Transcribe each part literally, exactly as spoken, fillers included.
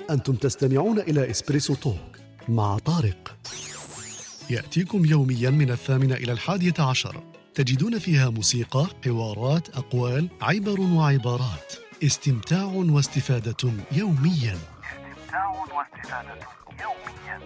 أنتم تستمعون إلى إسبريسو توك مع طارق. يأتيكم يوميا من الثامنة إلى الحادية عشر. تجدون فيها موسيقى، حوارات، أقوال، عبر وعبارات. استمتاع واستفادة يوميا. استمتاع واستفادة يوميا.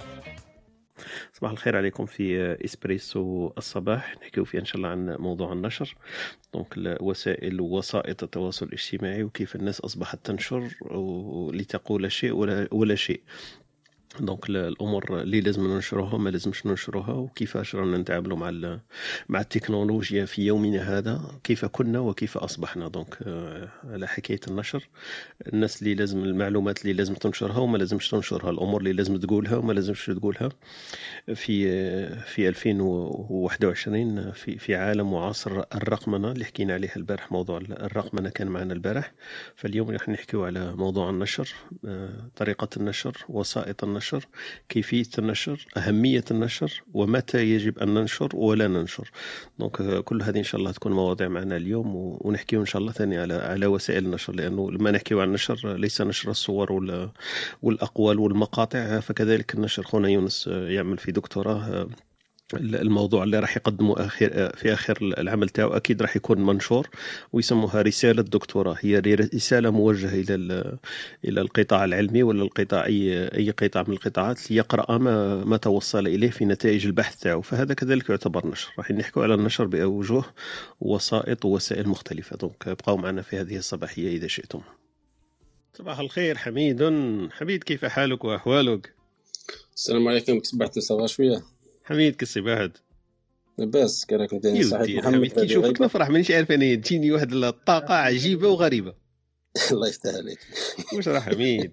صباح الخير عليكم في إسبريسو الصباح. نحكيو فيه إن شاء الله عن موضوع النشر، دونك وسائل ووسائط التواصل الاجتماعي وكيف الناس أصبحت تنشر لتقول شيء ولا, ولا شيء. دونك الامور اللي لازم ننشروها ما لازمش ننشروها، وكيفاش رانا نتعاملوا مع مع التكنولوجيا في يومنا هذا، كيف كنا وكيف اصبحنا. دونك على حكايه النشر، الناس اللي لازم المعلومات اللي لازم تنشرها وما لازمش تنشرها، الامور اللي لازم تقولها وما لازمش تقولها في في ألفين وواحد وعشرين في في عالم وعصر الرقمنه اللي حكينا عليه البارح. موضوع الرقمنه كان معنا البارح، فاليوم راح نحكيو على موضوع النشر، طريقه النشر، وسائط النشر، كيفية النشر، أهمية النشر، ومتى يجب أن ننشر ولا ننشر. دونك كل هذه إن شاء الله تكون مواضيع معنا اليوم، ونحكيو إن شاء الله ثاني على على وسائل النشر، لأنه لما نحكيو عن النشر ليس نشر الصور والأقوال والمقاطع، فكذلك النشر. خونا يونس يعمل في دكتوراه، الموضوع اللي راح يقدمه آخر في آخر العمل تاعو أكيد راح يكون منشور، ويسموها رسالة دكتوراه. هي رسالة موجهة إلى إلى القطاع العلمي ولا القطاع أي أي قطاع من القطاعات ليقرأ ما ما توصل إليه في نتائج البحث تاعو، فهذا كذلك يعتبر نشر. راح نحكوا على النشر بأوجه ووسائط ووسائل مختلفة. دونك بقوا معنا في هذه الصباحية إذا شئتم. صباح الخير حميد. حميد، كيف حالك وأحوالك؟ السلام عليكم. صبحت صباح شوية حميد. كسي بعد بس كراك مدينة صحيح محمد. حميد كي نشوفك نفرح، مانيش عارف أنا، تجيني واحد الطاقة عجيبة وغريبة. الله يفتح عليك. واش راه حميد؟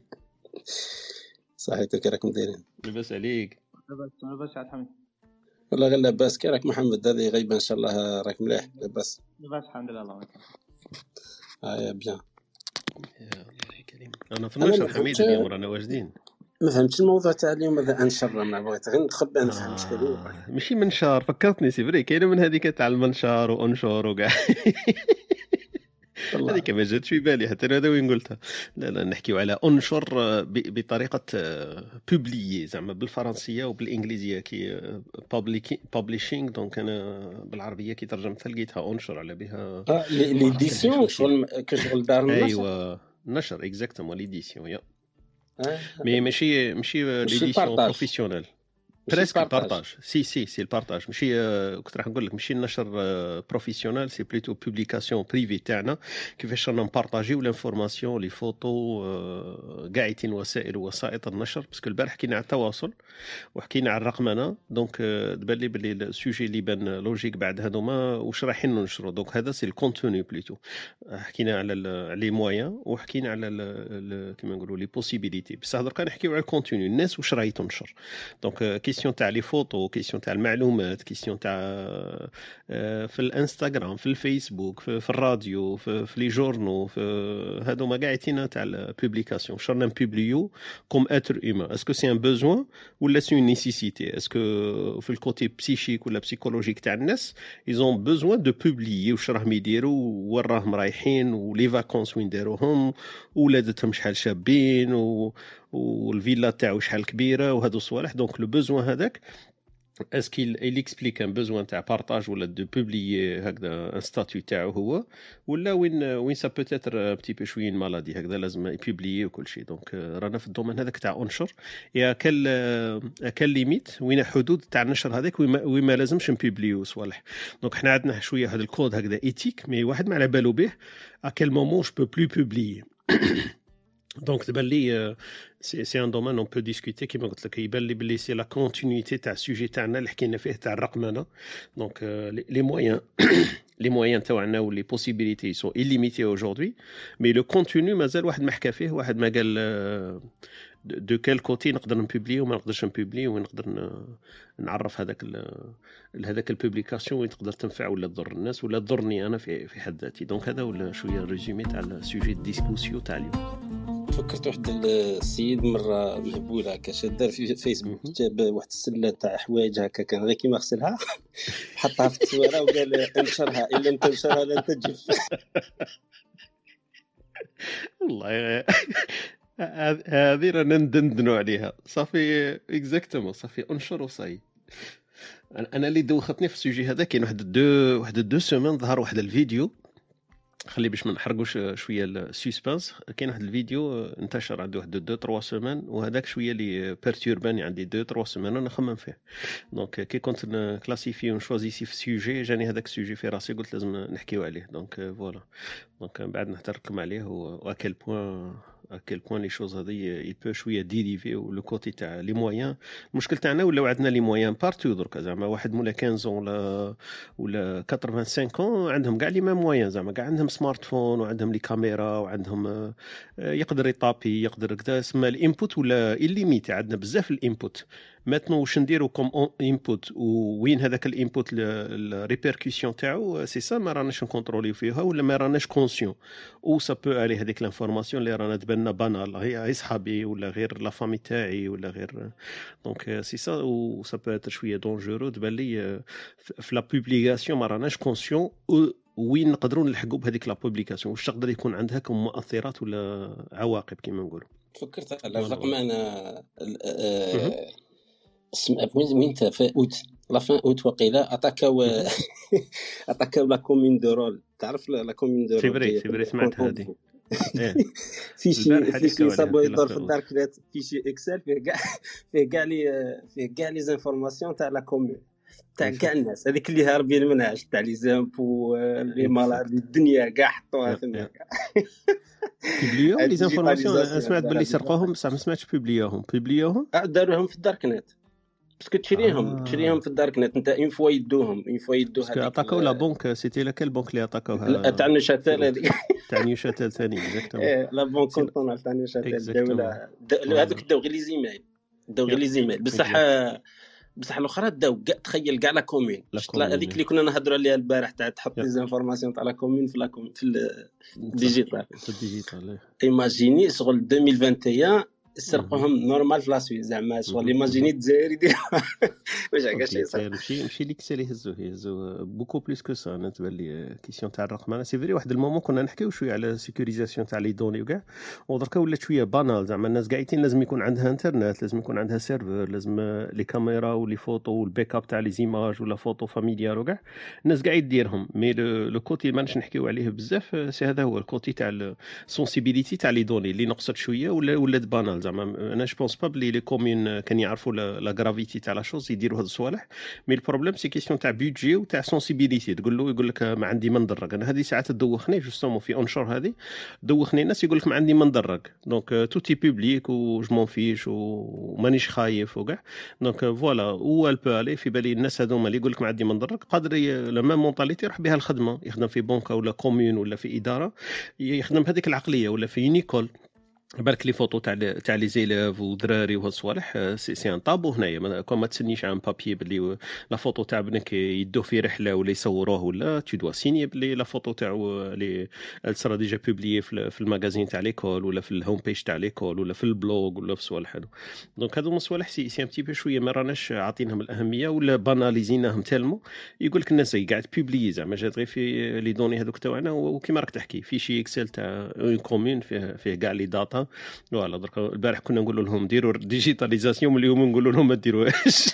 صحيت كراك مدينة. لاباس عليك؟ لاباس لاباس على حميد. والله غير لاباس. كراك محمد هذه غيبة إن شاء الله راك مليح؟ لاباس لاباس الحمد لله. الله يكرمك. آه بيان يا الله كريم. أنا في النشر حميد اليوم رانا واجدين. ما فهمتش الموضوع تاع اليوم هذا. انشر ما بغيت غير ندخل بان نفهم اش كدير. آه ماشي منشار، فكرتني سيفري كاينه من هذيك تاع المنشار وانشور وكاع هذيك ما جاتش في بالي حتى هذا وين قلتها. لا لا نحكيو على انشر بطريقه بوبليي، زعما بالفرنسيه وبالانجليزيه كي بابليشينغ. دونك انا بالعربيه كي ترجمتها لقيتها انشر على بها اه ليديسيون، شغل كشغل دار النشر. ايوا نشر اكزاكتومون ليديسيون يا آه. مي ماشي ماشي ليديسيون بروفيسيونيل، بريسك بارطاج. سي سي سي البارطاج، ماشي كنت راح نقول لك ماشي النشر بروفيسيونيل، سي بلوتو بوبليكاسيون بريفي تاعنا، كيفاش رانا نبارطاجيو لانفورماسيون لي فوتو قاعدين وسائل ووسائط النشر. باسكو البارح حكينا على التواصل وحكينا على الرقمنه، دونك تبان لي بلي السوجي اللي بان لوجيك بعد هذوما واش رايحين ننشروا. دونك هذا سي الكونتوني بلوتو. حكينا على لي مويان وحكينا على كيما نقولوا لي بوسيبيليتي، بصح دركا نحكيو على الكونتوني، الناس واش راهي تنشر. دونك كيسيون تاع لي فوتو، كيسيون تاع المعلومات، كيسيون تاع في الانستغرام، في الفيسبوك، في, في الراديو، في, في لي جورنو، في هذوما قاعدين تاع البوبليكاسيون. شرنا نبوبليو كوم اتر هيومان، اسكو سي ان بوزوان ولا سي اون نيسيسيتي؟ اسكو في الكوتي بسيشيك ولا بسيكولوجيك تاع الناس ايزون بوزوان دو بوبليي واش راهم يديروا، وين راهم رايحين، ولي فاكونس وين داروهم، ولادتهم شحال شابين، و والفيلا تاعو شحال كبيره، وهذو الصوالح. دونك لو بوزوان هذاك اسكو il explique un besoin تاع بارطاج ولا دو بوبليي هكذا ان ستاتيو تاعو هو، ولا وين وين سا بوتيتر بتي بو شويه مالادي هكذا لازم يبوبليي وكل شيء. دونك رانا في الدومين هذاك تاع انشر، يا كل كل ليميت وين حدود تاع النشر هذاك وين ما لازمش نبوبليو صوالح. دونك حنا عندنا شويه هذا الكود هكذا ايتيك، مي واحد ما على بالو به ا كل مومون جو بو بلو بوبليي. دونك تبان لي سي سي ان دومين اون بو ديسكوتي كيما قلت لك. يبان لي بلي سي لا كونتينيتي تاع السوجي تاعنا اللي حكينا فيه تاع الرقمنه. دونك لي مويان لي مويان تاعنا ولي بوسيبيليتي سو إليميتي اودجوردي، مي لو كونتوني مازال واحد ما حكى فيه، واحد ما قال دو كال كوتي نقدر نبوبلي وما نقدرش نبوبلي، ونقدر نعرف هذاك هذاك البوبليكاسيون وين تقدر تنفع ولا تضر الناس ولا تضرني انا في في حد ذاتي. دونك هذا ولا شويه ريزومي تاع السوجي ديسكوسيو تاع اليوم. فكرت واحد السيد مره مهبول هكا شاد في فيسبوك، جاب واحد السله تاع حوايج هكا كان غير كيما غسلها حطها في التصويره وقال انشرها ان لم تنشرها لن تجف. والله هذه رانا ندندنوا عليها صافي اكزاكتومون صافي انشر وصاي. انا اللي دوختني في السوجي هذا كاين واحد دو واحد دو سيمين ظهر واحد الفيديو، خلي باش ما نحرقوش شويه السسبانس. كاين واحد الفيديو انتشر عنده واحد دو تروا سيمين، وهذاك شويه اللي بيرتورباني عندي دو تروا سيمين وانا نخمم فيه. دونك كي كنت كلاسيفي ونشوازيسي في السوجي جاني هذاك السوجي في راسي، قلت لازم نحكيو عليه. دونك فوالا، دونك بعد نحتركم عليه واكل بوين à quel point les choses هذه il peut شويه ديريفي ولو كوتي تاع لي مويان. المشكل تاعنا ولاو عندنا لي مويان بارتو درك، زعما واحد مولا خمسطاش ولا ولا خمسة وثمانين عندهم كاع لي ميم مويان، زعما كاع عندهم سمارت فون وعندهم لي كاميرا وعندهم يقدر يطابي يقدر كذا. سما الانبوت ولا الليميت، عندنا بزاف الانبوت. ماتنو واش نديرو كوم انبوت وين هذاك الانبوت الريبيركسيون تاعو، سي سا ما راناش نكونتروليو فيها ولا ما راناش كونسيون. او سا بو علي هذيك لانفورماسيون اللي رانا تبان بانال، هي صحابي ولا غير لا فامي تاعي ولا غير. دونك سي سا و سا بو اتر شويه دونجورو. تبان لي في لا بوبليكاسيون ما راناش كونسيون وين نقدروا نلحقوا بهذيك لا بوبليكاسيون، واش تقدر يكون عندها كم مؤثرات ولا عواقب كما نقولوا. فكرت على الرقم انا اسمع وين وين في اوت لا فان اوت وقيله اتاكاو اتاكاو لا كومين دو رول. تعرف لا كومين دو رول فيبري فيبري سمعت هذه فيشي فيشي صابو يدور في الدارك نت، فيشي اكسل فيه كاع فيه كاع لي فيه كاع لي زانفورماسيون تاع لا كومين تاع كاع الناس هذيك اللي هاربين منها تاع لي زامبو لي مالاد الدنيا كاع حطوها ثما كاع بيبليو لي زانفورماسيون. سمعت باللي سرقوهم بصح ما سمعتش بيبليوهم بيبليوهم داروهم في الدارك نت باسكو تشريهم آه. تشريهم في الدارك نت انت اون فوا يدوهم اون فوا يدو هذيك اتاكاو لا بنك. سيتي لاكال بنك اللي اتاكاوها تاع نوشاتيل هذيك تاع نوشاتيل ثاني اكزاكتومون. ايه لا بنك كونطون تاع نوشاتيل الدوله هذوك داو غير لي زيميل داو غير لي زيميل بصح بصح الاخرى داو كاع تخيل كاع لا كومين هذيك اللي كنا نهضروا عليها البارح تاع تحط لي زانفورماسيون تاع لا كومين في لا كومين في الديجيتال في الديجيتال. ايماجيني شغل ألفين وواحد وعشرين سرقوهم نورمال في لاسوي زعما شغل ايماجيني الجزائر يدير واش هكا شي صح. ماشي ماشي ليك سالي يهزو يهزو بوكو بليس كو سا. انا تبان لي كيسيون تاع الرقم انا سي فري واحد المومون كنا نحكيو شويه على سيكوريزاسيون تاع لي دوني وكاع، ودركا ولات شويه بانال. زعما الناس قاعدين لازم يكون عندها انترنت، لازم يكون عندها سيرفر، لازم لي كاميرا ولي فوتو والباك اب تاع لي زيماج ولا فوتو فاميليار وكاع الناس قاعد يديرهم. مي لو كوتي ما نش نحكيو عليه بزاف، سي هذا هو الكوتي تاع السونسيبيليتي تاع لي دوني اللي نقصت شويه ولا ولات بانال. زعما انا جو بونس با بلي لي كومين كان يعرفوا لا غرافيتي تاع لا شوز يديروا هاد الصوالح. مي البروبليم سي كيسيون تاع بيدجي وتاع سونسيبيليتي. تقول له يقول لك ما عندي ما ندرك. انا هذه ساعات تدوخني جوستومون في اونشور هذه دوخني الناس يقول لك ما عندي ما ندرك. دونك تو تي بوبليك و جو مون فيش ومانيش خايف وكاع. دونك فوالا هو البو الي في بالي الناس هذوما اللي يقول لك ما عندي ما ندرك قادر لا ميم مونطاليتي يروح بها الخدمه، يخدم في بنكه ولا كومون ولا في اداره، يخدم بهذيك العقليه ولا في نيكول. بالك لي فوتو تاع تاع لي زيلاف ودراري وهاد الصوالح سي سي ان طابو هنايا. كون ما تسنيش عن بابي بلي لا فوتو تاع بنك يدوه في رحله ولا يصوروه ولا تو دوا سيني بلي لا فوتو تاعو لي سرا ديجا بوبليي في الماغازين تاع ليكول ولا في الهوم بيج تاع ليكول ولا في البلوغ ولا في الصوالح هادو. دونك هادو الصوالح سي سي ان بتي بو شويه ما راناش عاطينهم الاهميه ولا باناليزيناهم تالمو. يقول لك الناس قاعد بوبليي زعما جات غير في لي دوني هذوك تاعنا، وكيما راك تحكي في شي اكسل تاع اون كومون فيه فيه كاع لي داتا. فوالا درك البارح كنا نقول لهم ديروا ديجيتاليزاسيون، من اليوم نقول لهم ما ديروهاش.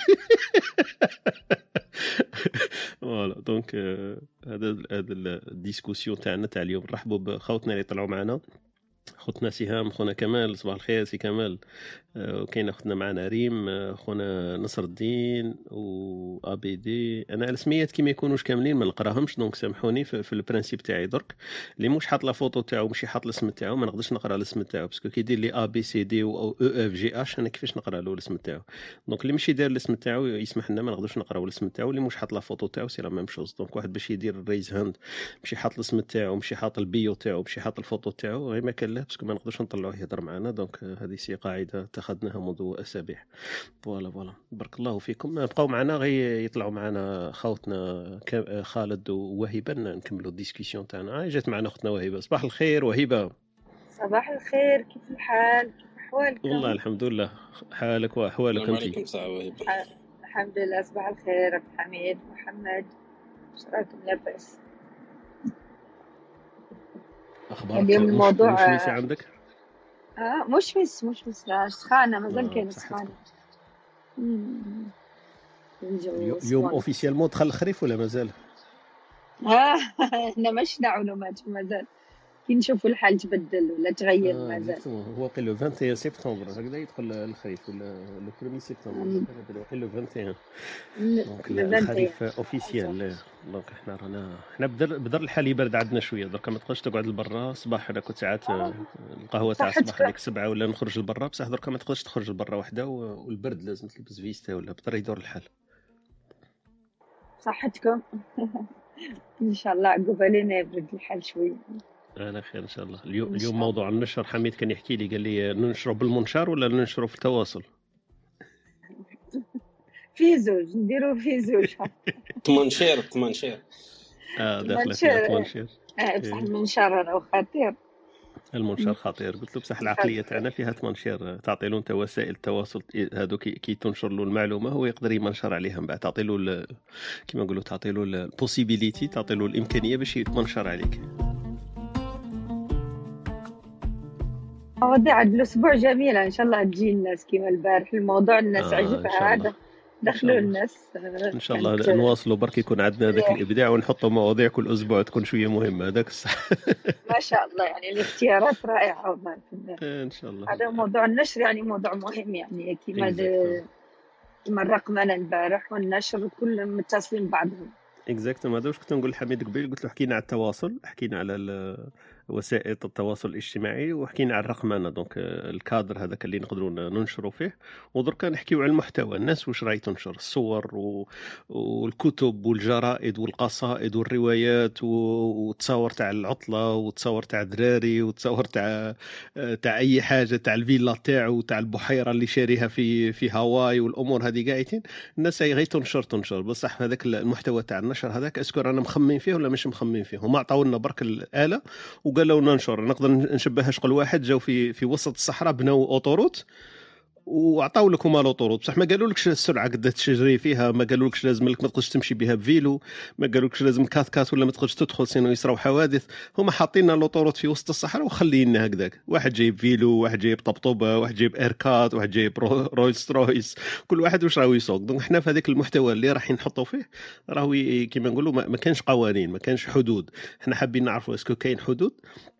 فوالا دونك هذا هذا الديسكوسيون تاعنا تاع اليوم. نرحبوا بخوتنا اللي طلعوا معنا، خوتنا سهام، خونا كمال، صباح الخير سي كمال. وكاين اختنا معنا ريم، خونا نصر الدين و ا بي دي. انا الاسميات كي ما يكونوش كاملين ما نقراهمش، دونك سامحوني في, في البرانسيب تاعي. درك اللي مش حاط لا فوتو تاعو ماشي حاط الاسم تاعو ما نقدرش نقرا الاسم تاعو، باسكو كي يدير لي ا بي سي دي او او اف جي اش انا كيفاش نقرا له الاسم تاعو. دونك اللي ماشي داير الاسم تاعو يسمح لنا ما نقدرش نقراو الاسم تاعو. اللي مش حاط لا فوتو تاعو سي لا ميم شوز. دونك واحد باش يدير الريز هاند ماشي حاط الاسم تاعو ماشي حاط البيو تاعو ماشي حاط الفوتو تاعو غير ما كان له، باسكو ما نقدرش نطلعوه يهضر معنا. دونك هذه سي قاعده اتخذناها منذ اسابيع. فوالا فوالا بارك الله فيكم. بقاو معنا غير يطلعوا معنا خوتنا خالد ووهبه نكملوا الديسكسيون تاعنا. جات معنا اختنا وهبه. صباح الخير وهبه. صباح الخير، كيف الحال؟ كيف احوالكم؟ والله الحمد لله. حالك واحوالك انت؟ وعليكم السلام وهبه. الحمد لله. صباح الخير عبد الحميد محمد، ايش رايكم؟ لاباس؟ اخبارك اليوم الموضوع شنو عندك؟ اه مش بس مش بس لا سخانة مازال آه كاين بصحتكم. سخانة. أمم، الجو اليو- اليوم سخون. اوفيسيالمون دخل الخريف ولا مازال؟ اه احنا مشنا علومات مازال كي نشوفوا الحال تبدل ولا تغير اه مازال. اكزاكتومون، هو قيل لو واحد وعشرين سبتمبر هكذا يدخل الخريف، ولا لو واحد سبتمبر أمم، هذا هذا قيل لو واحد وعشرين. ل- دونك لفانت ايام الخريف اوفيسيال. دونك احنا رانا احنا بدر بدر الحال يبرد عندنا شويه درك، ما تقدرش تقعد لبرا صباح. انا كنت ساعات آه، القهوه تاع الصباح صحتكم. هذيك سبعة ولا نخرج لبرا، بصح درك ما تقدرش تخرج لبرا وحده، و- والبرد لازم تلبس فيستا ولا بدر يدور الحال. صحتكم ان شاء الله عقب علينا يبرد الحال شوي انا خير ان شاء الله. اليوم ان اليوم شاء موضوع الله. النشر، حميد كان يحكي لي قال لي ننشره بالمنشار ولا ننشره في التواصل. في زوج نديرو في زوج تمنشير تمنشير. اه داخله فيها المنشر. تمنشير. آه بصح إيه. المنشر راه خطير. المنشار خطير، قلت له بصح العقليه تاعنا فيها تمنشير، تعطي له انت وسائل التواصل هادو كي, كي تنشر له المعلومه هو يقدر يمنشر عليها من بعد، تعطي له ال- كيما نقولوا تعطي له البوسيبيليتي، تعطي له الامكانيه باش يتمنشر عليك. مواضيع هاد الأسبوع جميلة إن شاء الله تجي الناس كيما البارح الموضوع الناس اه ان شاء عجبها الله. هذا ان شاء دخلوا الله. الناس آه، ان شاء الله كانت آه، نواصلوا برك يكون عندنا ذاك مليح. الابداع ونحطوا مواضيع كل اسبوع تكون شويه مهمه، هذاك الصح. ما شاء الله يعني الاختيارات رائعة والله في ال- ان شاء الله. هذا موضوع النشر يعني موضوع مهم يعني كيما اكزاكتومون. د- كيما الرقمنة البارح والنشر كلهم متصلين بعضهم. اكزاكتومون، هذا واش كنت نقول لحميد قبيل، قلت له حكينا على التواصل، حكينا على ال- وسائل التواصل الاجتماعي، وحكينا على الرقمنه، دونك آه، الكادر هذاك اللي نقدروا ننشروا فيه. ودركا نحكيو على المحتوى، الناس واش راهي تنشر، الصور و... والكتب والجرائد والقصائد والروايات و... وتصور تاع العطله، وتصور تاع الدراري، وتصور تاع آه، تاع اي حاجه، تاع الفيلا تاعو، تاع البحيره اللي شاريها في في هاواي، والامور هذه قاعدين الناس هي غير تنشر تنشر. بصح هذاك المحتوى تاع النشر هذاك اسكو رانا مخمين فيه ولا مش مخمين فيه؟ هما عطاو لنا برك الاله وقالوا لنا ننشر. نقدر نشبهها شغل واحد جاو في في وسط الصحراء بناو اوتوروت وعطاو لك هما لوطوروت، بصح ما قالولكش السرعه قد تجري فيها، ما قالولكش لازم لك ما تقدرش تمشي بها بفيلو، ما قالولكش لازم كات كات ولا ما تقدرش تدخل سينو يصراو حوادث. هما حاطين لنا لوطوروت في وسط الصحراء وخلينا هكذاك، واحد جايب فيلو، واحد جايب طبطوبه، واحد جايب ايركات، واحد جايب رو- رويس رويس، كل واحد واش راهو يسوق. دونك حنا في هذاك المحتوى اللي راح نحطوا فيه راهو ي- كيما نقولوا ما ما كانش قوانين، ما كانش حدود. حنا حابين نعرفوا اسكو كاين حدود،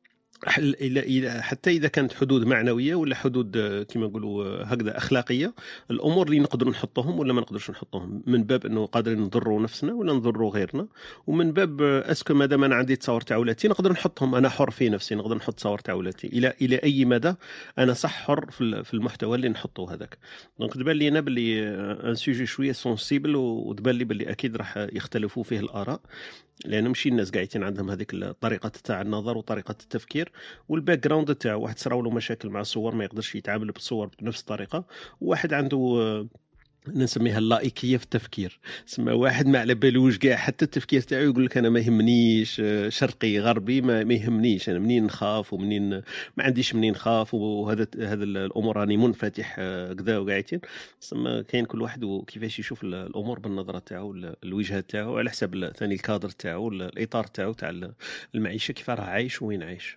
حل- إلا إلا حتى إذا كانت حدود معنوية ولا حدود آه، كما نقولوا آه، هكذا أخلاقية، الأمور اللي نقدروا نحطوهم ولا ما نقدرش نحطوهم، من باب أنه قادرين نضروا نفسنا ولا نضروا غيرنا، ومن باب آه، أسكو مادام أنا عندي تصور تاع ولاتي نقدر نحطهم، أنا حر في نفسي نقدر نحط تصور تاع ولاتي إلى إلى أي مدى أنا صح حر في ال- في المحتوى اللي نحطه هذاك. دونك تبان لي أنا باللي ان سوجي شوية سونسيبل، وتبان لي باللي أكيد راح يختلفوا فيه الآراء، لان ماشي الناس قاعدين عندهم هذيك الطريقه تاع النظر وطريقه التفكير والباك جراوند تاعو. واحد صراو له مشاكل مع الصور ما يقدرش يتعامل بالصور بنفس الطريقه، وواحد عنده آه، نسميها اللائكيه في التفكير، سما واحد ما على بالوش كاع حتى التفكير تاعو، يقول لك انا ما يهمنيش آه، شرقي غربي، ما, ما يهمنيش انا منين نخاف ومنين ما عنديش منين نخاف، وهذا هذا الامور راني منفتح آه، كذا وقاعدين. سما كاين كل واحد وكيفاش يشوف ال- الامور بالنظره تاعو، ال- الوجهه تاعو، على حسب ال- ثاني الكادر تاعو، ال- الاطار تاعو تاع ال- المعيشه، كيف راه عايش وين عايش.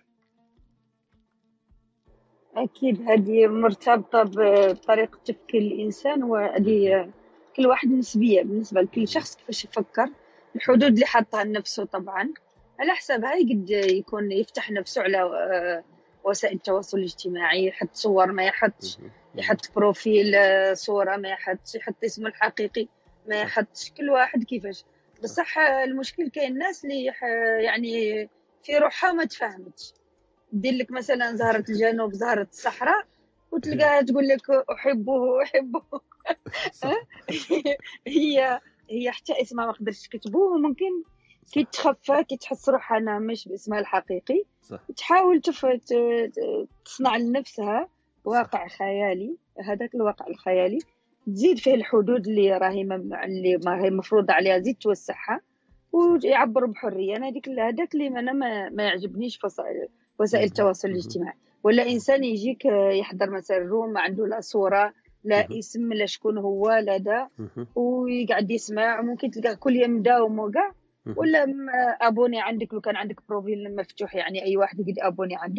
أكيد هذه مرتبطة بطريقة تفكير الإنسان، مهم. وهذه كل واحد نسبية بالنسبة لكل مهم. شخص كيفاش يفكر، الحدود اللي حاطها لنفسه طبعا على حسابها يقد يكون يفتح نفسه على آه، وسائل التواصل الاجتماعي، يحط صور ما يحطش، مهم. مهم. يحط بروفيل آه، صورة ما يحطش، يحط اسمه الحقيقي ما صح يحطش، كل واحد كيفاش. صح. بصح آه، المشكل كاين الناس اللي يح- يعني في روحها ما تفهمتش، دير لك مثلا زهرة الجنوب زهرة الصحراء وتلقاها تقول لك أحبه أحبه صح هي هي حتى اسمها ما قدرتش تكتبوه، وممكن كي صح تخفى كي تحس روحها أنا مش باسمها الحقيقي صح تحاول تف... ت- ت- تصنع لنفسها صح واقع خيالي. هذاك الواقع الخيالي تزيد فيه الحدود اللي راهي مم... اللي ما هي مفروض عليها، زيد توسعها صح. ويعبر بحريه. انا هذيك هذاك اللي انا ما, ما يعجبنيش في وسائل وسائل مهم. التواصل مهم. الاجتماعي. ولا انسان يجيك آه، يحضر مثلا روم ما عنده لا صوره لا مهم. اسم لا شكون هو لا دا، مهم. ويقعد يسمع، وممكن تلقاه كل يوم داوم وكاع. مهم. ولا م- ابوني عندك لو كان عندك بروفيل مفتوح يعني اي واحد يقدر ابوني عندك،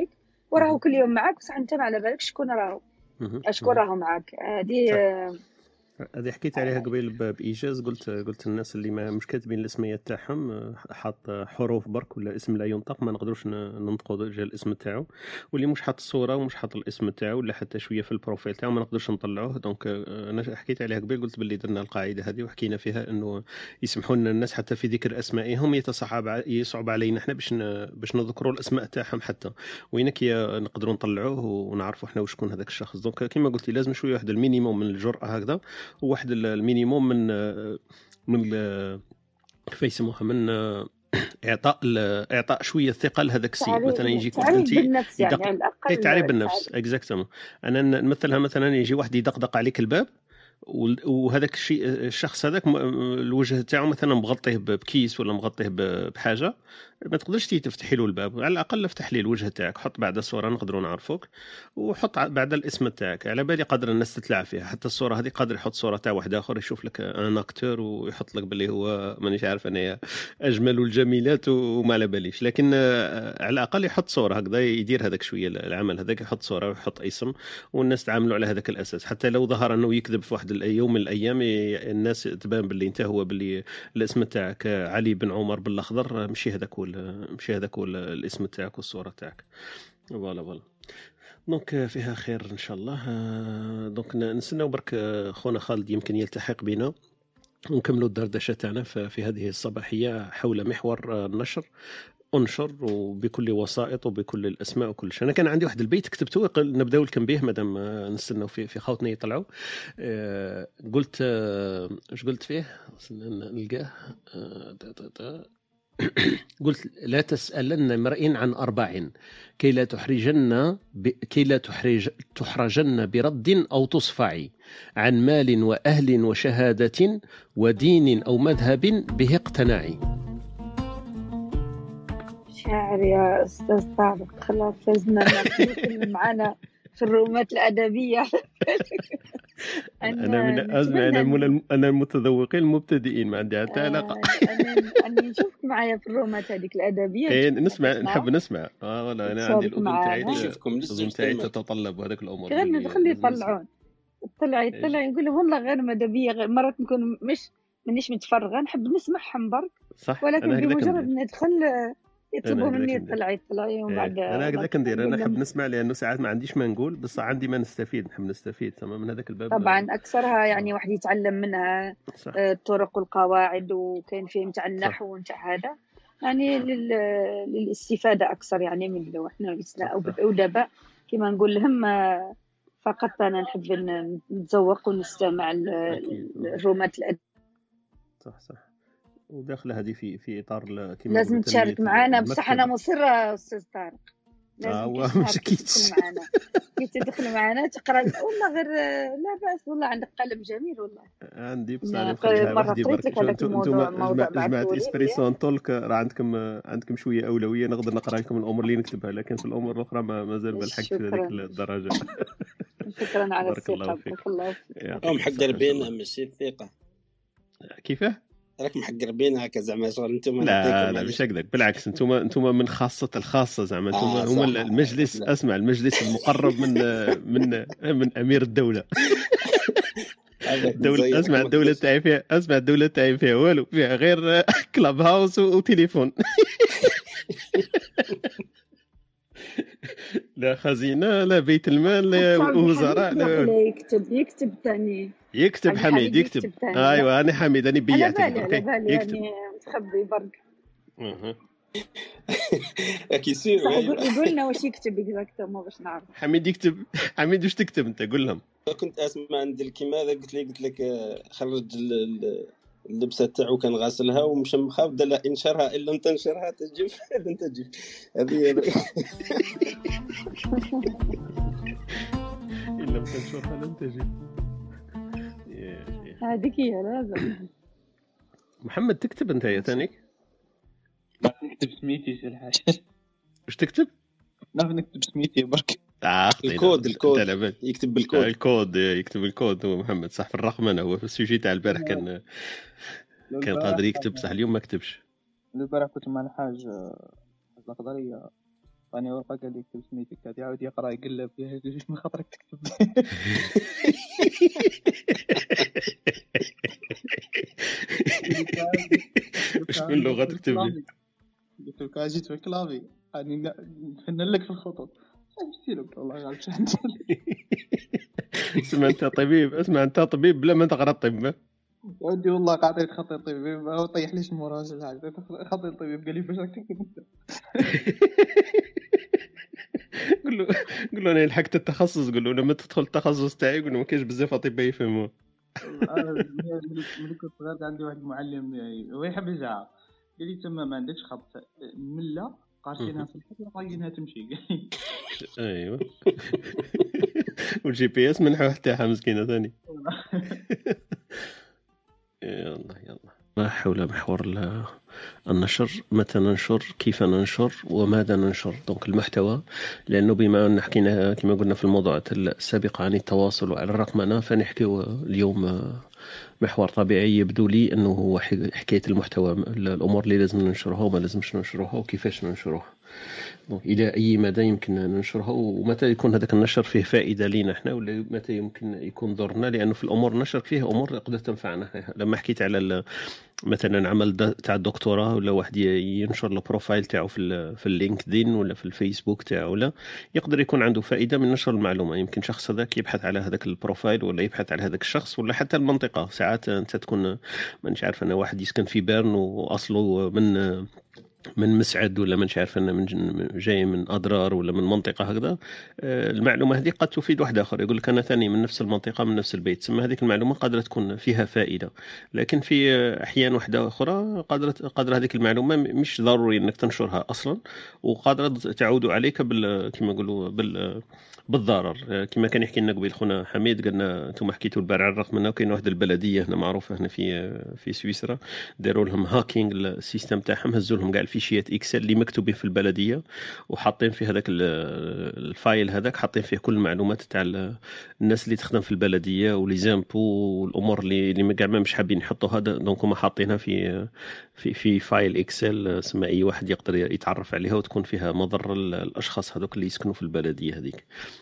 وراه كل يوم معاك، بصح انت ما على بالك شكون راهو شكون راهو معاك. هذه هذه حكيت عليها قبيل بايجاز، قلت قلت الناس اللي ما مش كاتبين الاسميات تاعهم، حاط حروف برك ولا اسم لا ينطق، ما نقدروش ننطقوا جا الاسم تاعو، واللي مش حاط الصوره ومش حاط الاسم تاعو ولا حتى شويه في البروفيل تاعو ما نقدرش نطلعوه. دونك انا حكيت عليها قبيل، قلت باللي درنا القاعده هذه وحكينا فيها انه يسمحوا لنا الناس حتى في ذكر اسمائهم، يتصعب يصعب علينا احنا باش باش نذكروا الاسماء تاعهم، حتى وينك نقدروا نطلعوه ونعرفوا احنا وشكون هذاك الشخص. دونك كما قلت لي لازم شويه واحد المينيموم من الجرأه هكذا، وواحد المينيموم من من كيف يسموها، من اعطاء اعطاء شويه ثقه لهذاك السيد. مثلا يجيك واحد انت بالنفس يعني على الاقل تعرف بالنفس اكزاكتومون. انا نمثلها مثلا يجي واحد يدقدق عليك الباب، وهذاك الشيء الشخص هذاك الوجه تاعو مثلا مغطيه بكيس ولا مغطيه بحاجه، ما تقدرش تفتحي له الباب. على الاقل افتح لي الوجه تاعك، حط بعد الصوره نقدروا نعرفوك، وحط بعد الاسم تاعك. على بالي قادر الناس تتلاعب فيها، حتى الصوره هذه قادر يحط صوره تاع واحد اخر يشوف لك ان اكتور ويحط لك باللي هو مانيش عارف انا اجمل الجميلات وما على باليش، لكن على الاقل يحط صوره هكذا، يدير هذاك شويه العمل هذاك، يحط صوره ويحط اسم، والناس تعاملوا على هذاك الاساس. حتى لو ظهر انه يكذب في واحد اليوم من الايام، الناس تبان باللي انت هو باللي الاسم تاعك علي بن عمر بالاخضر، مشي هذاك هو مشي هذاك هو الاسم تاعك والصوره تاعك. فوالا فوالا دونك فيها خير ان شاء الله. دونك نستناو برك خونا خالد يمكن يلتحق بنا ونكملوا الدردشه تاعنا في هذه الصباحيه حول محور النشر. انشر وبكل وسائط وبكل الاسماء وكل شيء. انا كان عندي واحد البيت كتبته، نبداو لكم به مادام نستناو في في خوتنا يطلعوا. أه قلت ايش أه قلت فيه نلقاه. أه قلت لا تسألن امرئ عن أربع كي لا تحرجن ب... كي لا تحرج تحرجن برد أو تصفعي عن مال وأهل وشهادة ودين أو مذهب به اقتنعي. شاعر يا أستاذ طارق، خلاص فزنا معنا في الرومات الأدبية. أنا من أزمة أنا من أنا المتذوقين المبتدئين، ما عندي حتى علاقة. أنا أنا نشوفك معايا في الرومات هذيك الأدبية. إيه نسمع، نحب نسمع. آه والله أنا عندي الأذن تاعي الأذن تاعي تتطلب هذاك الأمور. غير ندخل يطلعون طلعي طلعي نقول لهم والله غير أدبية، مرات نكون مش مانيش متفرغة، نحب نسمعهم برك. صح. ولكن بمجرد ندخل يطلبوا مني طلعي طلعي ومن بعد انا هكذا كندير. انا نحب نسمع لانه ساعات ما عنديش ما نقول، بس عندي ما نستفيد، نحب نستفيد تمام من هذاك الباب. طبعا اكثرها يعني واحد يتعلم منها الطرق والقواعد، وكاين فيه نتاع النحو ونتاع هذا، يعني للاستفاده اكثر يعني من لو احنا او دابا كما نقول لهم فقط انا نحب نتذوق ونستمع الرومات الأدب. صح صح. وداخله هذه في في اطار كما لازم تشارك معنا، بصح انا مصره استاذ طارق لازم آه تدخل معنا كي تدخل معنا تقرا. والله غير لا باس، والله عندك قلم جميل والله. عندي بصح مره قريت لك هذاك الموضوع موضوع جماعه اسبريسو تولك راه عندكم عندكم شويه اولويه، نقدر نقرا لكم الامور اللي نكتبها، لكن في الامور الاخرى ما مازال ما لحقتش هذيك الدرجه. شكرا على الثقه. بارك الله فيك. هم محقربين ماشي الثقه. كيفاه راك محقربين هكا زعما شغل انتم؟ لا لا مش هكذاك، بالعكس انتم انتم من خاصه الخاصه زعما انتم آه هما المجلس. لا. اسمع المجلس المقرب من من من امير الدوله. الدولة اسمع الدولة تاعي فيها اسمع الدولة تاعي فيها والو، فيها غير كلاب هاوس وتليفون. لا خزينة لا بيت المال لا وزراء لا. يكتب يكتب ثاني يكتب حميد يكتب. ايوه انا حميد انا بياتي يكتب يعني متخبي برك. اها اكيد يقول لنا واش يكتب اكزاكتومون باش نعرف. حميد يكتب. حميد واش تكتب انت؟ قول لهم. كنت اسمع ندير كيما هذا، قلت لي قلت لك خرج اللبسه تاعو كان غاسلها ومشمخها وبدا لا انشرها الا لم تنشرها تجيب الا انت تجيب هذه الا لم تنشرها لن تجيب. هذيك هي لازم. محمد تكتب انت يا ثاني؟ نكتب سميتي شي الحاجه. واش تكتب؟ نعرف نكتب سميتي برك. آه الكود الكود يكتب بالكود. آه الكود يكتب الكود هو محمد صح. في الرقم انا هو في السوجي تاع البارح كان كان قادر يكتب بصح اليوم ما كتبش. البارح كنت مع الحاج القضريه راني ورقه قال لي كتب سميتك هذه، عاود يقرا يقلب فيها جوج من خاطرك تكتب. شنو اللغه تكتب لي؟ قلت له كاجيت في كلافي يعني نفنن لك في الخطوط. مشيت له والله غالب عندي. اسمع انت طبيب، اسمع انت طبيب بلا ما تقرا الطب. ودي والله قاعد خطي الطبيب هو طيح ليش المراجع الحاجه خطي الطبيب قال لي باش راك تكتب انت. قول له قول له انا لحقت التخصص، قول له لما تدخل التخصص تاعي قول له ما كاينش بزاف اطباء يفهموا. انا ملي كنت صغير عندي واحد المعلم هو يحب يزعق، قال لي تما ما عندكش خط مله قارشينها في الحيط وطاينها تمشي. ايوه. والجي بي اس منحوه تاعها مسكينه ثاني. يلا يلا ما حول محور النشر، متى ننشر، كيف ننشر، وماذا ننشر. دونك المحتوى، لأنه بما أن حكينا كما قلنا في الموضوعات السابقة عن التواصل وعلى الرقمنة، فنحكي اليوم محور طبيعي يبدو لي أنه هو حكاية المحتوى، الأمور اللي لازم ننشرها وما لازمش ننشرها وكيفاش ننشرها، إلى أي مدى يمكن ننشرها، ومتى يكون هذاك النشر فيه فائدة لينا احنا، ولا متى يمكن يكون ضرنا، لأنه في الأمور نشر فيها أمور قد تنفعنا. لما حكيت على مثلا عمل تاع الدكتوراه، ولا واحد ينشر البروفايل تاعو في في اللينكدين ولا في الفيسبوك تاعو، لا يقدر يكون عنده فائدة من نشر المعلومة. يمكن شخص هذاك يبحث على هذاك البروفايل ولا يبحث على هذاك الشخص، ولا حتى المنطقة. ساعات أنت تكون مانيش عارف أنا واحد يسكن في بيرن وأصله من من مسعد، ولا منش عارف أنه من جاي من أضرار ولا من منطقة هكذا، المعلومة هذه قد تفيد واحد آخر يقول لك أنا ثاني من نفس المنطقة من نفس البيت، ثم هذه المعلومة قادرة تكون فيها فائدة. لكن في أحيان واحدة أخرى قادرة قادرة هذه المعلومة مش ضروري أنك تنشرها أصلا، وقادرة تعود عليك بال كما يقولوا بال بالضرر. كما كان يحكي لنا قبيل خونا حميد، قلنا انتم حكيتوا البارع الرقم انه كاين واحد البلديه هنا معروفه هنا في في سويسرا، داروا لهم هاكينغ السيستم تاعهم، هزوا لهم كاع الفيشيات اكسل اللي مكتوبين في البلديه، وحاطين في هذاك الفايل هذاك حاطين فيه كل المعلومات تاع الناس اللي تخدم في البلديه ولي زامبو والامور اللي اللي كاع ما مش حابين يحطوا هذا، دونك هما حاطينها في في في فايل اكسل، سما اي واحد يقدر يتعرف عليها، وتكون فيها مضر الاشخاص هذوك اللي يسكنوا في البلديه هذيك.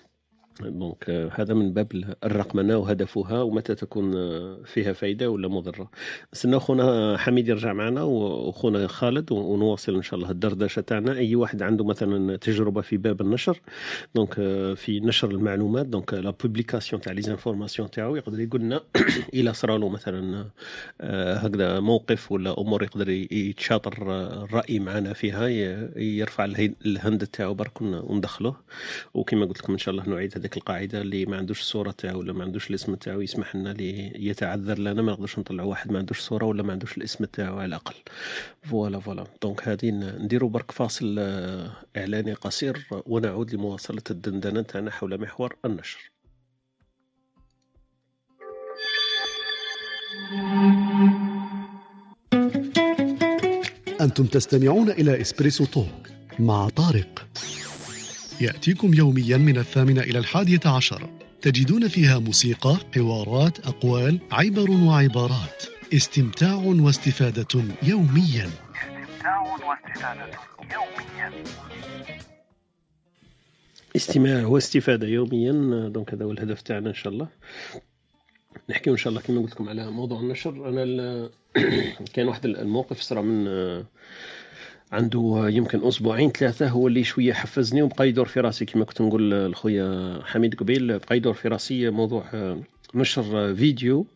دونك هذا من باب الرقمنة وهدفها، ومتى تكون فيها فايدة ولا مضرة. نستنى خونا حميد يرجع معنا وخونا خالد، ونواصل إن شاء الله الدردشة تاعنا. أي واحد عنده مثلا تجربة في باب النشر، دونك في نشر المعلومات، دونك لا بوبليكاسيون تاع لي زانفورماسيون تاعو، يقدر يقول لنا إلى صرا له مثلا هكذا موقف ولا أمور يقدر يتشاطر الرأي معنا فيها، يرفع الهند تاعو برك وندخله. وكما قلت لكم إن شاء الله نعيد هذيك القاعده اللي ما عندوش الصوره تاعو ولا ما عندوش الاسم تاعو يسمح لنا يتعذر لنا، ما نقدرش نطلعوا واحد ما عندوش صوره ولا ما عندوش الاسم تاعو على الاقل. فوالا فوالا دونك هذه نديروا برك فاصل اعلاني قصير، ونعود لمواصله الدندنه تاعنا حول محور النشر. أنتم تستمعون إلى إسبريسو توك مع طارق، يأتيكم يوميا من الثامنة إلى الحادية عشر. تجدون فيها موسيقى، حوارات، أقوال، عبر وعبارات، استمتاع واستفادة يوميا. استمتاع واستفادة يوميا. استماع واستفادة يوميا، دونك هذا هو الهدف تاعنا إن شاء الله. نحكي إن شاء الله كما قلت لكم على موضوع النشر. أنا كان واحد الموقف صرا من عنده يمكن أسبوعين ثلاثة، هو اللي شوية حفزني وبقى يدور في راسي، كما كنت نقول الخويا حميد قبيل، بقى يدور في راسي موضوع نشر فيديو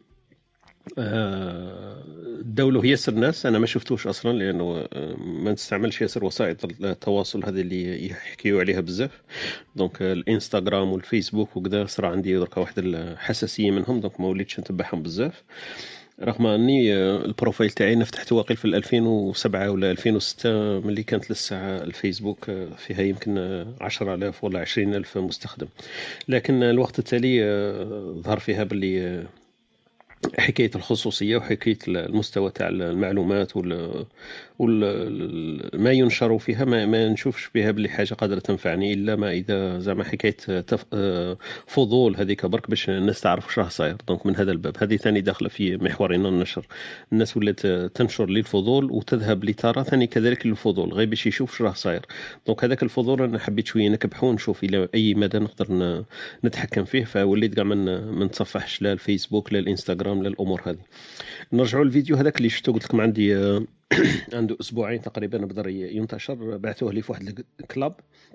دولة ياسر ناس أنا ما شفتوش أصلا، لأنه ما نستعملش ياسر وسائط التواصل هذه اللي يحكيوا عليها بزاف، دونك الانستغرام والفيسبوك وكذا صرا عندي درك واحد الحساسية منهم، دونك ما وليتش نتبعهم بزاف، رغم أني البروفايل تاعي نفتحته واقيل في ألفين وسبعة ولا ألفين وستة، ملي كانت لسه الفيسبوك فيها يمكن عشرة آلاف ولا عشرين ألف مستخدم، لكن الوقت التالي ظهر فيها باللي حكايه الخصوصيه وحكايه المستوى تاع المعلومات وال وال ما ينشر فيها ما, ما نشوفش بها بلي حاجه قادره تنفعني الا ما اذا زعما حكايه تف... فضول هذيك برك باش الناس تعرف واش راه صاير. دونك من هذا الباب هذه ثاني داخله في محورين النشر. الناس ولات تنشر للفضول وتذهب لترى ثاني كذلك للفضول غير باش يشوف واش راه صاير. دونك هذاك الفضول انا حبيت شويه نكبحو ونشوف الى اي مدى نقدر نتحكم فيه. فوليت كاع من ما نتصفحش لا الفيسبوك لا الانستغرام لا الامور هذه. نرجعوا للفيديو هذاك اللي شفتو قلت لكم عندي عنده اسبوعين تقريبا بدر ينتشر. بعثوه لي في واحد الكلاب.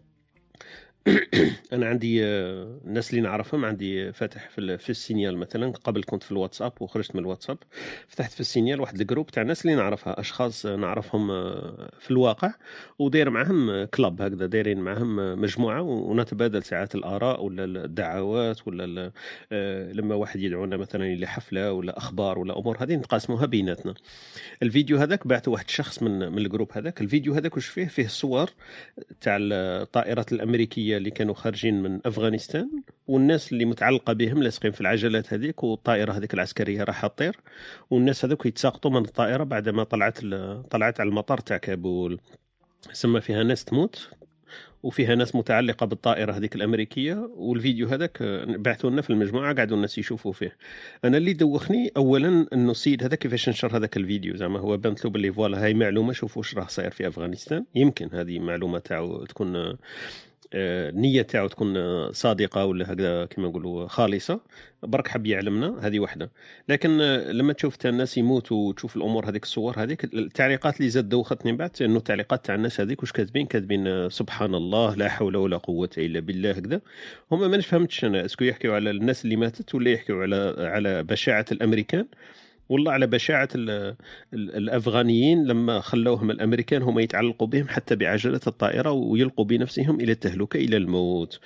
انا عندي الناس اللي نعرفهم عندي فاتح في في السينيال مثلا. قبل كنت في الواتساب وخرجت من الواتساب فتحت في السينيال واحد الجروب تاع الناس اللي نعرفها اشخاص نعرفهم في الواقع وداير معهم كلاب هكذا دايرين معهم مجموعه ونتبادل ساعات الاراء ولا الدعوات ولا لما واحد يدعونا مثلا لحفله ولا اخبار ولا امور هذه نتقاسموها بيناتنا. الفيديو هذاك بعثه واحد الشخص من من الجروب هذاك. الفيديو هذاك واش فيه فيه صور تاع الطائرات الامريكيه اللي كانوا خارجين من افغانستان والناس اللي متعلقه بهم لاصقين في العجلات هذيك والطائره هذيك العسكريه راح تطير والناس هذوك يتساقطوا من الطائره بعد ما طلعت طلعت على المطار تاع كابول. سما فيها ناس تموت وفيها ناس متعلقه بالطائره هذيك الامريكيه. والفيديو هذاك بعثوا لنا في المجموعه قعدوا الناس يشوفوا فيه. انا اللي دوخني اولا انه السيد هذا كيفاش نشر هذاك الفيديو. زعما هو بانت له باللي فوالا هاي معلومه شوفوا واش راه صاير في افغانستان. يمكن هذه معلومه تاعو تكون النيه تاعو تكون صادقه ولا هكذا كما نقولوا خالصه برك حب يعلمنا. هذه واحده. لكن لما تشوف الناس يموتوا وتشوف الامور هذيك الصور هذيك التعليقات اللي زاد دوختني بعد انه التعليقات تاع الناس هذيك واش كاتبين كاتبين سبحان الله لا حول ولا قوه الا بالله هكذا. هما ما نفهمتش انا اسكو يحكيوا على الناس اللي ماتت ولا يحكيوا على على بشاعه الامريكان والله على بشاعة الأفغانيين لما خلوهم الأمريكان هم يتعلقوا بهم حتى بعجلة الطائرة ويلقوا بنفسهم إلى التهلكة إلى الموت.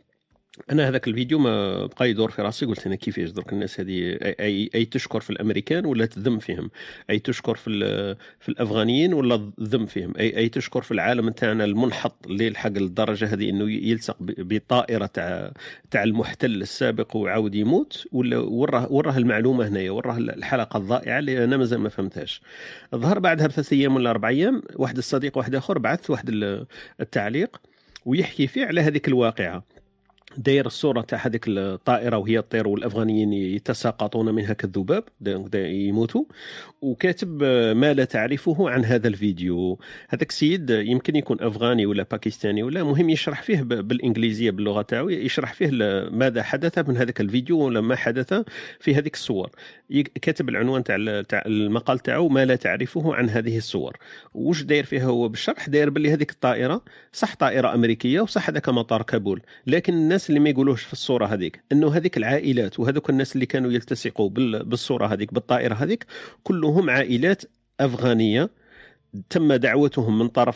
انا هذاك الفيديو ما بقى يدور في راسي. قلت انا كيفاش درك الناس هذه اي, أي, أي تشكر في الامريكان ولا تذم فيهم. اي تشكر في في الافغانيين ولا تذم فيهم. اي اي تشكر في العالم تاعنا المنحط اللي لحق الدرجه هذه انه يلصق بطائره تاع تاع المحتل السابق وعاود يموت ولا وراه وراه المعلومه هنايا وراه الحلقه الضائعه اللي انا مازال ما فهمتهاش. ظهر بعدها بثلاث ايام ولا اربع ايام واحد الصديق واحد اخر بعث واحد التعليق ويحكي فيه على هذيك الواقعه. داير الصورة تاع هذيك الطائرة وهي تطير والأفغانيين يتساقطون منها كالذباب يموتوا وكاتب ما لا تعرفه عن هذا الفيديو. هذاك السيد يمكن يكون أفغاني ولا باكستاني ولا مهم يشرح فيه بالإنجليزية باللغة تاعو يشرح فيه ماذا حدث من هذاك الفيديو ولا ما حدث في هذيك الصور. كاتب العنوان تاع المقال تاعو ما لا تعرفه عن هذه الصور. وش داير فيها هو بالشرح داير باللي هذيك الطائرة صح طائرة أمريكية وصح هذاك مطار كابول. لكن الناس اللي ما يقولوش في الصورة هذيك انه هذيك العائلات وهذوك الناس اللي كانوا يلتصقوا بالصورة هذيك بالطائرة هذيك كلهم عائلات أفغانية تم دعوتهم من طرف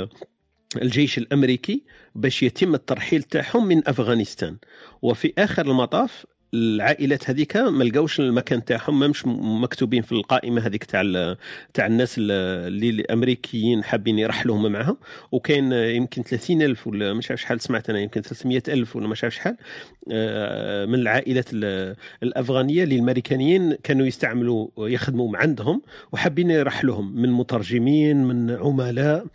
الجيش الأمريكي باش يتم الترحيل تاعهم من أفغانستان. وفي آخر المطاف العائلات هذيك ما لقاوش المكان تاعهم ما مش مكتوبين في القائمه هذيك تاع تاع الناس اللي الامريكيين حابين يرحلوهم معهم. وكاين يمكن ثلاثين ألف ولا مش عارف شحال سمعت انا يمكن ثلاثمية ألف ولا مش عارف شحال من العائلات الافغانيه اللي الامريكانيين كانوا يستعملوا يخدموا عندهم وحابين يرحلوهم من مترجمين من عملاء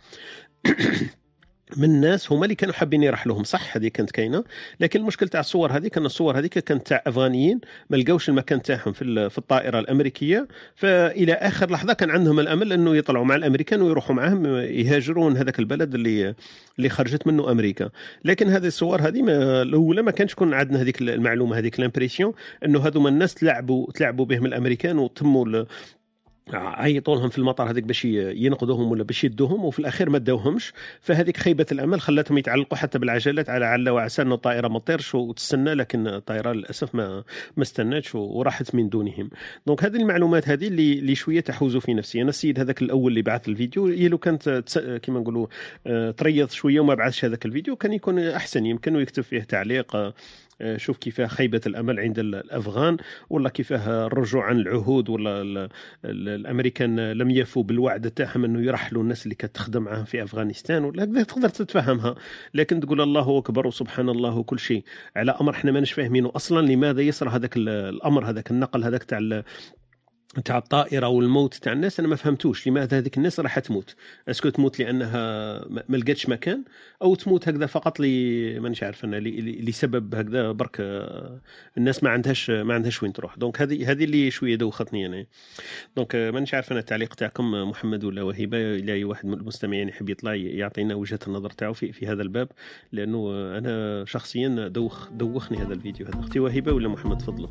من ناس هما اللي كانوا حابين يرحلوهم. صح هذه كانت كاينه. لكن المشكل تاع الصور هذه كان الصور هذه كانت تاع افغانيين ما لقاوش المكان تاعهم في في الطائره الامريكيه. فالى اخر لحظه كان عندهم الامل انه يطلعوا مع الامريكان ويروحوا معهم يهاجروا من هذاك البلد اللي اللي خرجت منه امريكا. لكن هذه الصور هذه الاولى ما كانش كون عندنا هذيك المعلومه هذيك الامبريسيون انه هذوما الناس تلعبوا تلعبوا بهم الامريكان وتموا عيطوا لهم في المطار هذيك باش ينقذوهم ولا باش يدوهم وفي الاخير ما داوهمش. فهذيك خيبه الامل خلاتهم يتعلقوا حتى بالعجلات على عل وعسى انه الطائره ما تطيرش وتستنى. لكن الطائره للاسف ما ما استناتش وراحت من دونهم. دونك هذه المعلومات هذه اللي اللي شويه تحوز في نفسي. انا السيد هذاك الاول اللي بعث الفيديو يلو كانت كما نقولوا تريض شويه وما بعثش هذاك الفيديو كان يكون احسن. يمكن يكتب فيه تعليق شوف كيفاه خيبة الأمل عند الأفغان، ولا كيفاه الرجوع عن العهود، ولا ال ال الأمريكان لم يفوا بالوعد تاعهم أنه يرحلوا الناس اللي كتخدم معهم في أفغانستان، ولا هكذا تقدر تتفهمها. لكن تقول الله أكبر وسبحان الله وكل شيء على أمر احنا ما نش فاهمينه أصلا، لماذا يصير هذاك الأمر، هذاك النقل هذاك تاع تاع الطائرة والموت تاع الناس. أنا ما فهمتوش لماذا هذيك الناس راح تموت. اسكو تموت لأنها ما لقاتش مكان، أو تموت هكذا فقط لي مانيش عارف أنا لسبب هكذا برك الناس ما عندهاش ما عندهاش وين تروح. دونك هذه هذه اللي شوية دوختني أنا. دونك مانيش عارف أنا التعليق تاعكم محمد ولا وهبة، إلا أي واحد من المستمعين يحب يطلع يعطينا وجهة النظر تاعه في في هذا الباب، لأنه أنا شخصيا دوخ دوخني هذا الفيديو هذا. أختي وهبة ولا محمد تفضلوا.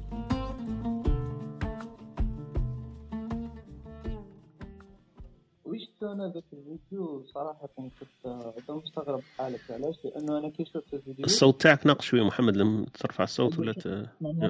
وشت انا ذاك الفيديو صراحه كنت كنت مستغرب حالك. علاش؟ لانه انا كي شفت الفيديو الصوت تاعك ناقص شويه محمد، لم ترفع الصوت ولا ت...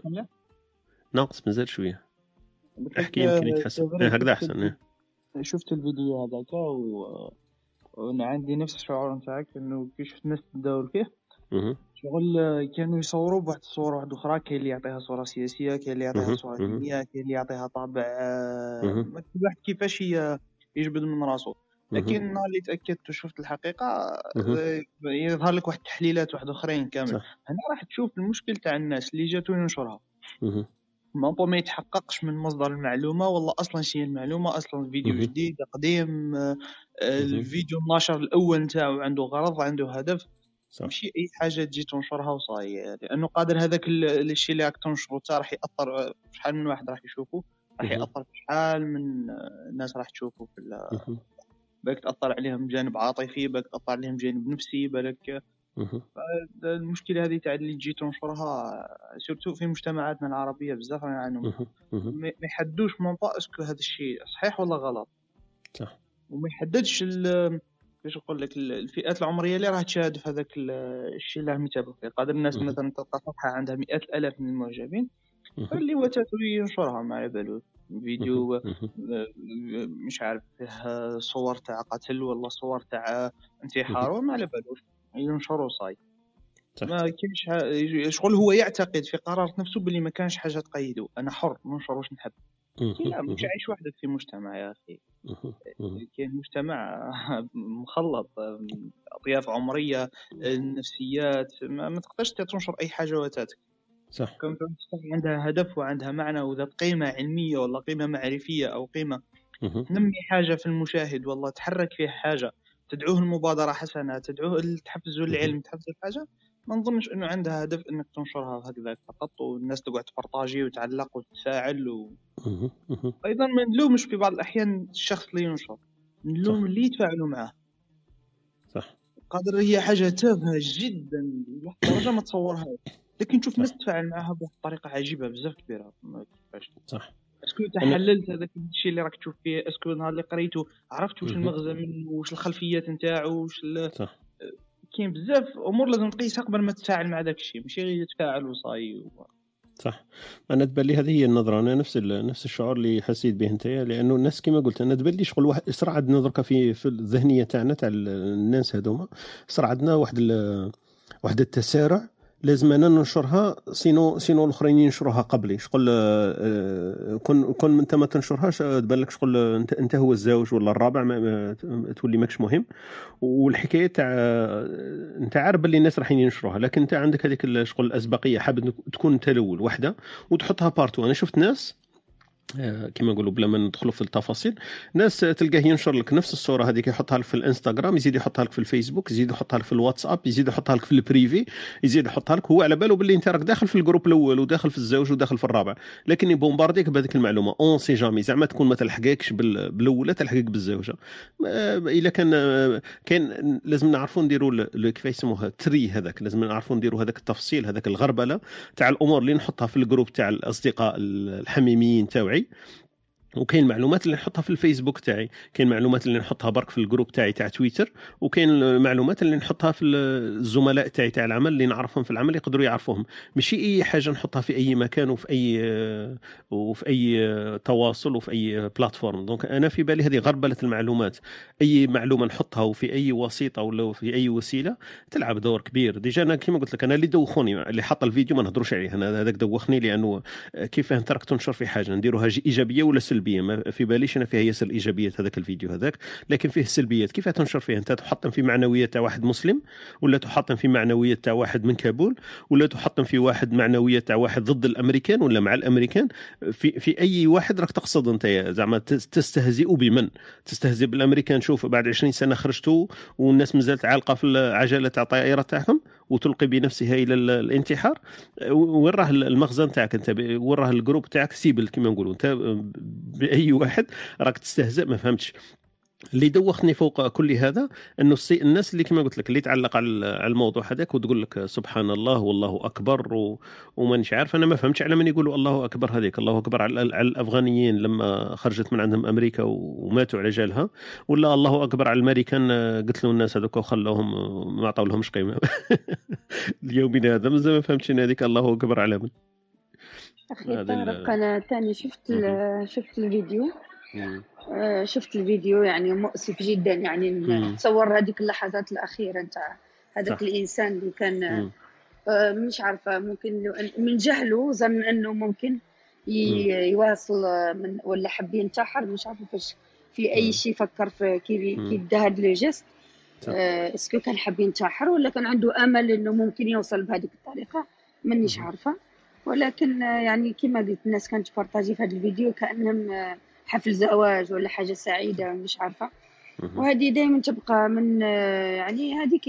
ناقص مازال شويه. احكي يمكن يتحسن هكذا احسن. شفت الفيديو هذاك و... وانا عندي نفس الشعور نتاعك، انه كي شفت الناس تداول فيه شغل كانوا يصوروا بواحد الصوره واحده اخرى، كاين اللي يعطيها صوره سياسيه، كاين اللي يعطيها صوره دينيه، كاين اللي يعطيها طابع كل واحد كيفاش يجبد من راسه. لكن نهار اللي تاكدت وشفت الحقيقه يظهر لك واحد التحليلات واحد اخرين كامل. هنا راح تشوف المشكل تاع الناس اللي جاتو ينشرها ما ما يتحققش من مصدر المعلومه، والله اصلا شي المعلومه اصلا الفيديو جديد قديم، الفيديو النشر الاول نتاعو عنده غرض عنده هدف، ماشي اي حاجه تجي تنشرها وصاي. لانه قادر هذاك الشيء اللي راك تنشره تا راح ياثر شحال من واحد راح يشوفه، راح ياثر في شحال من الناس راح تشوفه في بالك تاثر عليهم جانب عاطفي، بالك تاثر عليهم جانب نفسي، بالك المشكله هذه تاع اللي تجي تنشرها سورتو في مجتمعاتنا العربيه بزاف يعني ما يحدوش منطق اسكو هذا الشيء صحيح ولا غلط. صح. وما يحددش كيفاش نقول لك الفئات العمريه اللي راح تشاهد في هذاك الشيء اللي راهم يتابعوا فيه. قادر الناس مثلا تلقى صفحه عندها مئات الالاف من المعجبين اللي وتاتو ينشرها ما على بالو فيديو مش عارف فيه صور تاع قتل ولا صور تاع انتحار ما على بالوش ينشروا صاي. ما كاينش شغل هو يعتقد في قرار نفسه باللي ما كانش حاجه تقيده، انا حر ننشر واش نحب. لا مش عايش وحدك في مجتمع يا اخي، كاين مجتمع مخلط اطياف عمريه النفسيات، ما, ما تقدرش تنشر اي حاجه واتاتك. صح. كم عندها هدف وعندها معنى وذات قيمه علميه ولا قيمه معرفيه او قيمه تنمي حاجه في المشاهد، والله تحرك فيه حاجه، تدعوه المبادره حسنه، تدعوه تحفزوا العلم، تحفزوا الحاجه. ما نظنش انه عندها هدف انك تنشرها هكذا فقط والناس تقعد تبارطاجي وتعلق وتتفاعل و... ايضا ما نلومش في بعض الاحيان الشخص اللي ينشر، نلوم اللي يتفاعلوا معه. صح. قادر هي حاجه تافهه جدا لدرجه ما تصورها، لكن تشوف الناس تتفاعل معها بطريقه عجيبه بزاف كبيره. كيفاش صح. اسكو تحللت هذاك الشيء اللي راك تشوف فيه؟ اسكو نهار اللي قريته عرفت واش المغزى منه، واش الخلفيات نتاعو، واش صح. كاين بزاف امور لازم تقيسها قبل ما تتفاعل مع داك الشيء، ماشي غير تتفاعل وصاي و... صح. انا تبان لي هذه هي النظره، انا نفس نفس الشعور اللي حسيت به انت، لانه الناس كما قلت انا تبان لي شغل واحد صرا عندنا دركا في في الذهنيه تاعنا تاع الناس هذوما صرا عندنا واحد واحد التسارع لازم انا ننشرها سينو سينو الاخرين ينشروها قبلي. شغل كون كون انت ما تنشرهاش تبان لك شغل انت انت هو الزوج ولا الرابع ما ما تولي ماكش مهم. والحكايه تاع انت عارف باللي الناس راح ينشروها، لكن انت عندك هذيك شغل الاسبقيه، حابب تكون انت الاول وحده وتحطها بارتو. انا شفت ناس كما نقولوا بلا ما ندخلوا في التفاصيل، ناس تلقاه ينشر لك نفس الصوره هذيك يحطها لك في الانستغرام، يزيد يحطها لك في الفيسبوك، يزيد يحطها لك في الواتساب، يزيد يحطها لك في البريفي، يزيد يحطها لك هو على باله باللي انت راك داخل في الجروب الاول وداخل في الزوج وداخل في الرابع، لكن يبومبارديك بهذيك المعلومه اون سي جامي زعما تكون ما تلحقكش بالاولى تلحقك بالزوجه. الا كان كان لازم نعرفوا نديروا كيف يسموها تري، هذاك لازم نعرفوا نديروا هذاك التفصيل، هذاك الغربله تاع الامور اللي نحطها في الجروب تاع الاصدقاء الحميميين تاوعي وكاين معلومات اللي نحطها في الفيسبوك تاعي، كاين معلومات اللي نحطها برك في الجروب تاعي تاع تويتر، وكاين معلومات اللي نحطها في الزملاء تاعي تاع العمل اللي نعرفهم في العمل يقدروا يعرفوهم. ماشي اي حاجه نحطها في اي مكان وفي اي وفي اي تواصل وفي اي بلاتفورم. دونك انا في بالي هذه غربله المعلومات، اي معلومه نحطها وفي اي وسيطه ولا في اي وسيله تلعب دور كبير. ديجا انا كما قلت لك انا اللي دوخوني اللي حط الفيديو ما نهضروش عليه، انا هذاك دوخني لانه كيف ترك تنشر في حاجه نديروها ايجابيه ولا سلبيه. ما في باليش انا فيها ياسر ايجابيات هذاك الفيديو هذاك، لكن فيه سلبيات. كيف تنشر فيه انت؟ تحطم في معنويات تاع واحد مسلم، ولا تحطم في معنويات تاع واحد من كابول، ولا تحطم في واحد معنويات تاع واحد ضد الامريكان ولا مع الامريكان. في في اي واحد راك تقصد انت زعما تستهزئ بمن؟ تستهزئ بالامريكان. شوف بعد عشرين سنه خرجتوا والناس مازالت عالقه في العجله تاع الطائره تاعهم وتلقي بنفسها الى الانتحار. وين راه المخزن تاعك انت؟ وين راه الجروب تاعك سيبل كما نقولوا انت؟ باي واحد راك تستهزئ؟ ما فهمتش. اللي دوختني فوق كل هذا انه الناس اللي كما قلت لك اللي تعلق على الموضوع هذاك وتقول لك سبحان الله والله اكبر و... ومانيش عارف. انا ما فهمتش على من يقولوا الله اكبر هذيك. الله اكبر على, على الافغانيين لما خرجت من عندهم امريكا وماتوا على جالها، ولا الله اكبر على الامريكان قتلوا الناس هذوك وخلوهم ما عطاو لهمش قيمه؟ اليومين هذا مازال ما فهمتش هذيك الله اكبر على من. اخي طارق انا ثاني شفت شفت الفيديو آه شفت الفيديو يعني مؤسف جدا. يعني تصور هذيك اللحظات الأخيرة نتاع هذاك الإنسان اللي كان آه مش عارفة ممكن من جهله ظن أنه ممكن يواصل من ولا حب ينتحر، مش عارفة فاش في أي شيء فكر في كي كي دا هاد لو جيست. آه اسكو كان حب ينتحر ولا كان عنده أمل أنه ممكن يوصل بهذيك الطريقة؟ مانيش عارفة. ولكن آه يعني كما قلت الناس كانت تبارطاجي في هذا الفيديو كأنهم آه حفل زواج ولا حاجة سعيدة مش عارفة. وهذه دائما تبقى من يعني هذيك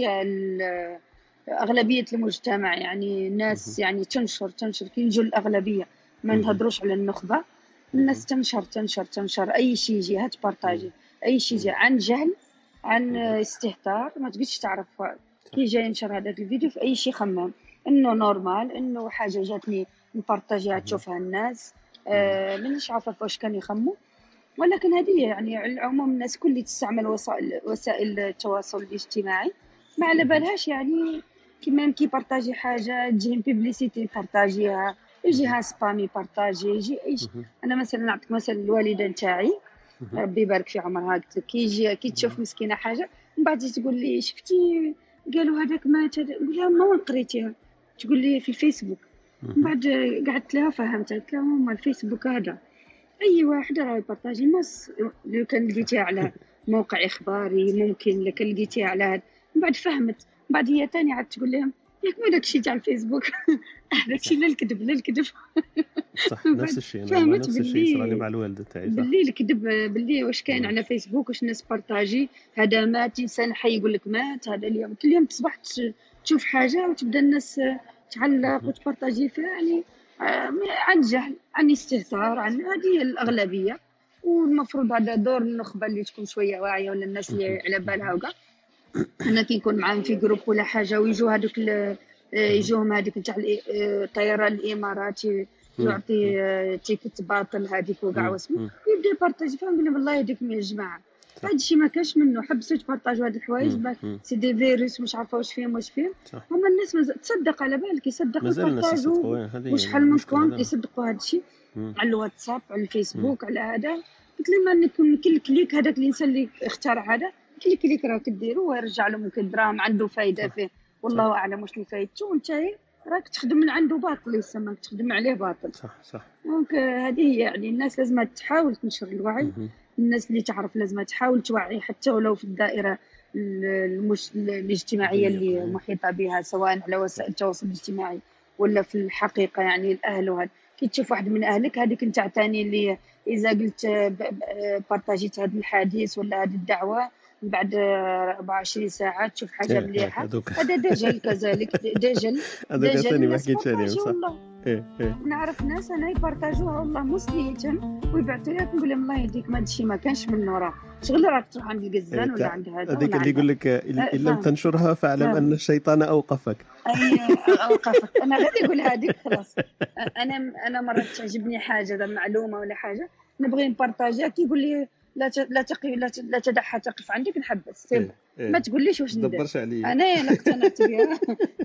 أغلبية المجتمع. يعني الناس يعني تنشر تنشر كي يجوا الأغلبية ما نهضروش على النخبة. الناس تنشر تنشر تنشر أي شيء يجي هات بارتاجي أي شيء يجي عن جهل عن استهتار. ما تقدرش تعرف كي جاي ينشر هذا الفيديو في أي شيء خمام إنه نورمال إنه حاجة جاتني نبارتاجيها تشوفها الناس. آه مانيش عارفة واش كان يخمو. ولكن هذه يعني على العموم الناس كل اللي تستعمل وسائل وسائل التواصل الاجتماعي ما على بالهاش يعني كيما كي بارطاجي حاجه تجي بيبليسيتي بارطاجيها، يجيها سبامي بارطاجي، يجي اي شيء. انا مثلا نعطيك مثلا الوالده نتاعي ربي يبارك في عمرها، قلت لك كي يجي كي تشوف مسكينه حاجه من بعد تقول لي شفتي قالوا هذاك مات، نقول لها ما وين قريتيها؟ تقول لي في الفيسبوك. من بعد قعدت لها فهمت، قلت لها ماما الفيسبوك هذا اي واحد راه يبارطاجي الناس. لو كان لقيتيها على موقع اخباري ممكن، لكن لقيتيها على هذا. من بعد فهمت. من بعد هي ثاني عاد تقول لهم ياك ما داكشي تاع الفيسبوك داكشي لا الكذب لا الكذب. صح نفس الشيء. انا نفس الشيء صرا لي مع الوالده تاعي. باللي الكذب باللي واش كاين على فيسبوك واش الناس بارطاجي هذا مات انسان حي يقول لك مات هذا اليوم. كل يوم تصبح تشوف حاجه وتبدا الناس تعلق وتبارطاجي فيها يعني عن جهل عن استهتار عن هذه الأغلبية. والمفروض هذا دور النخبة اللي تكون شوية واعية ولا الناس اللي على بالها وكاع. أنا كي نكون معاهم في جروب ولا حاجة ويجوا هذوك يجوهم هذيك نتاع الطيران الإماراتي يعطي تيكت باطل هذيك وكاع واسمه يبدا يبارطاجي فيهم. نقول لهم والله يهديكم يا جماعة هذا الشيء ما كاش منه، حبسوا تبارطاجوا هاد الحوايج سي دي فيروس مش عارفه واش فيهم واش فيهم. هما الناس ما تصدق على بالك يصدقوا يبارطاجوا وشحال من كونت يصدقوا هذا الشيء على الواتساب على الفيسبوك على هذا. قلت لهم نكون كل كليك هذاك الانسان اللي اخترع هذا كل كليك راه كديروا ويرجع له ممكن دراهم عنده فايده فيه والله اعلم واش اللي فايدته، وانت راك تخدم من عنده باطل يسمى تخدم عليه باطل. صح صح. دونك هذه يعني الناس لازم تحاول تنشر الوعي. الناس اللي تعرف لازم تحاول توعي حتى ولو في الدائرة المش... الاجتماعية اللي محيطة بها سواء على وسائل التواصل الاجتماعي ولا في الحقيقة. يعني الأهل وهذا كي تشوف واحد من أهلك هذيك نتاع تاني اللي إذا قلت بارطاجيت هذا الحديث ولا هذه الدعوة بعد أربعة وعشرين ساعة تشوف حاجة مليحة هذا دجل كذلك دجل دجل ما حكيتش عليهم صح. إيه إيه. نعرف ناس أنا يبارطاجوها والله مسلية ويبعثوا لك نقول لهم الله يهديك ما هادشي ما كانش منه راه شغل راك تروح عند القزان ولا عند هذا. هذيك اللي يقول لك إن لم تنشرها فاعلم أن الشيطان أوقفك. أي أوقفك. أنا غادي أقول هذيك خلاص. أنا أنا مرات تعجبني حاجة ذا معلومة ولا حاجة نبغي نبارطاجيها كيقول لي لا ت... لا تقي لا, ت... لا تدعها تقف عندك نحبس سير. إيه. إيه. ما تقوليش واش ندير دبرش عليا انا انا اقتنعت بها.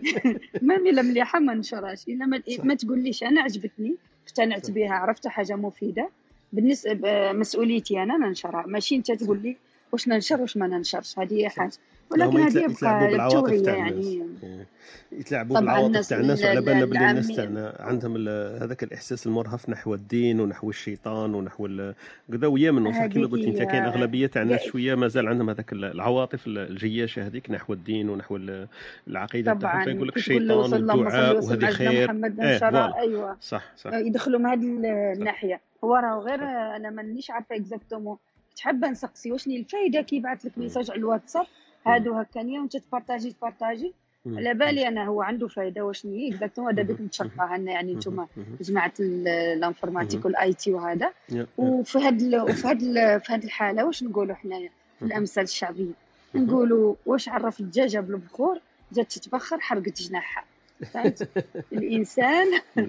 ما ملا مليحه ما نشرهاش الا ما, ما تقوليش انا عجبتني اقتنعت بها عرفت حاجه مفيده بالنسبه مسؤوليتي انا ننشرها ماشي انت تقول لي واش ننشر واش ما ننشرش. هذه حاجه ولكن هذه يتلعبوا بالعواطف تاع يعني يتلعبوا بالعواطف تاع الناس وعلى بالنا بلي الناس تاعنا عندهم هذاك الاحساس المرهف نحو الدين ونحو الشيطان ونحو كذا ويا من وصح كما قلت انت كاين اغلبيه تاع الناس شويه مازال عندهم هذاك العواطف الجياشه هذيك نحو الدين ونحو العقيده تاعهم فيقول لك الشيطان والدعاء وهذه خير. اه ايوه صح صح يدخلوا من هذه الناحيه. هو راه غير انا مانيش عارفه اكزاكتومون حابه نسقسي واش الفايده كي يبعث لك ميساج على الواتساب هادو هكانيه وانت تبارطاجي تبارطاجي على بالي انا هو عنده فايده واش ني اكزاكتومون هذا بك نتشرحها لنا يعني نتوما جماعه الانفورماتيك والاي تي وهذا. وفي هاد وفي هاد في هاد الحاله واش نقولوا حنايا في الامثال الشعبيه نقولوا واش عرف الدجاجه بالبخور جات تتبخر حرقت جناحها. فهمت الانسان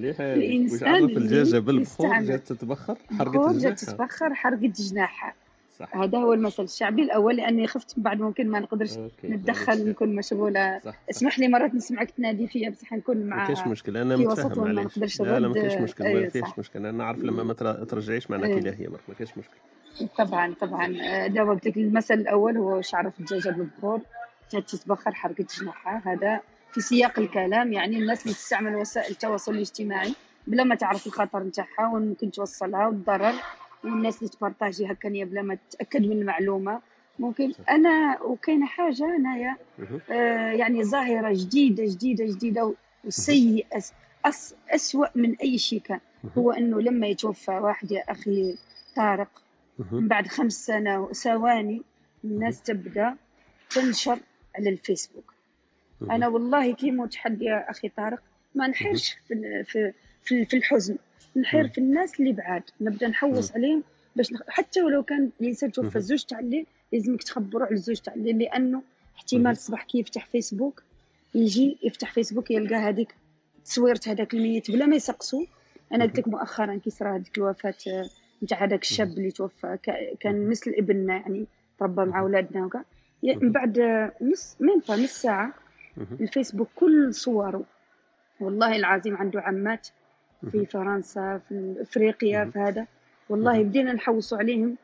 الانسان واش عرف الدجاجه بالبخور جات تتبخر حرقت جناحها جات تتبخر حرقت جناحها. صح. هذا هو المثل الشعبي الاول لاني خفت بعد ممكن ما نقدرش أوكي. نتدخل نكون مشغوله. صح. اسمح لي مرات نسمعك تنادي فيا بصح نكون مع ما كاينش مشكل انا متفاهم معليش. لا لا ما كاينش مشكل ما كاينش مشكل انا نعرف لما ما ترجعيش معنا كي لا هي ما كاينش مشكل. طبعا طبعا جاوبت لك. المثل الاول هو واش عرف الدجاجه بالبخور جات تتبخر حرقت جناحها. هذا في سياق الكلام يعني الناس اللي تستعمل وسائل التواصل الاجتماعي بلا ما تعرف الخطر نتاعها وممكن توصلها والضرر والناس اللي تبارطاجي هكا بلا ما تتاكد من المعلومه ممكن. انا وكاينه حاجه انايا آه يعني ظاهره جديده جديده جديده وسيئه أس اسوأ من اي شيء كان هو انه لما يتوفى واحد يا اخي طارق من بعد خمس سنة ثواني الناس تبدا تنشر على الفيسبوك. انا والله كي متحدي يا اخي طارق ما نحيرش في في في الحزن نحير في الناس اللي بعاد نبدا نحوس عليهم باش نخ... حتى ولو كان الانسان توفى الزوج تاع الليل لازمك تخبروا على الزوج تاع الليل لانه احتمال الصباح كي يفتح فيسبوك يجي يفتح فيسبوك يلقى هذيك تصويره هذاك الميت بلا ما يسقسوا. انا قلت لك مؤخرا كي صرا هذيك الوفاه نتاع هذاك الشاب اللي توفى كان مثل ابننا يعني تربى مع اولادنا وكا من بعد نص مين با نص ساعه الفيسبوك كل صوره والله العظيم عنده عمات في فرنسا في افريقيا في هذا والله بدينا نحوصوا عليهم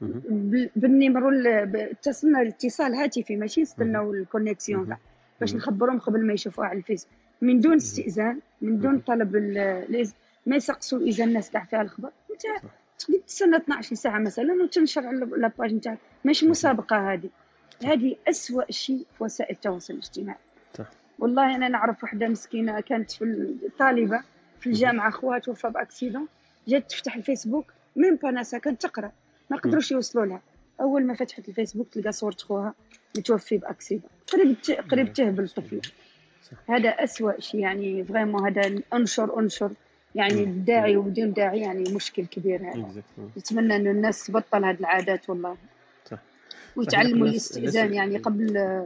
بالنمرو اتصلنا الاتصال هاتفي ماشي نستناو الكونيكسيون كاع باش نخبرهم قبل ما يشوفوها على الفيس من دون استئذان من دون طلب ما يسقسوا اذا الناس كاع فيها الخبر. انت تقدر تستنى اثنا عشر ساعه مثلا وتنشر على لاباج نتاعك ماشي مسابقه. هذه هذه أسوأ شيء في وسائل التواصل الاجتماعي. والله انا نعرف وحده مسكينه كانت في الطالبه في الجامعه خوها توفى باكسيدون جات تفتح الفيسبوك ميم با ناسا كانت تقرا ما قدروش يوصلوا لها. اول ما فتحت الفيسبوك تلقى صوره خوها متوفي باكسيدون قريب قريب تهبل الطفله. هذا أسوأ شيء يعني فريمون. هذا انشر انشر يعني الداعي وبدون داعي يعني مشكل كبير. هذا نتمنى ان الناس تبطل هذه العادات والله صح. ويتعلموا الاستئذان يعني قبل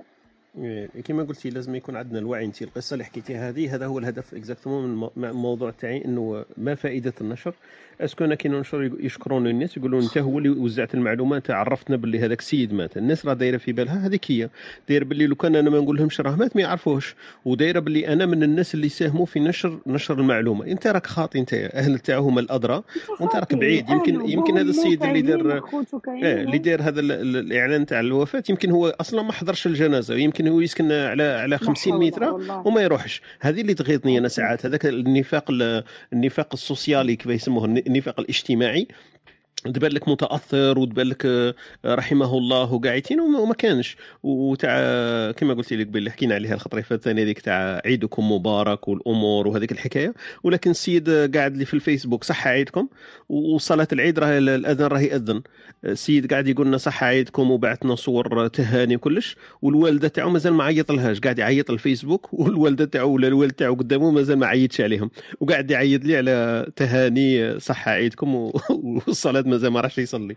كما قلتي لازم يكون عندنا الوعي. انت القصه اللي حكيتيها هذه هذا هو الهدف اكزاكتومون من الموضوع تاعي انه ما فائده النشر. اسكو انا كي ننشر يشكرون الناس يقولون انت هو اللي وزعت المعلومات عرفتنا باللي هذاك السيد مات. الناس راه دايره في بالها هذيك هي دايره باللي لو كان انا ما نقول لهمش راه مات ما يعرفوش ودايره باللي انا من الناس اللي ساهموا في نشر نشر المعلومه. انت راك خاطي انت اهل تاعو هما الادرى وانت راك بعيد. يمكن يمكن هذا السيد اللي دار اه اللي دار هذا الاعلان تاع الوفاه يمكن هو اصلا ما حضرش الجنازه ويمكن هو يسكن على على خمسين متر وما يروحش. هذه اللي تغيظني انا ساعات هذاك النفاق النفاق السوسيالي كيف يسموه النفاق الاجتماعي. تبان لك متاثر وتبان لك رحمه الله وقاعدين وما كانش. وتاع كما قلت لك باللي حكينا عليها الخطريفه الثانيه هذيك تاع عيدكم مبارك والامور وهذيك الحكايه. ولكن السيد قاعد لي في الفيسبوك صح عيدكم وصلاه العيد راه الاذان راه ياذن. السيد قاعد يقول لنا صح عيدكم وبعثنا صور تهاني وكلش والوالده تاعو مازال ما عيط لهاش قاعد يعيط الفيسبوك والوالده تاعو ولا الوالد تاعو قدامه مازال ما عيطش عليهم وقاعد يعيط لي على تهاني صح عيدكم والصلاه مازال ما راحش يصلي.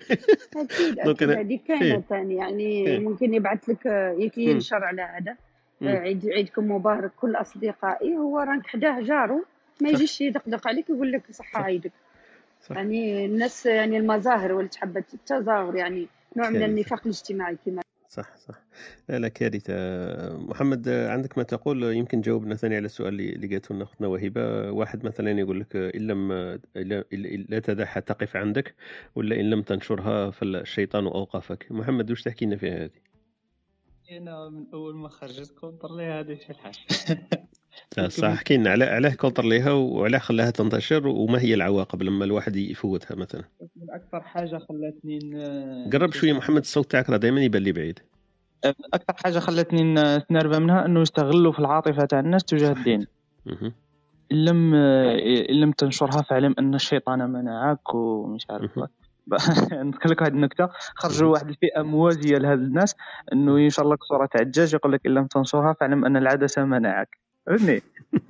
اكيد اكيد هذه كاينه ثاني يعني إيه؟ ممكن يبعث لك ينشر على هذا عيد عيدكم مبارك كل اصدقائي هو راك حداه جاره ما يجيش يدقدق عليك يقول لك صحه عيدك. يعني الناس يعني المظاهر واللي تحب التظاهر يعني نوع كارثة. من النفاق الاجتماعي كما صح صح. لا لا كارثة. محمد عندك ما تقول؟ يمكن جاوبنا ثاني على السؤال اللي قالته لنا اختنا وهبة. واحد مثلا يقول لك ان لم لا تدعها تقف عندك، ولا ان لم تنشرها فالشيطان اوقفك. محمد واش تحكي لنا فيها هذه؟ انا من اول ما خرجت كونتر ليها هذه شي حاجه. صح، احكي لنا على علاه كونتر ليها وعلاه خلاها تنتشر، وما هي العواقب لما الواحد يفوتها مثلا. من اكثر حاجه خلتني قرب شويه محمد، الصوت تاعك راه دائما يبان لي بعيد. اكثر حاجه خلتني نتنرفز منها انه يستغلوا في العاطفه تاع الناس تجاه الدين. ان لم ان لم تنشرها فاعلم ان الشيطان منعك ومش عارف. نذكر لك هذه النكته، خرجوا واحد الفئه موازيه لهذ الناس انه ينشر لك صوره تاع الدجاج يقول لك ان لم تنشرها فاعلم ان العدسه منعك. فهمني؟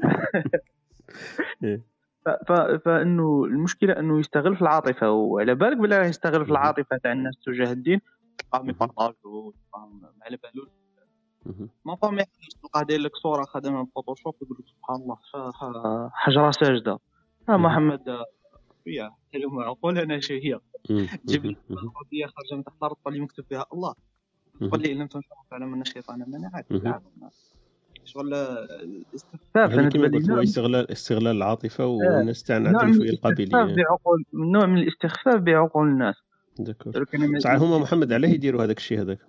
ف... فانه المشكله انه يستغل في العاطفه، وعلى بالك بلا يستغل في العاطفه تاع الناس تجاه الدين. فهم يبارطاجوا فهم ما على بالو ما فهم يحتاج تلقى داير لك صوره خدمها بالفوتوشوب يقول لك سبحان الله حجره ساجده. ها محمد يا حلو معقول انا شي هي جيب لي قضيه خارجه من تحت الارض اللي مكتوب فيها الله قال لي لم تنشر فعلا من الشيطان منعك. شغل الاستخفاف انا كما قلت هو استغلال استغلال العاطفه، والناس تاعنا عندهم شويه القابليه بعقول، نوع من الاستخفاف بعقول الناس. صح. هما محمد علاه يديروا هذاك الشيء هذاك؟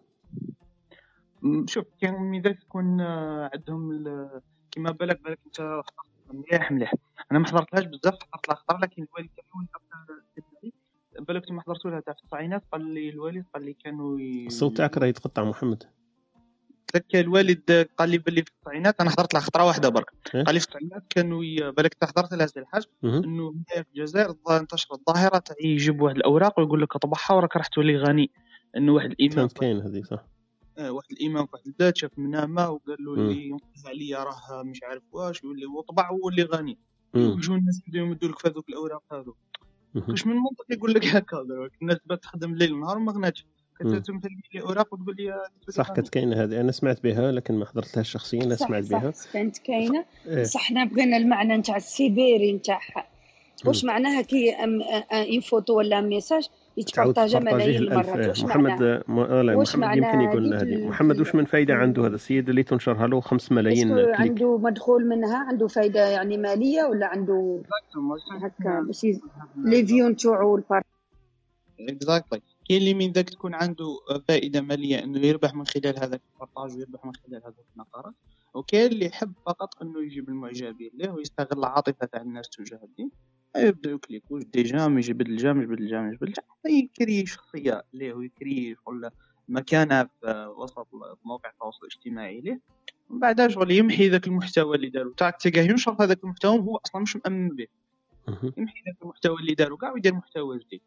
شوف كان ميدان تكون عندهم كما بالك بالك انت مليح مليح. انا ما حضرتهاش بزاف، حضرت لها خطره، لكن الوالد تاعي وين بالك ما حضرتوا لها تاع في التسعينات. قال لي الوالد قال لي كانوا ي... الصوت تاعك راه يتقطع محمد. لك الوالد قال لي باللي في التسعينات، انا حضرت لها خطره واحده برك. قال لي في التسعينات كانوا ي... بالك حضرت لها زي الحاج انه هنا في الجزائر انتشرت الظاهره تاع يجيب واحد الاوراق ويقول لك اطبعها وراك راح تولي غني. انه واحد الامام كاين هذه صح. اه واحد الامام في واحد البلاد شاف منامه وقال له اللي ينقذ عليا راه مش عارف واش، يولي وطبع وولي غني. ويجوا الناس يبداو يمدوا لك في هذوك الاوراق هذو. واش من منطق يقول لك هكا؟ الناس بات تخدم الليل والنهار ما غناتش، كتمثل لي اوراق وتقول لي صح. كانت كاينه هذه، انا سمعت بها لكن ما حضرتلهاش شخصيا. انا سمعت بها صح كانت كاينه. صح حنا بغينا المعنى نتاع السيبيري نتاعها واش معناها كي ان فوتو ولا ميساج يتبارطاجا ملايين المرات. واش محمد لا محمد يمكن يقول لنا هذه. محمد واش من فايده عنده هذا السيد اللي تنشرها له خمسة ملايين كليك؟ عنده مدخول منها، عنده فايده يعني ماليه ولا عنده هكا باش لي فيو نتاعو البار اكزاكتلي. كاين اللي من ذاك تكون عنده فائده ماليه انه يربح من خلال هذا البارطاج ويربح من خلال هذه النقرات، وكاين اللي يحب فقط انه يجيب المعجبين له ويستغل العاطفه تاع الناس تجاه الدين. يبداو يكليكو ديجا مش يجبد الجام يجبد الجام يجبد الجام يكري شخصيه ليه ويكري شغل مكانه في وسط مواقع التواصل الاجتماعي ليه، ومن بعد شغل يمحي ذاك المحتوى اللي دارو تاعك تلقاه ينشر هذاك المحتوى وهو اصلا مش مؤمن به. يمحي ذاك المحتوى اللي دارو كاع ويدير محتوى جديد.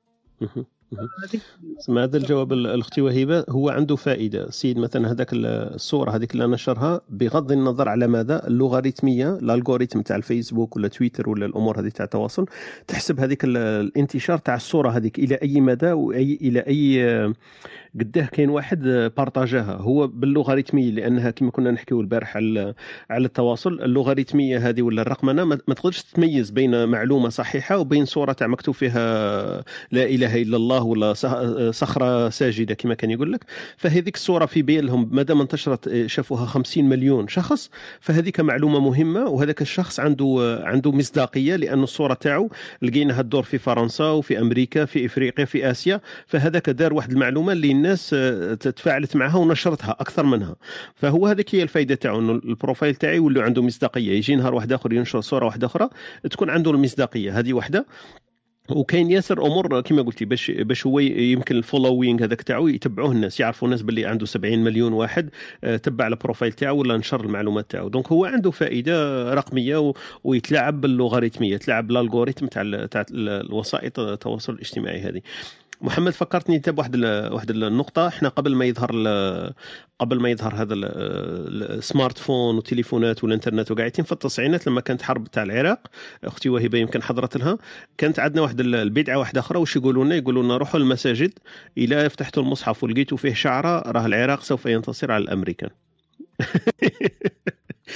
هذا الجواب الاختي وهبه هو عنده فائده. سيد مثلا هذاك الصوره هذيك اللي نشرها بغض النظر على ماذا اللوغاريتميه الالغوريثم تاع الفيسبوك ولا تويتر ولا الامور هذه تاع التواصل تحسب هذيك الانتشار تاع الصوره هذيك الى اي مدى واي الى اي قداه كاين واحد بارطاجاها هو باللوغاريتميه، لانها كما كنا نحكيو البارح على على التواصل اللوغاريتميه هذه ولا الرقمنه ما تقدرش تميز بين معلومه صحيحه وبين صوره تاع مكتوب فيها لا اله الا الله ولا صخره ساجده كما كان يقول لك. فهذيك الصوره في بالهم ما دام انتشرت شافوها خمسين مليون شخص، فهذيك معلومه مهمه وهذاك الشخص عنده عنده مصداقيه، لان الصوره تاعو لقيناها الدور في فرنسا وفي امريكا في افريقيا في اسيا، فهذاك دار واحد المعلومه اللي الناس تفاعلت معها ونشرتها اكثر منها. فهو هذيك هي الفائده تاعو، انه البروفايل تاعي يولي عنده مصداقيه. يجي نهار واحد اخر ينشر صوره واحده اخرى تكون عنده المصداقيه هذه واحده. وكاين ياسر امور كما قلتي باش باش هو يمكن الفولوينغ هذاك تاعو يتبعوه الناس، يعرفوا الناس باللي عنده سبعين مليون واحد تبع البروفايل تاعو ولا نشر المعلومات تاعو. دونك هو عنده فائده رقميه ويتلاعب باللوغاريتميه، يتلاعب بالالغوريثم تاع تاع الوسائط التواصل الاجتماعي هذه. محمد فكرتني انت بواحد واحد النقطه. احنا قبل ما يظهر قبل ما يظهر هذا السمارت فون والتليفونات والانترنت وقاعدين في التسعينات لما كانت حرب تاع العراق، اختي وهبه يمكن حضرت لها، كانت عندنا واحد البدعه واحده اخرى. واش يقولوا لنا؟ يقولوا لنا روحوا المساجد الى فتحتوا المصحف ولقيتوا فيه شعره راه العراق سوف ينتصر على الامريكان.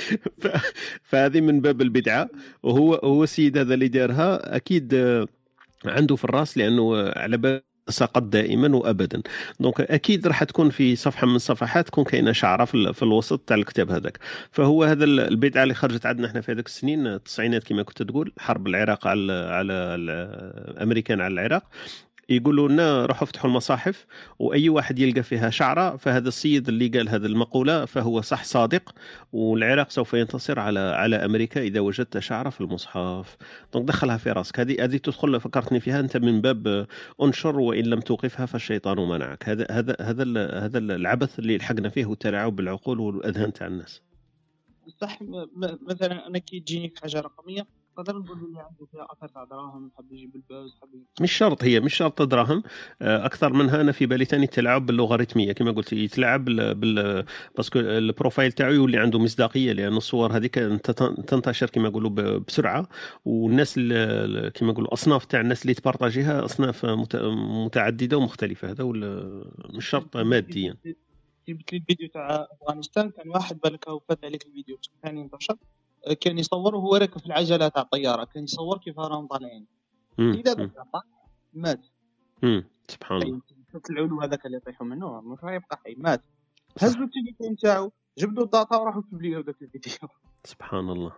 فهذه من باب البدعه. وهو هو السيد هذا اللي دارها اكيد عنده في الراس، لانه على بال سقط دائما وابدا. دونك اكيد راح تكون في صفحه من الصفحات تكون كاينه شعره في, في الوسط تاع الكتاب هذاك. فهو هذا البدعه اللي خرجت عندنا احنا في هذوك السنين التسعينات كما كنت تقول، حرب العراق على على الامريكان على العراق، يقولوا لنا روحوا افتحوا المصاحف واي واحد يلقى فيها شعره فهذا السيد اللي قال هذه المقوله فهو صح صادق، والعراق سوف ينتصر على على امريكا اذا وجدت شعره في المصحف. دونك دخلها في راسك، هذه هذه تدخل فكرتني فيها انت من باب انشر وان لم توقفها فالشيطان منعك. هذا هذا هذا هذا العبث اللي لحقنا فيه والتلاعب بالعقول والاذهان تاع الناس. صح. مثلا انا كي تجيني في حاجه رقميه نقدر نقول اللي عنده فيها اثر تاع دراهم، حاب يجيب الباز، حاب مش شرط، هي مش شرط دراهم، اكثر منها انا في بالي ثاني التلاعب باللوغاريتميه كما قلت، يتلاعب بال باسكو البروفايل تاعو يولي عنده مصداقيه، لان الصور هذيك تنتشر كما يقولوا بسرعه، والناس كما يقولوا اصناف تاع الناس اللي تبارطاجيها اصناف متعدده ومختلفه. هذا مش شرط ماديا. جبت لي الفيديو تاع افغانستان، كان واحد بالك هو فات عليك الفيديو ثاني انتشر، كان يصور وهو راكب في العجله تاع الطياره، كان يصور كيف راهم طالعين اذا بقى مات. امم سبحان الله. العلو هذاك اللي يطيحوا منه مش رايبقى حي، مات. هزوا التليفون تاعو، جبدوا الداتا وراحوا ببليو ذاك الفيديو. سبحان الله.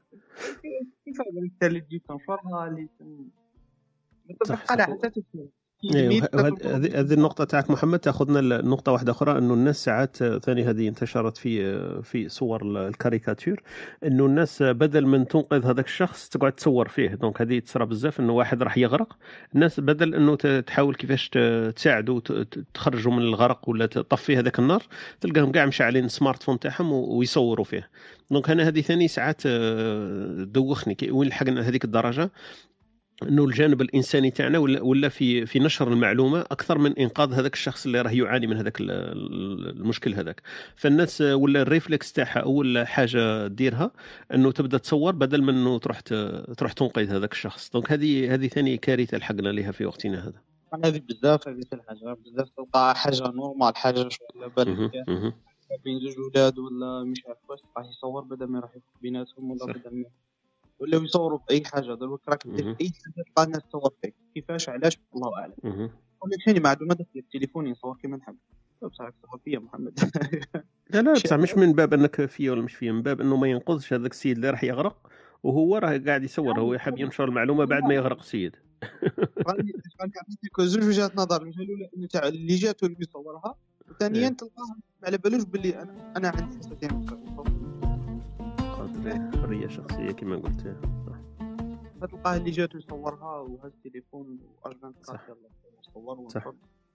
كيف هذا انت اللي تجي تنشرها اللي تبقى على حتى تفهم. هذه هذه النقطة تاعك محمد تاخذنا النقطة واحدة أخرى، إنه الناس ساعات ثاني هذه انتشرت في في صور الكاريكاتير، إنه الناس بدل من تنقذ هذاك الشخص تقعد تصور فيه. دونك هذه تصرى بزاف، إنه واحد راح يغرق، الناس بدل إنه تحاول كيفاش تساعده تخرجه من الغرق ولا تطفي هذاك النار، تلقاهم قاع مشعلين السمارت فون تاعهم ويصوروا فيه. دونك أنا هذه ثاني ساعات دوخني وين لحقنا هذيك الدرجة، انه الجانب الانساني تاعنا ولا ولا في في نشر المعلومه اكثر من انقاذ هذاك الشخص اللي راه يعاني من هذاك المشكل هذاك. فالناس ولا الريفلكس تاعها اول حاجه ديرها انه تبدا تصور بدل من انه تروح تروح تنقذ هذاك الشخص. دونك هذه هذه ثاني كارثه لحقنا لها في وقتنا هذا. هذه بزاف هذه الحاجه بزاف تلقى حاجه نورمال، حاجه شويه على بالك بين زوج اولاد ولا مش عارف واش راح يصور بدل ما راح يفك بيناتهم ولا بدل ما ولا يصوروا في اي حاجه. دروك راك دير اي حاجه تلقى الناس تصور فيك، كيفاش علاش الله اعلم. ولا ثاني معلومات في التليفون يصور كيما نحب بصح تصور فيا محمد. لا لا بصح مش من باب انك فيه ولا مش فيه، من باب انه ما ينقذش هذاك السيد اللي راح يغرق وهو راه قاعد يصور، هو يحب ينشر المعلومه بعد ما يغرق السيد. راني عطيتك زوج وجهات نظر، مثلا انه تاع اللي جاته اللي يصورها، وثانيا تلقاها ما على بالوش باللي انا انا عندي حساسيه حريه شخصيه كما قلت. تلقاه اللي جاته يصورها وهز التليفون وارجمنت قال يلا صور ونحط.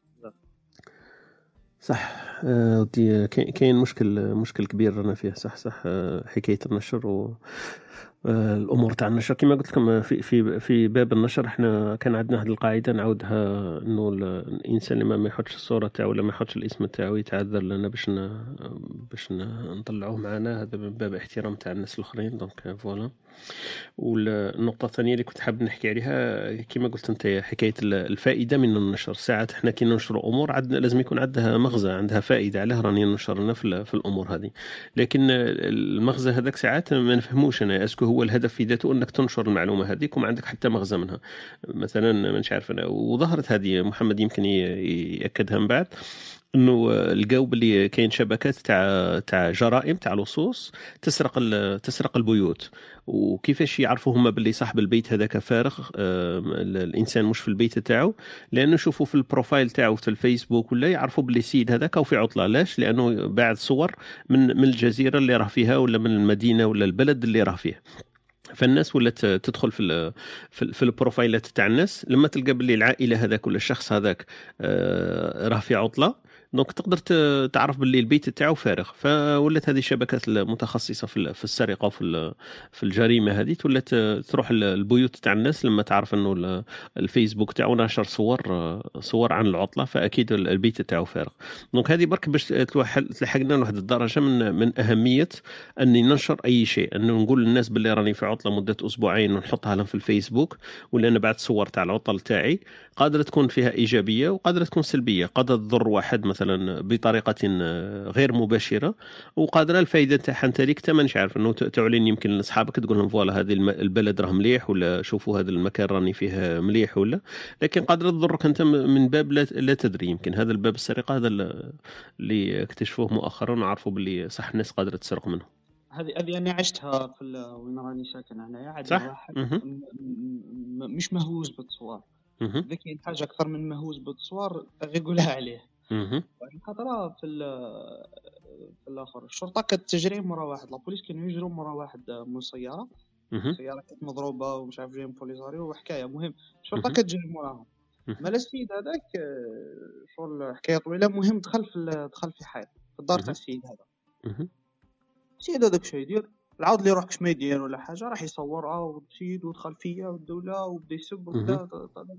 صح. آه كاين مشكل مشكل كبير رانا فيه. صح صح. آه حكايه النشر و آه الامور تاع النشر كما قلت لكم في في في باب النشر احنا كان عندنا هذه القاعده نعاودها، انه الانسان لما ما يحطش الصوره تاعو ولا ما يحطش الاسم تاعو يتعذر لنا باش باش نطلعوه معنا، هذا من باب احترام تاع الناس الاخرين. دونك فوالا. والنقطة الثانية اللي كنت حاب نحكي عليها كما قلت أنت حكاية الفائدة من النشر. ساعات إحنا كي ننشر أمور عندنا لازم يكون عندها مغزى، عندها فائدة، علاه راني ننشرنا في, في الأمور هذه. لكن المغزى هذاك ساعات ما نفهموش أنا أسكو هو الهدف في ذاته أنك تنشر المعلومة هذيك وما عندك حتى مغزى منها. مثلا ما نش عارف أنا، وظهرت هذه محمد يمكن يأكدها من بعد، انه لقاو بلي كاين شبكات تاع تاع جرائم تاع لصوص تسرق تسرق البيوت. وكيفاش يعرفوا هما باللي صاحب البيت هذاك فارغ، آه الانسان مش في البيت تاعو، لانه يشوفوا في البروفايل تاعو في الفيسبوك ولا يعرفوا باللي السيد هذاك وفي عطله. لاش؟ لانه باعت صور من من الجزيره اللي راه فيها ولا من المدينه ولا البلد اللي راه فيه. فالناس ولات تدخل في في البروفايلات تاع الناس، لما تلقى باللي العائله هذاك ولا الشخص هذاك آه راه في عطله، دونك تقدر تعرف باللي البيت تاعو فارغ. فولات هذه الشبكات المتخصصه في في السرقه وفي في الجريمه هذه ولات تروح البيوت تاع الناس لما تعرف انه الفيسبوك تاعو ناشر صور صور عن العطله، فاكيد البيت تاعو فارغ. دونك هذه برك باش تلحقنا لواحد الدرجه من من اهميه اني ننشر اي شيء، انه نقول للناس باللي راني في عطله مده اسبوعين ونحطها لهم في الفيسبوك، ولا انا بعد صور تاع العطل تاعي قادره تكون فيها ايجابيه وقادره تكون سلبيه. قد تضر واحد مثلا مثلا بطريقه غير مباشره، وقادره الفائده تاعها انت ليك مانيش عارف انه تعلن يمكن لاصحابك تقول لهم فوالا هذه البلد راه مليح، ولا شوفوا هذا المكان راني فيه مليح، ولا لكن قادره تضرك انت من باب لا, لا تدري. يمكن هذا الباب السرقه هذا اللي اكتشفوه مؤخرا وعرفوا باللي صح الناس قادره تسرق منه. هذه هذه انا عشتها في وين راني ساكن انايا. عندنا واحد م- م- مش مهووس بالتصوير، ذكي حاجه اكثر من مهووس بالتصوير غير يقولها عليه. واحد خطره في في الاخر الشرطه كانت تجري مره واحد، لابوليس كانوا يجروا مره واحد من السياره، السياره كانت مضروبه ومش عارف جايين بوليزاريو وحكايه. مهم الشرطه كتجري موراهم، ما السيد هذاك شغل حكايه طويله. مهم دخل في دخل في حيط في الدار تاع السيد هذا. السيد هذاك شو يدير؟ العاود اللي يروح كش ما يدير ولا حاجه، راح يصور اه والسيد والخلفيه والدوله وبدا يسب وكذا.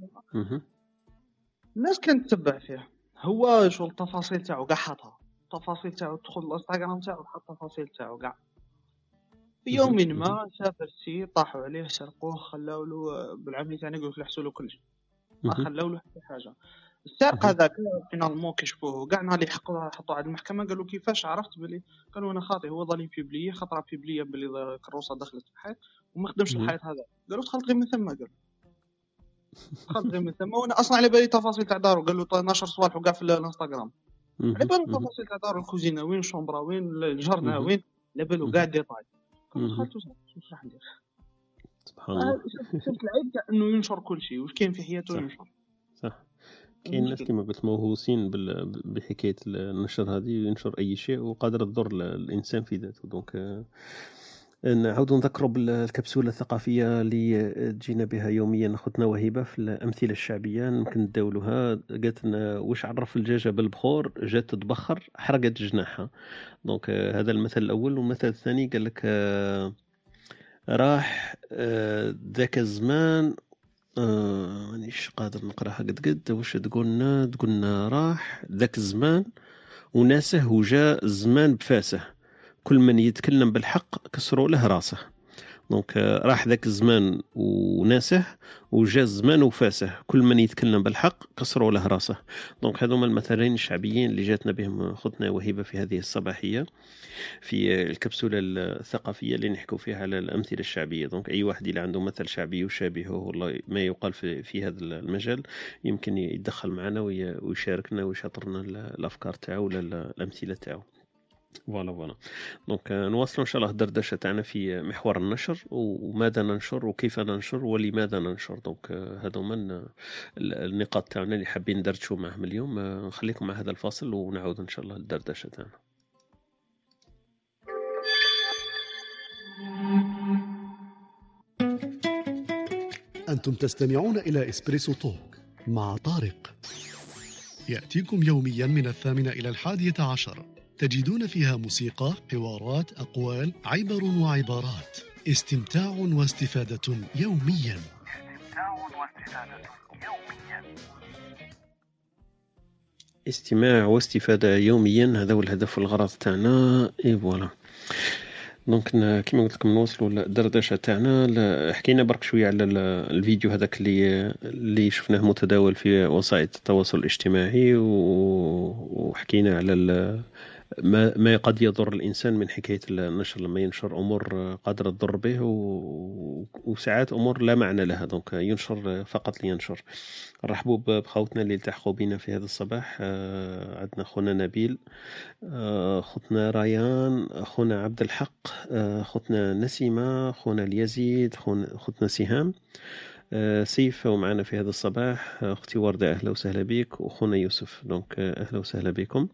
الناس كانت تتبع فيه، هو شغل التفاصيل تاعو كاع حطها، التفاصيل تاعو تدخل الانستغرام تاعو حط التفاصيل تاعو كاع. في يوم ما سافر السيد طاحوا عليه سرقوه، خلاو له بالعملي تاعنا يقول لحسوا له كلش، ما خلاو له حتى حاجه. السرق هذاك فينالمون كشفوه كاع، نهار اللي حقوا حطوا على المحكمه قالوا كيفاش عرفت بلي؟ قالوا انا خاطئ، هو ظلي بيبليه خطره بيبليه بلي الكروسه دخلت في الحيط وما خدمش الحيط هذا. قالوا دخلت غير من ثم، قال دخلت غير من ثم، وانا اصلا على بالي تفاصيل تاع دارو. قالوا نشر صوالح وكاع في الانستغرام، على بالي تفاصيل تاع دارو، الكوزينه وين، الشومبرا وين، الجرنه وين، على بالو كاع ديتاي. دخلت واش راح ندير؟ سبحان الله. شفت العيب تاع انه ينشر كل شيء، واش كاين في حياته ينشر. صح، كاين ناس كما قلت موهوسين بحكايه النشر هذه، ينشر اي شيء وقادر تضر الانسان في ذاته. دونك نعاودوا نذكروا بالكبسوله الثقافيه اللي تجينا بها يوميا اخوتنا وهبه في الامثله الشعبيه، ممكن نداولوها. قالت لنا واش عرف الدجاجه بالبخور، جات تتبخر حرقت جناحها. دونك هذا المثل الاول. والمثل الثاني قال لك راح ذاك الزمان، مانيش قادر نقراها قد قد واش تقولنا تقولنا راح ذاك الزمان وناسه وجاء الزمان بفاسه، كل من يتكلم بالحق كسروا له راسه. دونك راح ذاك الزمان وناسه وجاء الزمان وفاسه، كل من يتكلم بالحق كسروا له راسه. دونك هذوما المثلين الشعبيين اللي جاتنا بهم اختنا وهبه في هذه الصباحيه في الكبسولة الثقافية اللي نحكوا فيها على الأمثلة الشعبية. دونك أي واحد اللي عنده مثل شعبي يشابهه والله ما يقال في, في هذا المجال يمكن يتدخل معنا ويشاركنا ويشاطرنا الأفكار تاعو ولا الأمثلة تاعو. فوالا فوالا. دونك نواصل إن شاء الله الدردشة تاعنا في محور النشر، وماذا ننشر وكيف ننشر ولماذا ننشر. دونك هذا من النقاط تاعنا اللي حابين ندردشوا معهم اليوم. نخليكم مع هذا الفاصل ونعود إن شاء الله للدردشة تاعنا. أنتم تستمعون إلى إسبريسو توك مع طارق، يأتيكم يوميا من الثامنة إلى الحادية عشر. تجدون فيها موسيقى، حوارات، أقوال، عبر وعبارات، استمتاع واستفادة يوميا. استمتاع واستفادة يوميا. استماع واستفادة يوميا، هذا هو الهدف والغرض تاعنا. اي فوالا. دونك كيما قلت لكم نوصلوا للدردشه تاعنا. حكينا برك شويه على الفيديو هذاك اللي اللي شفناه متداول في وسائل التواصل الاجتماعي، وحكينا على ما ما قد يضر الانسان من حكايه النشر، لما ينشر امور قادره تضر به وساعات امور لا معنى لها. دونك ينشر فقط لينشر. نرحبوا بخوتنا اللي التحقوا بنا في هذا الصباح. عندنا خونا نبيل، خوتنا ريان، خونا عبد الحق، خوتنا نسيمه، خونا اليزيد، خوتنا سهام، سيف ومعنا في هذا الصباح، اختي ورده اهلا وسهلا بك، وخونا يوسف. دونك اهلا وسهلا بكم.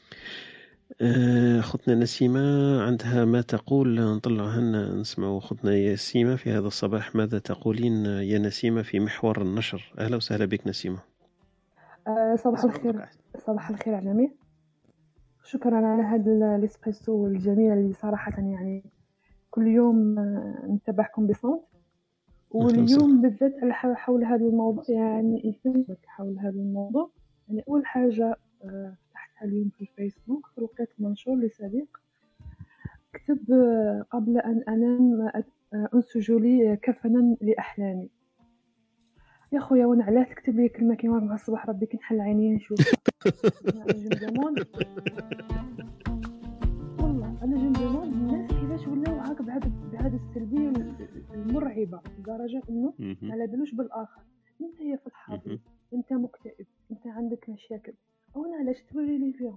أختنا نسيمة عندها ما تقول، نطلعها لنا نسمع. أختنا نسيمة في هذا الصباح ماذا تقولين يا نسيمة في محور النشر؟ أهلا وسهلا بك نسيمة. أه صباح الخير. صباح الخير عمي، شكرا على هذا الإسبريسو الجميل اللي صراحة يعني كل يوم نتابعكم بصوت، واليوم بالذات حول هذا الموضوع يعني يفهمك حول هذا الموضوع. يعني أول حاجة فتحتها اليوم في الفيسبوك لقيت منشور لصديق كتب قبل أن أنام أنسج لي كفنا لأحلامي. يا خويا وانا علاش تكتب لي كلمه كيما مع الصباح ربي كنحل عيني نشوف انا جندمون والله انا جندمون الناس كيفاش ولاو هاك بهذا بهذا السلبيه المرعبه لدرجه انه ما لا بالوش بالاخر. انت يا في الحاضر انت مكتئب انت عندك مشاكل وانا علاش توري لي فيهم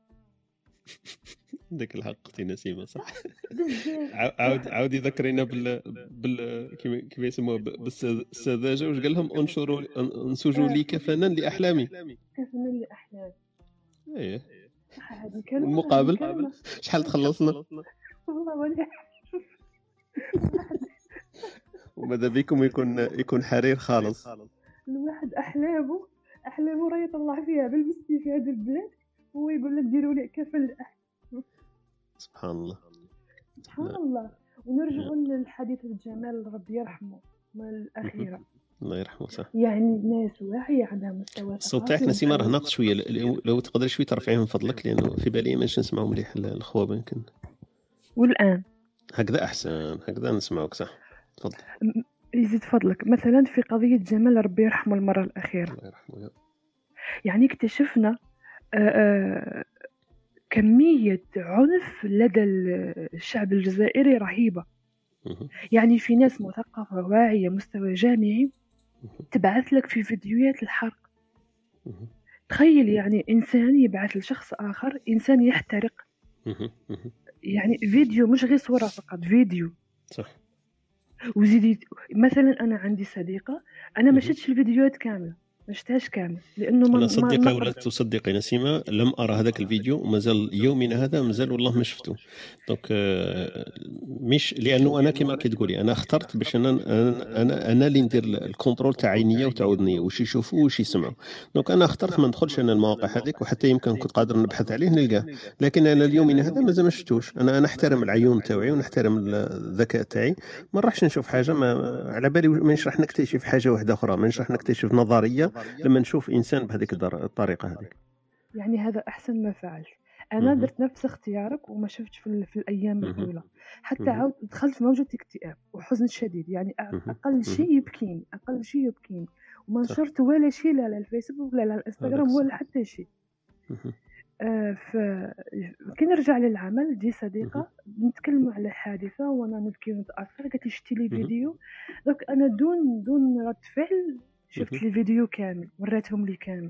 داك الحق اختي نسيمه صح. عاود عاود يذكرينا بال بال كيف يسموها بالسذاجه واش قال لهم انشروا انسجوا لي كفنا لاحلامي كفنا لاحلامي. ايه صح هذه كلمه المقابل شحال تخلصنا والله ولا وماذا بكم يكون يكون حرير خالص. الواحد احلامه احلامه راه يطلع فيها بالمستي في هذا البلاد هو يقول لك ديروا لي كفل. سبحان الله سبحان الله. ونرجعوا للحديث الجمال ربي يرحمه ما الاخيره الله يرحمه صح. يعني الناس واعيه عندها مستوى الصوت تاعك نسيمه راه ناقص شويه لو تقدر شويه ترفعيه من فضلك لانه في بالي ماش نسمعوا مليح الخواب يمكن. والان هكذا احسن هكذا نسمعوك صح. تفضل يزيد فضلك. مثلا في قضيه جمال ربي يرحمه المره الاخيره الله يرحمه يعني اكتشفنا آآ آآ كمية عنف لدى الشعب الجزائري رهيبة. يعني في ناس مثقفة واعية مستوى جامعي تبعث لك في فيديوهات الحرق. تخيل يعني إنسان يبعث لشخص آخر إنسان يحترق يعني فيديو مش غير صورة فقط فيديو صح. وزيدي مثلا أنا عندي صديقة أنا ما شفتش الفيديوهات كاملة ما شفتهاش كامل لانه انا صدقي ولا تصدقي نسيمه لم ارى هذاك الفيديو ومازال يومنا هذا مازال والله ما شفته. دونك مش لانه انا كما كتقولي انا اخترت باش انا انا انا اللي ندير الكونترول تاع عينيه وتاع اذنيه واش يشوفوا واش يسمعوا. دونك انا اخترت ما ندخلش انا المواقع هذيك وحتى يمكن كنت قادر نبحث عليه نلقاه لكن انا اليومنا هذا مازال ما شفتوش. انا انا احترم العيون تاعي ونحترم الذكاء تاعي ما نروحش نشوف حاجه ما على بالي ما نشرح نكتشف حاجه واحده اخرى ما نشرح نكتشف نظريه لما نشوف انسان بهذيك الطريقه هذه. يعني هذا احسن ما فعلت. انا م- درت نفس اختيارك وما شفتش في, في الايام الاولى حتى عاود دخلت في موجه اكتئاب وحزن شديد يعني اقل شيء يبكيني اقل شيء يبكيني وما نشرت ولا شيء لا على الفيسبوك لا على الانستغرام ولا حتى شيء. آه ف كي نرجع للعمل دي صديقه نتكلموا على حادثه وانا نبكي ونتاثر قالت لي شتي لي فيديو دونك انا دون دون رد فعل شفت لي فيديو كامل وريتهم لي كامل.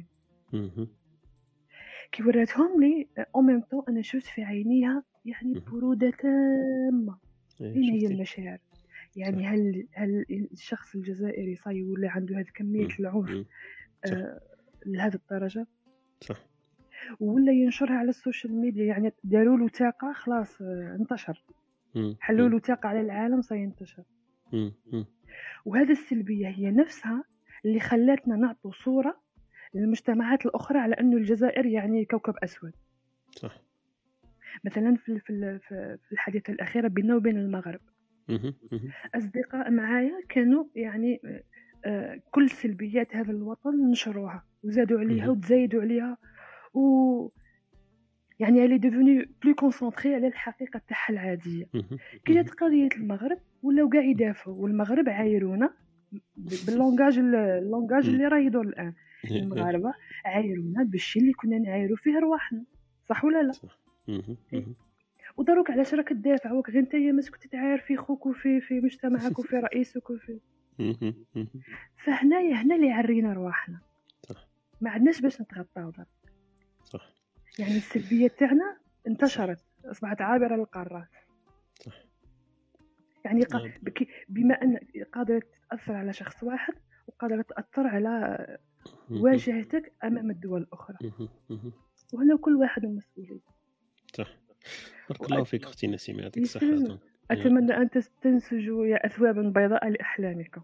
كي وريتهم لي او ميم طون انا شفت في عينيها يعني برودة تامة. فين هي المشاعر يعني هل هل الشخص الجزائري صاي ولا عنده هذه كمية العنف آه لهذه الدرجة صح ولا ينشرها على السوشيال ميديا يعني داروا له طاقة خلاص آه انتشر حلوا له طاقة على العالم سينتشر. وهذه السلبية هي نفسها اللي خلاتنا نعطوا صورة للمجتمعات الأخرى على أنه الجزائر يعني كوكب أسود. صح. مثلا في في في الحديثة الأخيرة بيننا وبين المغرب أصدقاء معايا كانوا يعني كل سلبيات هذا الوطن نشروها وزادوا عليها وتزايدوا عليها و يعني اللي ديفوني بلو كونسونطري على الحقيقة تاعها العادية. كي جات قضية المغرب ولاو قاع يدافعوا والمغرب عايرونا باللونغاج اللونغاج اللي راه يدور الان. المغاربه عايرونا بالشيء اللي كنا نعايروا فيه رواحنا صح ولا لا؟ صح. ودروك علاش راك تدافع وك غير نتايا ما كنت تعاير في خوك وفي في مجتمعك وفي رئيسك وفي فهنايا هنا اللي عرينا رواحنا صح. ما عندناش باش نتغطاو دابا صح. يعني السلبيه تاعنا انتشرت اصبحت عابره للقارات صح. يعني بما ان قادره تاثر على شخص واحد وقادره تاثر على واجهتك امام الدول الاخرى وهنا كل واحد مسؤول. صح. بارك الله فيك اختي نسيمه يعطيك الصحه. اتمنى ان تنسجوا يا اثوابا بيضاء لاحلامكم.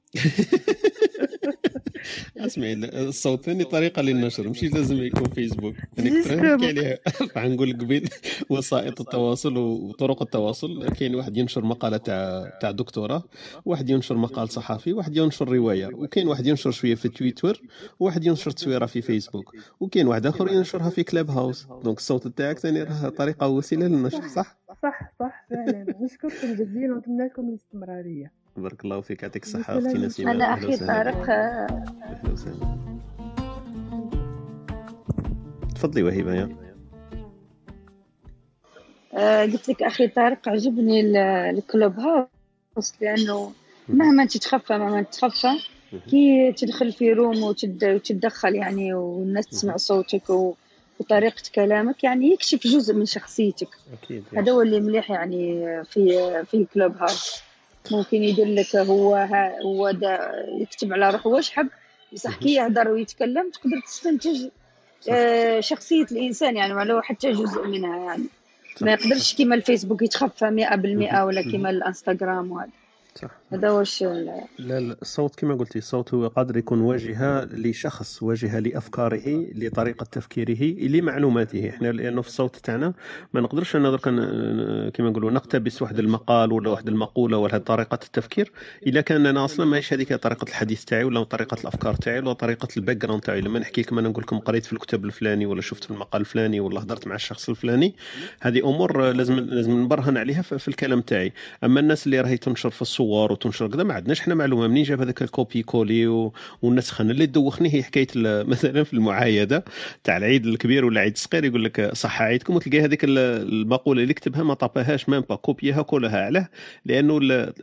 اسمعي الصوت ثاني طريقه للنشر ماشي لازم يكون فيسبوك. نحكي عليها نقول لك قبل وسائط التواصل وطرق التواصل. كاين واحد ينشر مقاله تاع تاع دكتوراه واحد ينشر مقال صحفي واحد ينشر روايه وكاين واحد ينشر شويه في تويتر وواحد ينشر تصويره في فيسبوك وكاين واحد اخر ينشرها في كلاب هاوس. دونك الصوت تاعك ثاني راه طريقه وسيله للنشر. صح صح صح فعلا. نشكركم جزيلا ونتمنى لكم الاستمراريه. بارك الله فيك، يعطيك الصحة أختي نسيمة. أنا أخي طارق. أهلا وسهلا. تفضلي وهبة. يا أه قلت لك أخي طارق عجبني الكلوب هاوس لأنه مهما تتخفى مهما تتخفى كي تدخل في روم وتتدخل يعني والناس تسمع صوتك وطريقة كلامك يعني يكشف جزء من شخصيتك. أكيد. هذا هو اللي مليح يعني في في الكلوب هاوس. ممكن يدلك هو ها هو دا يكتب على روحه واش حب، بصح كي يهضر ويتكلم تقدر تستنتج آه شخصية الإنسان يعني ولو حتى جزء منها يعني. ما يقدرش كيما الفيسبوك يتخفى مئة بالمئة ولا كيما الانستغرام وهذا. صح. هذا واش لا لا الصوت كما قلتي، الصوت هو قادر يكون واجهة لشخص، واجهة لأفكاره، لطريقة تفكيره، لمعلوماته. احنا لأنه في الصوت تاعنا ما نقدرش نقدر كما نقولوا نقتبس واحد المقال ولا واحد المقولة ولا طريقة التفكير إلا كان أنا أصلا ماهيش هذيك طريقة الحديث تاعي ولا طريقة الأفكار تاعي ولا طريقة الباك جراوند تاعي. لما نحكي لكم أنا نقول لكم قريت في الكتاب الفلاني ولا شفت في المقال الفلاني ولا هضرت مع الشخص الفلاني، هذه أمور لازم لازم نبرهن عليها في الكلام تاعي. أما الناس اللي راهي تنشر في الصور وتنشر كذا ما عندناش احنا معلومه منين جاب هذاك الكوبي كولي و... والنسخن. اللي دوخني هي حكايه مثلا في المعايده تاع العيد الكبير ولا العيد الصغير يقول لك صح عيدكم وتلقى هذيك المقوله اللي كتبها ما طابهاش ميم با كوبيها كلها. علاه؟ لانه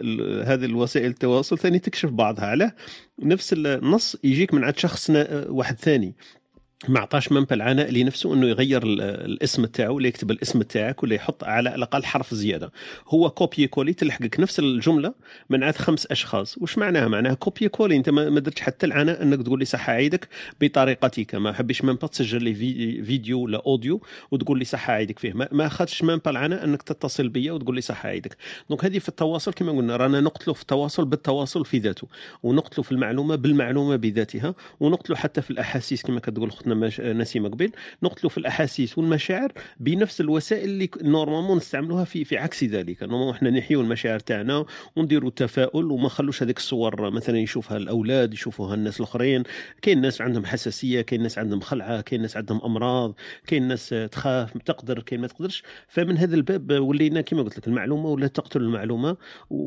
هذه الوسائل التواصل ثاني تكشف بعضها. علاه؟ نفس النص يجيك من عند شخص واحد ثاني ما عطاش من بالعناء لنفسه انه يغير الاسم تاعو ولا يكتب الاسم تاعك ولا يحط على الاقل حرف زياده. هو كوبي كولي تلحقك نفس الجمله من عند خمس اشخاص. وش معناها؟ معناها كوبي كولي. انت ما درتش حتى العناء انك تقول لي صح عيدك بطريقتك. ما حبيش من تسجل لي فيديو ولا اوديو وتقول لي صح عيدك فيه. ما اخذش من بالعناء انك تتصل بيا وتقول لي صح عيدك. دونك هذه في التواصل كما قلنا رانا نقتلوا في التواصل بالتواصل في ذاته، ونقتلوا في المعلومه بالمعلومه بذاتها، ونقتلوا حتى في الاحاسيس كما كتقول اختنا نسيمة قبل، نقتلوا في الأحاسيس والمشاعر بنفس الوسائل اللي نورمالمون نستعملوها في في عكس ذلك. نورمالمون احنا نحيو المشاعر تاعنا ونديروا التفاؤل وما خلوش هذيك الصور مثلا يشوفها الأولاد يشوفوها الناس الآخرين. كاين ناس عندهم حساسية، كاين ناس عندهم خلعة، كاين ناس عندهم أمراض، كاين ناس تخاف تقدر، كاين ما تقدرش. فمن هذا الباب ولينا كما قلت لك المعلومة ولا تقتل المعلومة.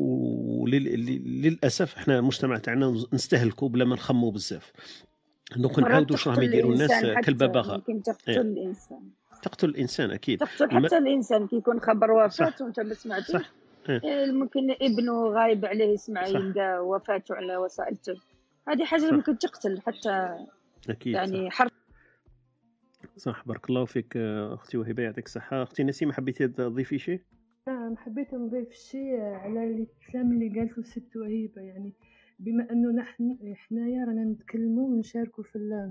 وللأسف احنا المجتمع تاعنا نستهلكوا بلا ما نخموا بزاف. دونك نعاودوا واش راهم يديروا الناس كالببغاء. ممكن تقتل إيه. الانسان تقتل الانسان اكيد. تقتل حتى الم... الانسان كي يكون خبر وفاه وانت ما سمعتوش. إيه. ممكن ابنه غايب عليه يسمع يلقى وفاته على وسائلته. هذه حاجه ممكن تقتل حتى اكيد. يعني حرب. صح. بارك الله فيك اختي وهبه، يعطيك الصحه. اختي نسيمه حبيتي تضيفي شيء؟ نعم حبيت نضيف شيء على الكلام اللي قالته ست وهبه. يعني بما انه نحن حنايا رانا نتكلموا ونشاركوا في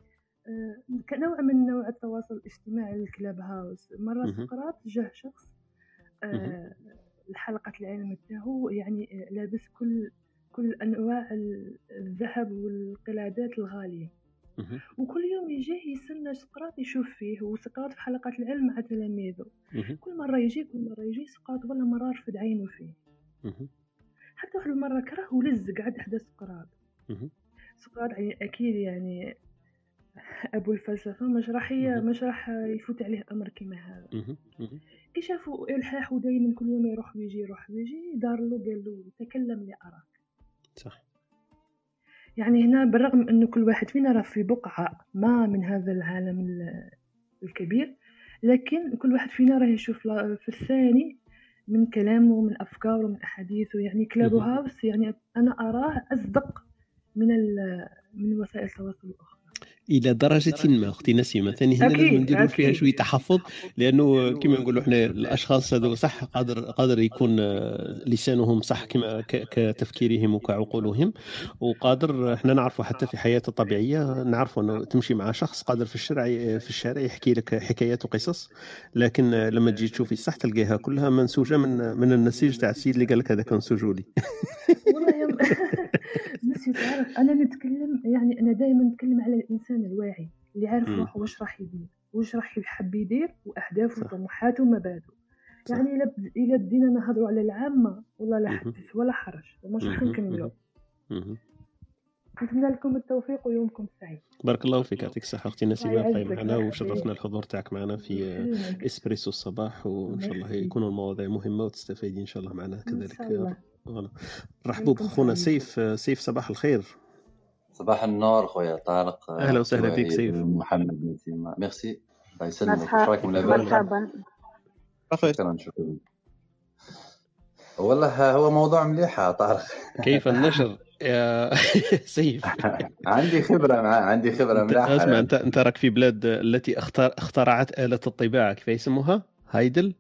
كنوع من نوع التواصل الاجتماعي الكلاب هاوس. مره سقراط جاه شخص آه الحلقه العلم تاعو يعني لابس كل كل انواع الذهب والقلادات الغاليه، وكل يوم يجي يستنى سقراط يشوف فيه. وسقراط في حلقه العلم مع تلاميذه كل مره يجي كل مره يجي سقراط ولا مره رفد عينه فيه. حتى واحد المره كره ولز قعد حدا سقراط. سقراط يعني اكيد يعني ابو الفلسفه مش راح مش راح يفوت عليه امر كيما هذا. كي شافوا الحاح ودائما كل يوم يروح ويجي يروح ويجي دار له قال له تكلم لي اراك. صح. يعني هنا بالرغم انه كل واحد فينا راه في بقعه ما من هذا العالم الكبير، لكن كل واحد فينا راه يشوف في الثاني من كلامه من افكاره من احاديثه. يعني كلاب هاوس يعني انا اراه اصدق من من وسائل التواصل الاخرى الى درجه ما. اختي نسيمه ثاني هنا لازم نديروا فيها شويه تحفظ، لانه كما نقولوا احنا الاشخاص هذو صح قادر قادر يكون لسانهم صح كما كتفكيرهم وكعقولهم، وقادر احنا نعرفوا حتى في حياته الطبيعيه نعرفوا انه تمشي مع شخص قادر في الشارع في الشارع يحكي لك حكايات وقصص، لكن لما تجي تشوفي صح تلقاها كلها منسوجه من من النسيج تاع السيد اللي قال لك هذا كنسوجوا لي. والله يوم بس تعرف انا نتكلم يعني انا دائما نتكلم على الانسان الواعي اللي عارف روحه واش راح يدير واش راح يحب يدير واهدافه وطموحاته ومبادئه. يعني الا الا بدينا نهضروا على العامه والله لا حدث ولا حرج ومش راح نكملوا. نتمنى لكم التوفيق ويومكم سعيد. بارك الله فيك، يعطيك الصحة أختي نسيمة، بقاي معنا وشرفنا الحضور تاعك معنا في إسبريسو الصباح، وإن شاء الله يكونوا المواضيع مهمة وتستفيدين إن شاء الله معنا كذلك. رحبوا بخونا سيف. سيف صباح الخير. صباح النور خويا طارق. أهلا وسهلا بك سيف. محمد نسيمة ميرسي. الله يسلمك. شكرا مرحبا. شكرا شكرا. والله هو موضوع مليح طارق. كيف النشر يا سيف؟ عندي خبرة مع عندي خبرة مليحة. اسمع انت انت راك في بلاد التي اختار اخترعت آلة الطباعة، كيف يسموها؟ هايدل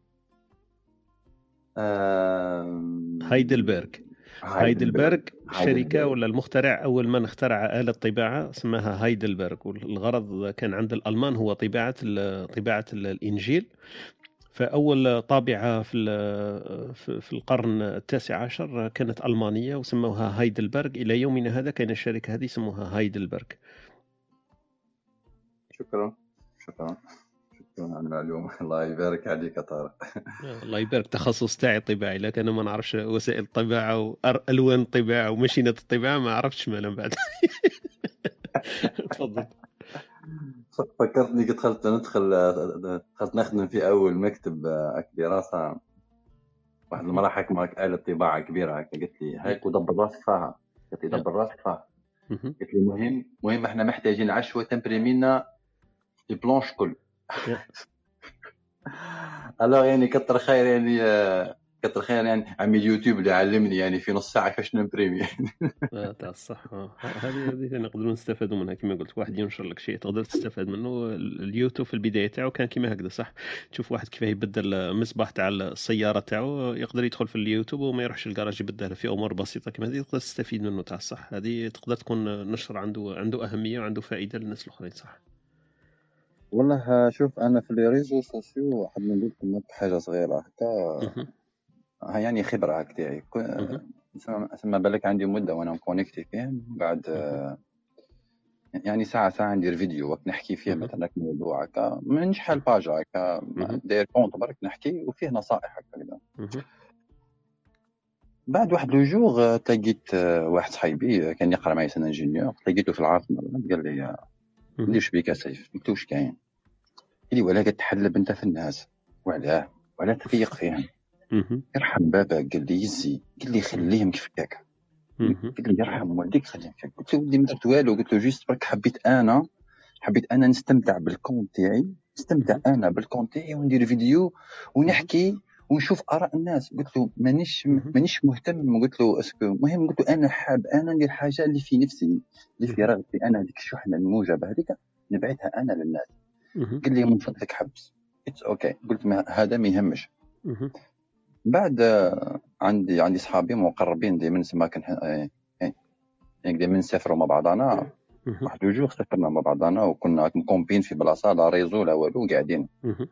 أم... هايدلبرغ. هايدلبرغ الشركة ولا المخترع أول من اخترع آلة طباعة اسمها هايدلبرغ، والغرض كان عند الألمان هو طباعة طباعة الإنجيل. فأول طابعة في في القرن التاسع عشر كانت ألمانية وسموها هايدلبرغ. إلى يومنا هذا كان الشركة هذه يسموها هايدلبرغ. شكرا شكرا شكرا على المعلومة. الله يبارك عليك يا طارق. الله يبارك. تخصص تاعي طباعي، لكن أنا ما نعرفش وسائل الطباعة وألوان الطباعة وماشينة الطباعة، ما عرفتش ما من بعد. تفضل. فكرتني قد دخلت ندخل دخلت نخدم في أول مكتب دراسة، واحد المرة حكمك آلة طباعة كبيرة هكا، قلت لي هيك ودبر راسك فيها. قلت لي دبر راسك فيها. قلت لي مهم مهم احنا محتاجين عشوة تمبريمي لنا البلانش كل. الو يعني كتر خير يعني كتر خير يعني عمي اليوتيوب اللي علمني يعني في نص ساعة كيفاش نمبريمي. اه تاع الصح. هذه هذه نقدروا نستفادوا منها كما قلت. واحد ينشر لك شيء تقدر تستفاد منه. اليوتيوب في البداية تاعو كان كما هكذا صح. تشوف واحد كيف يبدل المصباح تاع السيارة تاعو، يقدر يدخل في اليوتيوب وما يروحش الكراج يبدلها في امور بسيطة كما هذه، تقدر تستفيد منه تاع الصح. هذه تقدر تكون نشر عنده عنده أهمية وعنده فائدة للناس الآخرين صح. والله شوف انا في لي ريزو سوسيو واحد نقول لكم حاجة صغيرة هكا ها يعني خبرة هكتاعي. ثم بالك عندي مدة وانا مكونكتي فيه بعد يعني ساعة ساعة ندير فيديو وقت نحكي فيه مثلا موضوع هكا من شحال باج هكا داير كونت برك نحكي وفيه نصائح هكا كذا. بعد واحد لو جور تلقيت واحد صاحبي كان يقرا معايا سنة انجينيور، لقيته في العاصمة قال لي نديرش بيك يا سيف. قلت له واش كاين؟ قال لي ولا كتحلب انت في الناس وعلاه ولا تفيق فيهم. يرحم بابا قال لي يزي، قال لي خليهم كيف هكاك. قلت له يرحم والديك خليهم كيف. قلت له ودي ما درت والو، قلت له جيست برك حبيت انا حبيت انا نستمتع بالكونت تاعي، نستمتع انا بالكونت تاعي وندير فيديو ونحكي ونشوف اراء الناس. قلت له مانيش مانيش مهتم. قلت له اسكو مهم. قلت له انا حاب انا ندير حاجه اللي في نفسي اللي في رغبتي انا، هذيك الشحنه الموجبه هذيك نبعثها انا للناس. قال لي من فضلك حبس. اتس اوكي. قلت ما هذا ما يهمش. بعد عندي عندي صحابي مقربين دائما نسمع كان يعني دائما نسافروا مع بعضنا. واحد الجوغ سافرنا مع بعضنا وكنا مكومبين في بلاصه لا ريزو لا والو قاعدين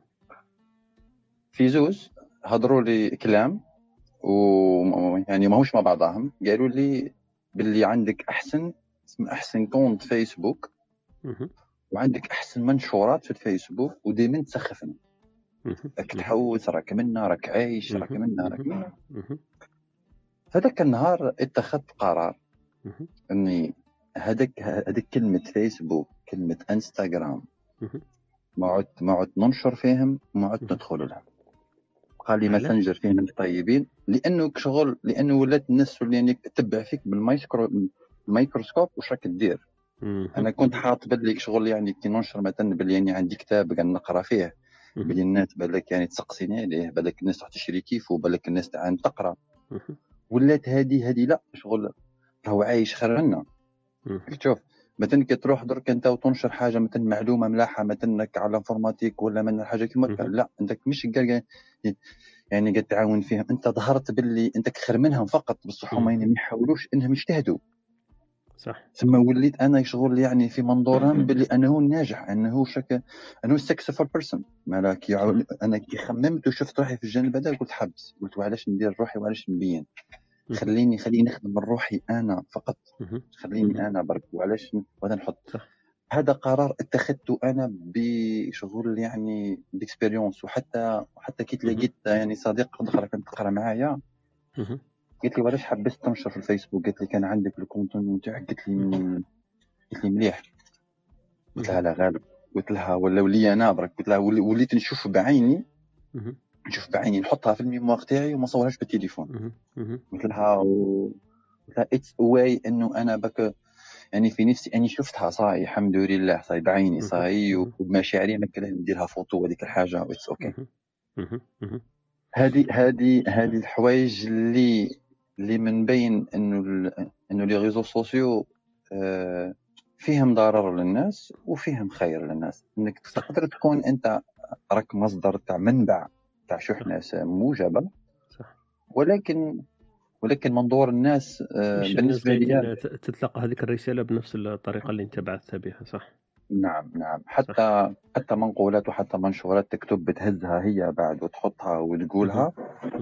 في زوز. هضروا لي كلام ويعني ماهوش مع بعضهم. قالوا لي باللي عندك احسن احسن كونت فيسبوك وعندك احسن منشورات في الفيسبوك ودائما تسخفنا راك تحوس راك منا راك عايش راك منا راك منا. هذاك النهار اتخذت قرار اني هذاك هذيك كلمه فيسبوك كلمه انستغرام ما عدت ما عدت ننشر فيهم وما عدت ندخل لهم. قال لي ماسنجر فيهم الطيبين لانه شغل لانه ولات الناس يعني تتبع فيك بالمايكرو الميكروسكوب واش راك دير. انا كنت حاط بالك شغل يعني كي ننشر مثلا باللي يعني عندي كتاب قاعد نقرا فيه باللي الناس بالك يعني تسقسيني عليه بالك الناس راح تشري كيفه بالك الناس تعان تقرا. ولات هذه هذه لا شغل راهو عايش خير منا. شوف مثلا كي تروح درك انت وتنشر حاجه مثلا معلومه ملاحه مثلا على انفورماتيك ولا من حاجه كيما لا انت مش قال يعني قد تعاون فيهم. انت ظهرت باللي انت خير منهم فقط بصح هما يعني ما يحاولوش انهم يجتهدوا صح. ثم وليت انا شغل يعني في منظورهم باللي انه ناجح انه شك انه سكسفول بيرسون. مالك انا كي خممت وشفت روحي في الجانب هذا قلت حبس. قلت وعلاش ندير روحي وعلاش نبين. خليني خليني نخدم روحي انا فقط. خليني انا برك وعلاش وهذا نحط. هذا قرار اتخذته انا بشغل يعني ديكسبيريونس. وحتى حتى كي تلاقيت يعني صديق اخر كنت تقرا معايا قلت لي ولاش حبست تنشر في الفيسبوك؟ قلت لي كان عندك الكونتون نتاعك. قلت لي قلت لي مليح. قلت لها لا غالب. قلت لها ولا ولي انا برك. قلت لها وليت نشوف بعيني نشوف بعيني نحطها في الميموار تاعي وما نصورهاش بالتليفون. قلت لها و... قلت لها اتس واي انه انا بك يعني في نفسي اني شفتها صاي الحمد لله صاي بعيني صاي وبمشاعري ما كان نديرها فوتو هذيك الحاجه اتس اوكي. هذه هذه هذه الحوايج اللي اللي من بين انه ال... انه لي ريزو سوسيو آه فيهم ضرر للناس وفيهم خير للناس. انك تقدر تكون انت راك مصدر تاع منبع تاع شحنه موجبه صح، ولكن ولكن منظور الناس آه بالنسبه لي تتلقى هذيك الرساله بنفس الطريقه اللي انت بعثتها بها صح. نعم نعم حتى صح. حتى منقولات وحتى منشورات تكتب بتهزها هي بعد وتحطها وتقولها.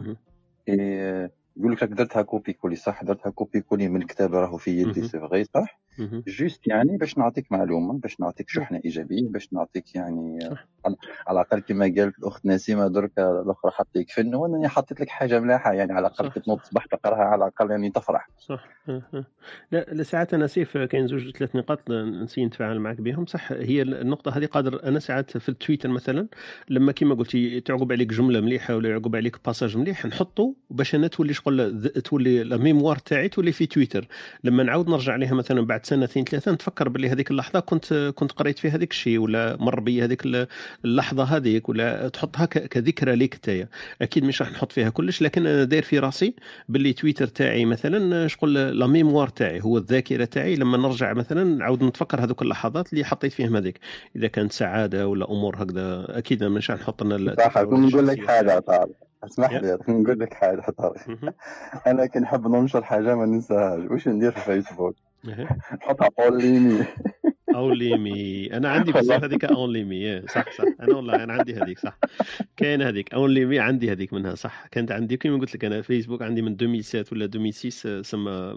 إيه يقول لك درتها كوبي كولي صح، درتها كوبي كولي من الكتاب راهو في يدي سي فغي صح. جوست يعني باش نعطيك معلومه، باش نعطيك شحنه ايجابيه، باش نعطيك يعني على الاقل كما قالت الاخت نسيمه درك الاخرى حطيك فن وانا حطيت لك حاجه ملاحه يعني على الاقل كي تنوض الصباح تقراها على الاقل يعني تفرح صح. لا ساعات انا سيف كاين زوج ثلاث نقاط نسي نتفاعل معك بهم صح. هي النقطه هذه قادر انا ساعات في التويتر مثلا لما كما قلتي تعقب عليك جمله مليحه ولا يعقب عليك باساج مليح نحطه باش انا تولي شغل تولي لا ميموار تاعي تولي في تويتر. لما نعاود نرجع عليها مثلا بعد سنتين ثلاثه نتفكر باللي هذيك اللحظه كنت كنت قريت فيها هذاك الشيء ولا مر بي هذيك اللحظه هذيك ولا تحطها كذكرى ليك تايا. اكيد مش راح نحط فيها كلش لكن انا داير في راسي باللي تويتر تاعي مثلا شغل لا ميموار تاعي هو الذاكره تاعي. لما نرجع مثلا نعاود نتفكر هذوك اللحظات اللي حطيت فيهم هذيك اذا كانت سعاده ولا امور هكذا اكيد مش راح نحط لنا صح. نقول لك حاجه طارق اسمح لي نقول لك حاجه طارق انا كي نحب ننشر حاجه ما ننساهاش واش ندير في فيسبوك نحطها اوليمي اوليمي. انا عندي بزاف هذيك اوليمي صح صح. انا والله انا عندي هذيك صح كاين هذيك اوليمي عندي هذيك منها صح. كانت عندي كيما قلت لك انا فيسبوك عندي من ألفين وسبعة ولا ألفين وستة سما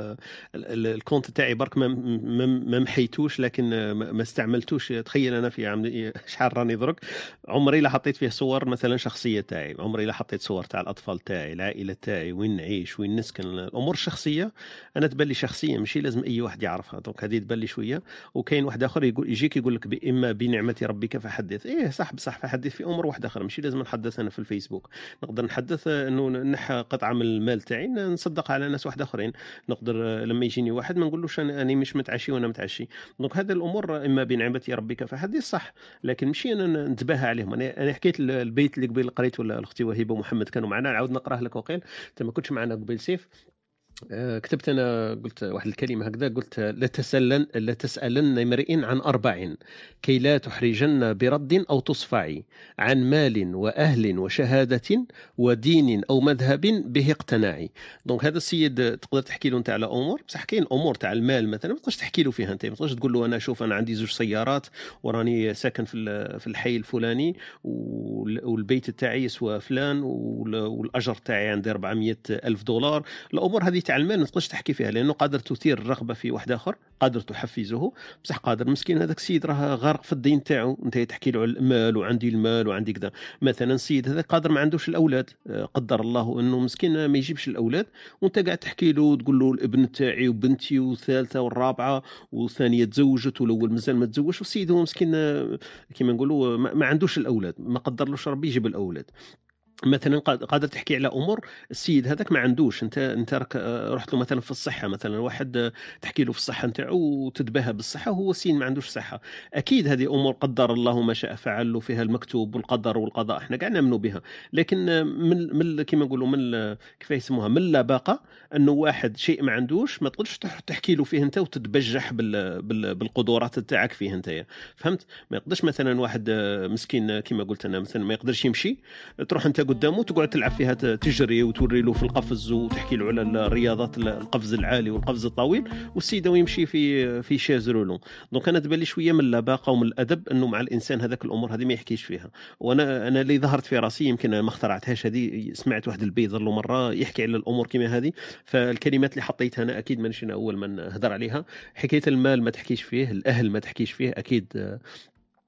الكونت تاعي برك ما ما محيتوش لكن ما استعملتوش. تخيل انا في عام شحال راني درك عمري لا حطيت فيه صور مثلا شخصيه تاعي، عمري لا حطيت صور تاع الاطفال تاعي العائله تاعي وين نعيش وين نسكن. الامور الشخصيه انا تبان لي شخصيه ماشي لازم اي واحد يعرفها دونك هذه تبان لي شويه. وكاين واحد اخر يقول يجيك يقول لك اما بنعمه ربك فحدث. ايه صح بصح فحدث في امور واحده اخرى ماشي لازم نحدث انا في الفيسبوك. نقدر نحدث انه نحى قطعه من المال تاعي نصدق على ناس واحد اخرين. نقدر لما يجيني واحد ما نقولوش انا اني مش متعشي وانا متعشي. دونك هذه الامور اما بنعمه ربك فحدث صح لكن ماشي انا نتباهى عليهم. انا انا حكيت البيت اللي قبيل قريت ولا اختي وهبه ومحمد كانوا معنا نعاود نقراه لك وقيل انت ما كنتش معنا قبيل سيف. كتبت أنا قلت واحد الكلمة هكذا قلت لا تسألن لا تسألن امرئ عن أربع كي لا تحرجن برد أو تصفعي عن مال وأهل وشهادة ودين أو مذهب به اقتناعي. دونك هذا السيد تقدر تحكي له أنت على أمور بصح كاين أمور تاع المال مثلا ما تقدرش تحكي له فيها. أنت ما تقدرش تقول له أنا شوف أنا عندي زوج سيارات وراني ساكن في في الحي الفلاني والبيت تاعي يسوى فلان والأجر تاعي عندي أربعمية ألف دولار. الأمور هذه تاع المال ما تقدرش تحكي فيها لانه قادر تثير الرغبه في واحد اخر قادر تحفزه بصح قادر مسكين هذاك السيد راه غارق في الدين تاعو. انت تحكي له على المال وعندي المال وعندي كذا مثلا السيد هذا قادر ما عندوش الاولاد قدر الله انه مسكين ما يجيبش الاولاد وانت قاعد تحكي له وتقول له الابن تاعي وبنتي والثالثه والرابعه والثانيه تزوجت والاول مازال ما تزوجش والسيد هو مسكين كما نقولوا ما عندوش الاولاد ما قدرلوش ربي يجيب الاولاد. مثلا قادر تحكي على امور السيد هذاك ما عندوش. انت انت رحت له مثلا في الصحه مثلا واحد تحكي له في الصحه نتاعو وتتباهى بالصحه وهو السيد ما عندوش صحه. اكيد هذه امور قدر الله ما شاء فعل له فيها المكتوب والقدر والقضاء احنا قاعد نؤمنوا بها. لكن من من كما نقولوا من كيف يسموها من لا باقه انه واحد شيء ما عندوش ما تقدرش تحكي له فيه انت وتتبجح بال بالقدرات تاعك فيه انت فهمت. ما يقدرش مثلا واحد مسكين كما قلت انا مثلا ما يقدرش يمشي تروح انت قدامه تقعد تلعب فيها تجري وتوري له في القفز وتحكي له على الرياضات القفز العالي والقفز الطويل والسيده ويمشي في في شاز رولون. دونك انا تبان لي شويه من اللباقه ومن الادب انه مع الانسان هذاك الامور هذه ما يحكيش فيها. وانا انا اللي ظهرت في راسي يمكن ما اخترعتهاش هذه سمعت واحد البيض له مره يحكي على الامور كما هذه فالكلمات اللي حطيتها انا اكيد مانيش اول من هضر عليها. حكايه المال ما تحكيش فيه الاهل ما تحكيش فيه اكيد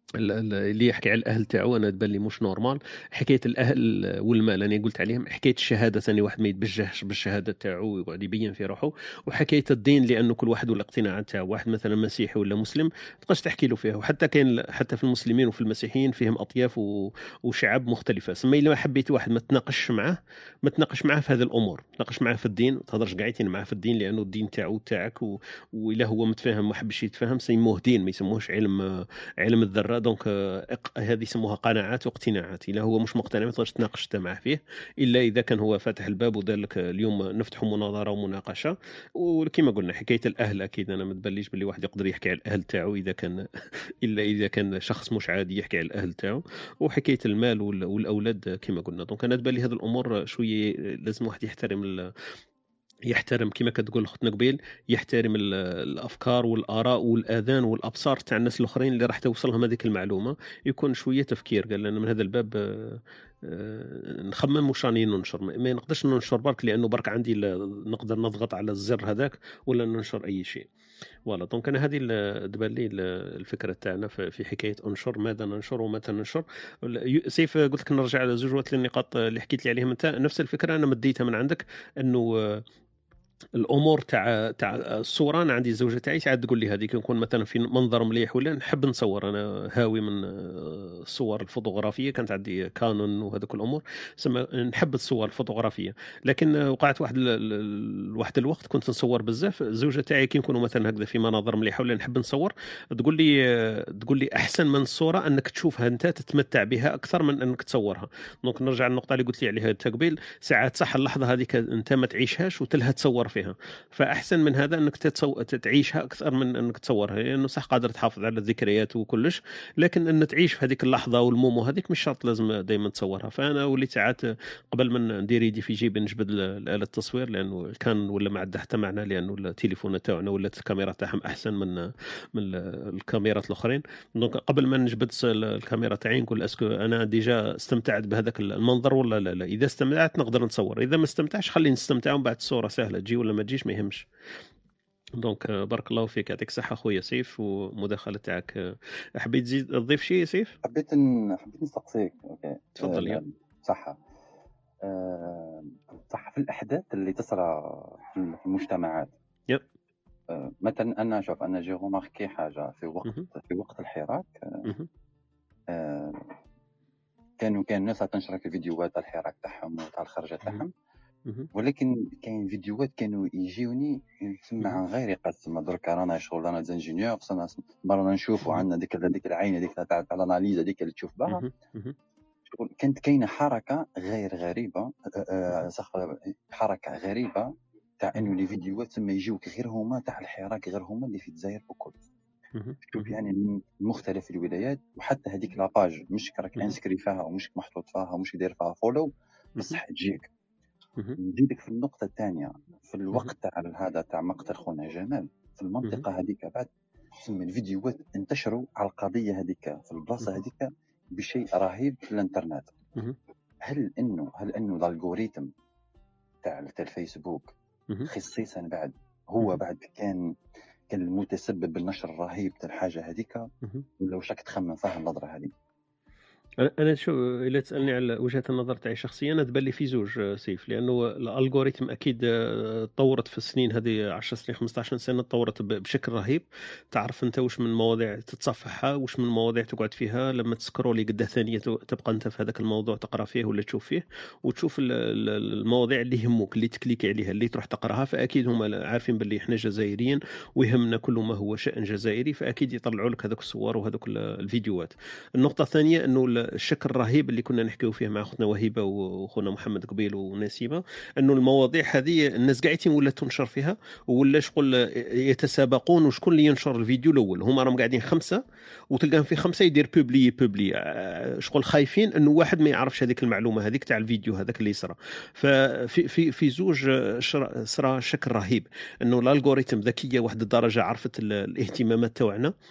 اللي يحكي على الاهل تاعو انا تبان لي مش نورمال. حكايه الاهل والمال انا قلت عليهم، حكايه الشهاده ثاني واحد ما يتبجهش بالشهاده تاعو ويقعد يبين في روحه، وحكايه الدين لانه كل واحد والاقتناعات تاعو. واحد مثلا مسيحي ولا مسلم تقدرش تحكي له فيها، وحتى كاين حتى في المسلمين وفي المسيحيين فيهم اطياف و... وشعب مختلفه. سما الا حبيت واحد ما تناقش معاه ما تناقش معاه في هذه الامور، تناقش معاه في الدين، ما تهضرش قاعدين معاه في الدين لانه الدين تاعو تاعك و... والا هو متفاهم ما حبش يتفاهم سيموه دين، ما يسموهش علم علم الذره. دونك هذه يسموها قناعات واقتناعات. الا هو مش مقتنع ما تقدرش تناقش معاه فيه، الا اذا كان هو فاتح الباب ودار لك اليوم نفتحوا مناظره ومناقشه. وكما قلنا حكايه الاهل اكيد انا ما تبليش باللي واحد يقدر يحكي على الاهل تاعو اذا كان الا اذا كان شخص مش عادي يحكي على الاهل تاعو. وحكايه المال والاولاد كما قلنا. دونك انا تبان لي هذه الامور شويه لازم واحد يحترم يحترم كما كتقول اختنا قبيل، يحترم الافكار والاراء والاذان والابصار تاع الناس الاخرين اللي راح توصلهم هذيك المعلومه. يكون شويه تفكير، قال لنا من هذا الباب نخمم واش راني ننشر. ما نقدرش ننشر برك لانه برك عندي نقدر نضغط على الزر هذاك ولا ننشر اي شيء. فوالا دونك انا هذه تبان لي الفكره تاعنا في حكايه انشر، ماذا ننشر ومتى ننشر. سيف قلت لك نرجع على زوج النقاط اللي حكيت لي عليهم انت، نفس الفكره انا مديتها من عندك. انه الامور تاع تاع الصوره، انا عندي الزوجه تاعي ساعات تقول لي هذه كنكون مثلا في منظر مليح ولا نحب نصور. انا هاوي من الصور الفوتوغرافيه، كانت عندي كانون وهذوك الامور، نحب الصور الفوتوغرافيه. لكن وقعت واحد واحد الوقت كنت نصور بزاف. الزوجه تاعي كي نكونوا مثلا هكذا في مناظر مليحه ولا نحب نصور، تقول لي تقول لي احسن من الصوره انك تشوفها انت تتمتع بها اكثر من انك تصورها. دونك نرجع للنقطه اللي قلت لي عليها قبيل، ساعات صح اللحظه هذيك انت ما تعيشهاش وتلها تصور فيها، فاحسن من هذا انك تتصو... تعيشها اكثر من انك تصورها. لانه يعني صح قادر تحافظ على الذكريات وكلش، لكن ان تعيش في هذيك اللحظه والمومو هذيك مش شرط لازم دائما تصورها. فانا وليت ساعات قبل ما ندير يدي في جيبي نجبد الاله التصوير، لانه كان ولا ما عاد حتى معنا، لانه التليفون تاعنا ولات الكاميرا تاعهم احسن من من الكاميرات الاخرين. دونك قبل ما نجبد الكاميرا تاعي نقول اسكو انا ديجا استمتعت بهذاك المنظر ولا لا لا. اذا استمتعت نقدر نصور، اذا ما استمتعش خلينا نستمتع ومن بعد الصوره سهله تجي ولا ما تجيش ما يهمش. دونك بارك الله فيك، يعطيك الصحه خويا سيف ومداخله تاعك. حبيت تزيد تضيف شيء سيف؟ حبيت ن... حبيت نسقسيك. اوكي تفضل. يا صح أه... صح في الاحداث اللي تصرى في المجتمعات. يب. أه... مثلا انا شوف انا جي روماركي حاجه في وقت م- في وقت الحراك. أه... أه... كانوا كان الناس تنشر في فيديوهات تاع الحراك تاعهم وتاع الخرجه تاعهم، ولكن كاين فيديوهات كانوا يجيوني نسمع عن غير قسم. درك رانا شغل انا زانجينيور خصنا مرنا نشوفوا عندنا ديك ديك العين هذيك تاع الاناليز هذيك اللي تشوف بها. شغل كانت كاينه حركه غير غريبه، حركه غريبه تاع انه لي فيديوهات تسمى يجيوك غير هما تاع الحراك، غير هما اللي في الجزائر وكل شوف يعني من مختلف الولايات. وحتى هذيك لاباج مش راك انسكري فيها ومش محطوط فيها ومش داير فيها فولو، بصح تجيك. نزيدك في النقطة الثانية في الوقت تاع هذا تاع مقتل خونا جمال في المنطقة هذيك، بعد تسمى الفيديوهات انتشروا على القضية هذيك في البلاصة هذيك بشيء رهيب في الانترنت. هل انه هل انه الالغوريثم تاع الفيسبوك خصيصا بعد هو بعد كان كان المتسبب بالنشر الرهيب تاع الحاجة هذيك، ولا واش راك تخمم فيها النظرة هذه؟ انا شو الا تسالني على وجهه النظر تاعي شخصيا، انا تبان لي في زوج سيف. لانه الالغوريثم اكيد تطورت في السنين هذه عشر سنين خمسطاش سنه، تطورت بشكل رهيب. تعرف انت واش من مواضيع تتصفحها واش من مواضيع تقعد فيها، لما تسكرولي قد ثانيه تبقى انت في هذاك الموضوع تقرا فيه ولا تشوف فيه، وتشوف المواضيع اللي يهموك اللي تكليكي عليها اللي تروح تقراها. فاكيد هما عارفين باللي احنا جزائريين ويهمنا كل ما هو شأن جزائري، فاكيد يطلعوا لك هذوك الصور وهذوك الفيديوهات. النقطه الثانيه انه الشكل الرهيب اللي كنا نحكيو فيه مع اختنا وهيبه واخونا محمد قبيل ونسيمه، انه المواضيع هذه الناس قاعدين ولا تنشر فيها ولا شغل يتسابقون وشكون اللي ينشر الفيديو الاول. هما راهم قاعدين خمسه وتلقاهم في خمسه يدير بوبلي بوبلي شغل خايفين انه واحد ما يعرفش هذيك المعلومه هذيك تاع الفيديو هذاك اللي صرا. ففي في في زوج صرا شكل رهيب انه الالغوريثم ذكيه واحد الدرجه عرفت الاهتمامات تاعنا،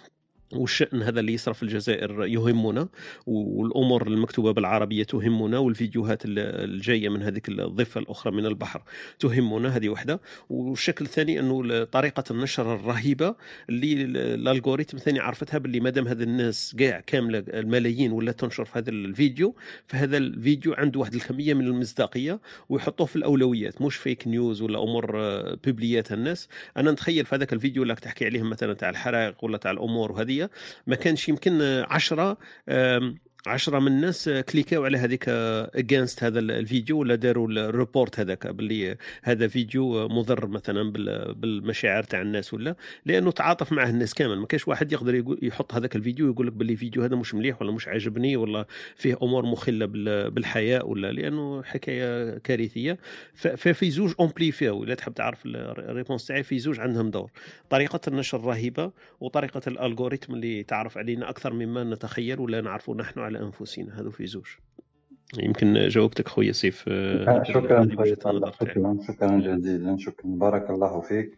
والشأن هذا اللي يصرف في الجزائر يهمنا، والأمور المكتوبة بالعربية تهمنا، والفيديوهات الجاية من هذه الضفة الأخرى من البحر تهمنا. هذه واحدة. والشكل الثاني أنه طريقة النشر الرهيبة اللي الالغوريثم ثاني عرفتها، باللي مادام هذا الناس قاع كاملة الملايين ولا تنشر في هذا الفيديو، فهذا الفيديو عنده واحد الكمية من المصداقية ويحطوه في الأولويات، مش فيك نيوز ولا أمور ببليات الناس. أنا نتخيل في هذاك الفيديو اللي تحكي عليهم مثلا تاع الحرائق ولا تاع الأمور وهذه، ما كانش يمكن عشرة عشرة من الناس كليكاو على هذيك اجينست هذا الفيديو ولا داروا الريبورت هذاك باللي هذا فيديو مضر مثلا بالمشاعر تاع الناس، ولا لانه تعاطف معه الناس كامل. ما كاش واحد يقدر يحط هذاك الفيديو يقول لك باللي الفيديو هذا مش مليح ولا مش عاجبني ولا فيه امور مخله بالحياه، ولا لانه حكايه كارثيه. ففي زوج امبليفيو، الا تحب تعرف الريبونس تاعي، في زوج عندهم دور، طريقه النشر الرهيبه وطريقه الالغوريثم اللي تعرف علينا اكثر مما نتخيل ولا نعرفه نحن على أنفسنا. هذا في زوج. يمكن جاوبتك خويا سيف. شكرا شكرا شكرا جزيلا، شكرا، بارك الله فيك.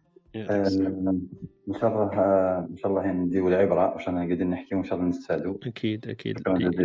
ان شاء الله ان شاء الله نديو العبره واش انا قاعدين نحكي، وان شاء الله نستفادوا. اكيد اكيد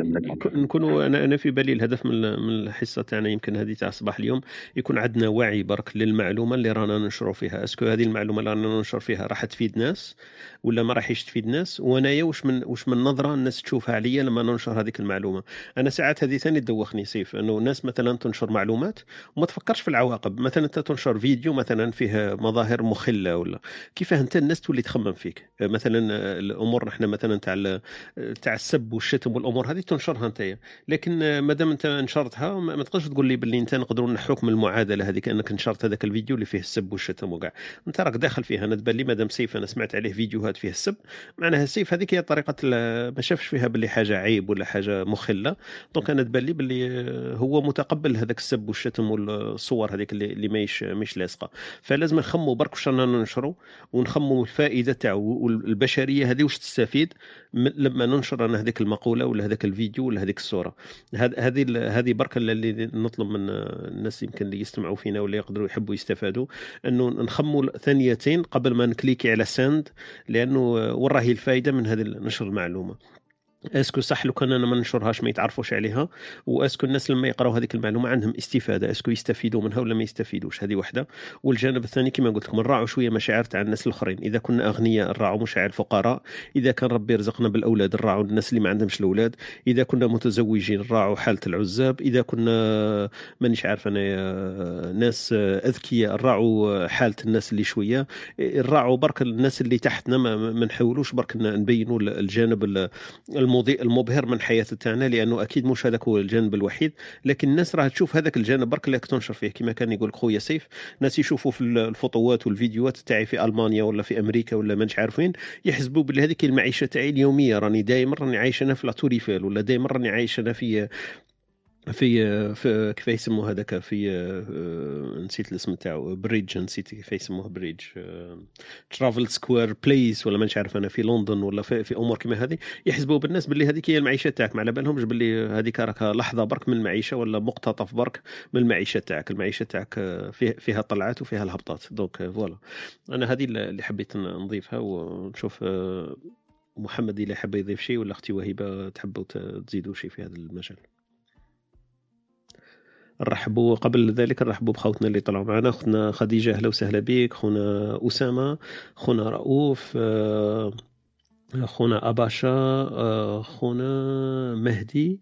نكونوا انا انا في بالي الهدف من من الحصه تاعنا يمكن هذه تاع صباح اليوم يكون عندنا وعي برك للمعلومه اللي رانا ننشروا فيها. اسكو هذه المعلومه اللي رانا ننشر فيها راح تفيد ناس ولا ما راحش تفيد ناس، وانايا واش من واش من نظره الناس تشوفها عليا لما ننشر هذيك المعلومه. انا ساعات هذه ثاني تدوخني سيف، انه الناس مثلا تنشر معلومات وما تفكرش في العواقب. مثلا انت تنشر فيديو مثلا فيه مظاهر مخله، ولا كيف انت الناس تولي تخمم فيك. مثلا الامور نحن مثلا تاع تاع السب والشتم والامور هذه تنشرها انت، لكن ما دام انت نشرتها ما تقدرش تقول لي باللي انت نقدروا نحكم المعادله هذه كانك نشرت هذاك الفيديو اللي فيه السب والشتم وكاع. انت راك داخل فيها. انا تبان لي ما دام سيف انا سمعت عليه فيديوهات فيه السب، معناها السيف هذيك هي طريقه ما شافش فيها باللي حاجه عيب ولا حاجه مخله. دونك انا تبان لي باللي هو متقبل هذاك السب والشتم والصور هذيك اللي, اللي ماهيش مش لاصقه. فلازم نخمو برك واش رانا ننشروا، ونخمو الفائده تاعو والبشريه هذه واش تستفيد لما ننشر انا هذيك المقوله ولا هذاك الفيديو ولا هذيك الصوره. هذه هذه برك اللي نطلب من الناس يمكن اللي يستمعوا فينا ولا يقدروا يحبوا يستفادوا، انه نخموا ثانيتين قبل ما نكليكي على سند، لانه وراهي الفائده من هذه نشر المعلومه. اسكو صح لو كان انا ما ننشرهاش ما يتعرفوش عليها، واسكو الناس لما يقراوا هذيك المعلومه عندهم استفاده، اسكو يستفيدوا منها ولا ما يستفيدوش. هذه واحده. والجانب الثاني كما قلت لكم نراعوا شويه مشاعر تاع الناس الاخرين. اذا كنا اغنياء نراعوا مشاعر الفقراء، اذا كان ربي رزقنا بالاولاد نراعوا الناس اللي ما عندهمش الاولاد، اذا كنا متزوجين نراعوا حاله العزاب، اذا كنا مانيش عارف انا ناس اذكياء نراعوا حاله الناس اللي شويه، نراعوا برك الناس اللي تحتنا، ما نحاولوش برك نبينوا الجانب المضيء المبهر من حياة تاعنا، لانه اكيد مش هذاك هو الجانب الوحيد. لكن الناس راح تشوف هذاك الجانب برك اللي تنشر فيه. كما كان يقول خويا سيف، ناس يشوفوا في الفوطوات والفيديوهات تاعي في المانيا ولا في امريكا ولا ما نش عارفين، يحسبوا بلي هذيك المعيشه تاعي اليوميه، راني دائما راني عايش انا في لاتوريفيل، ولا دائما راني عايش انا في في, في كيف يسموه هذاك، في نسيت الاسم تاعو، بريدج، نسيت كيف يسموه، بريدج ترافل سكوير بليس ولا ما نش عارف انا، في لندن ولا في, في امور كما هذه. يحسبوا بالناس باللي هذيك هي المعيشه تاعك، ما على بالهمش باللي هذيك راك لحظه برك من المعيشه ولا مقتطف برك من المعيشه تاعك. المعيشه تاعك فيها فيها طلعات وفيها الهبطات. دونك فوالا، انا هذه اللي حبيت نضيفها. ونشوف محمد اللي حاب يضيف شيء، ولا اختي وهبه تحبوا تزيدوا شيء في هذا المجال. نرحبوا قبل ذلك نرحبوا بخوتنا اللي طلعوا معنا. اختنا خديجه اهلا وسهلا بك، خونا اسامه، خونا رؤوف، خونا اباشا، خونا مهدي،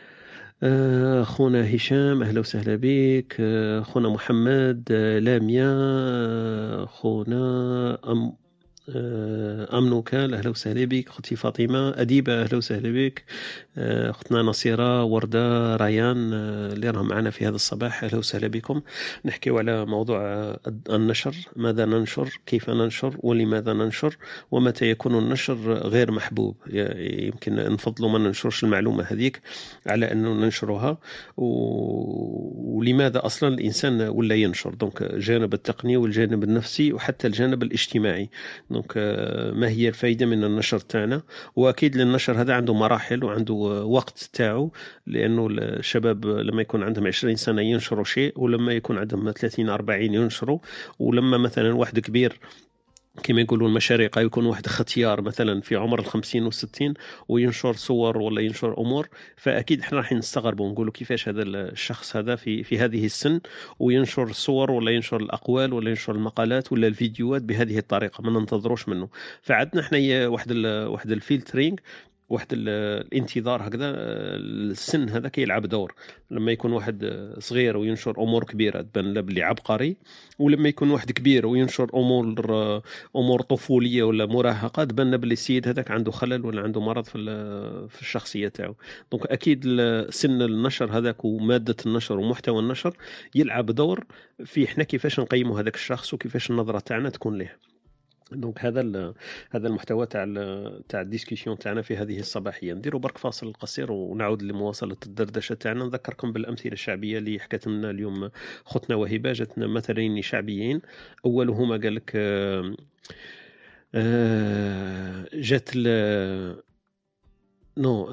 خونا هشام اهلا وسهلا بك، خونا محمد، لاميا، خونا أم أمنوكال أهلا وسهلا بك، أختي فاطمة، أديبة أهلا وسهلا بك، أختنا نصيرة، وردة، ريان اللي راهم معنا في هذا الصباح أهلا وسهلا بكم. نحكي على موضوع النشر، ماذا ننشر، كيف ننشر، ولماذا ننشر، ومتى يكون النشر غير محبوب. يمكن نفضلوا ما ننشرش المعلومة هذيك على أنه ننشرها، ولماذا أصلا الإنسان ولا ينشر. دونك جانب التقني والجانب النفسي وحتى الجانب الاجتماعي. دونك ما هي الفائدة من النشر تاعنا؟ وأكيد للنشر هذا عنده مراحل وعنده وقت تاعو، لأنه الشباب لما يكون عندهم عشرين سنة ينشروا شيء، ولما يكون عندهم ثلاثين أربعين ينشروا، ولما مثلا واحد كبير كما يقولوا المشارقة، يكون واحد اختيار مثلا في عمر الخمسين والستين وينشر صور ولا ينشر أمور، فأكيد احنا راح نستغربوا ونقولوا كيفاش هذا الشخص هذا في في هذه السن وينشر الصور ولا ينشر الأقوال ولا ينشر المقالات ولا الفيديوهات بهذه الطريقة، ما ننتظروش منه. فعندنا احنا واحد ال واحد الفلترينج، واحد الانتظار هكذا. السن هذا كيلعب دور، لما يكون واحد صغير وينشر امور كبيره تبان له بلي عبقري، ولما يكون واحد كبير وينشر امور امور طفوليه ولا مراهقه تبان له بلي السيد هذاك عنده خلل ولا عنده مرض في في الشخصيه تاعو. دونك اكيد سن النشر هذاك وماده النشر ومحتوى النشر يلعب دور في احنا كيفاش نقيموا هذاك الشخص وكيفاش النظره تاعنا تكون ليه. دونك هذا هذا المحتوى تاع تاع الديسكسيون تاعنا في هذه الصباحيه. نديروا برك فاصل قصير ونعود لمواصله الدردشه تاعنا. نذكركم بالامثله الشعبيه اللي حكت لنا اليوم اختنا وهبه. جاتنا مثلين شعبيين، اولهما قال لك جات نو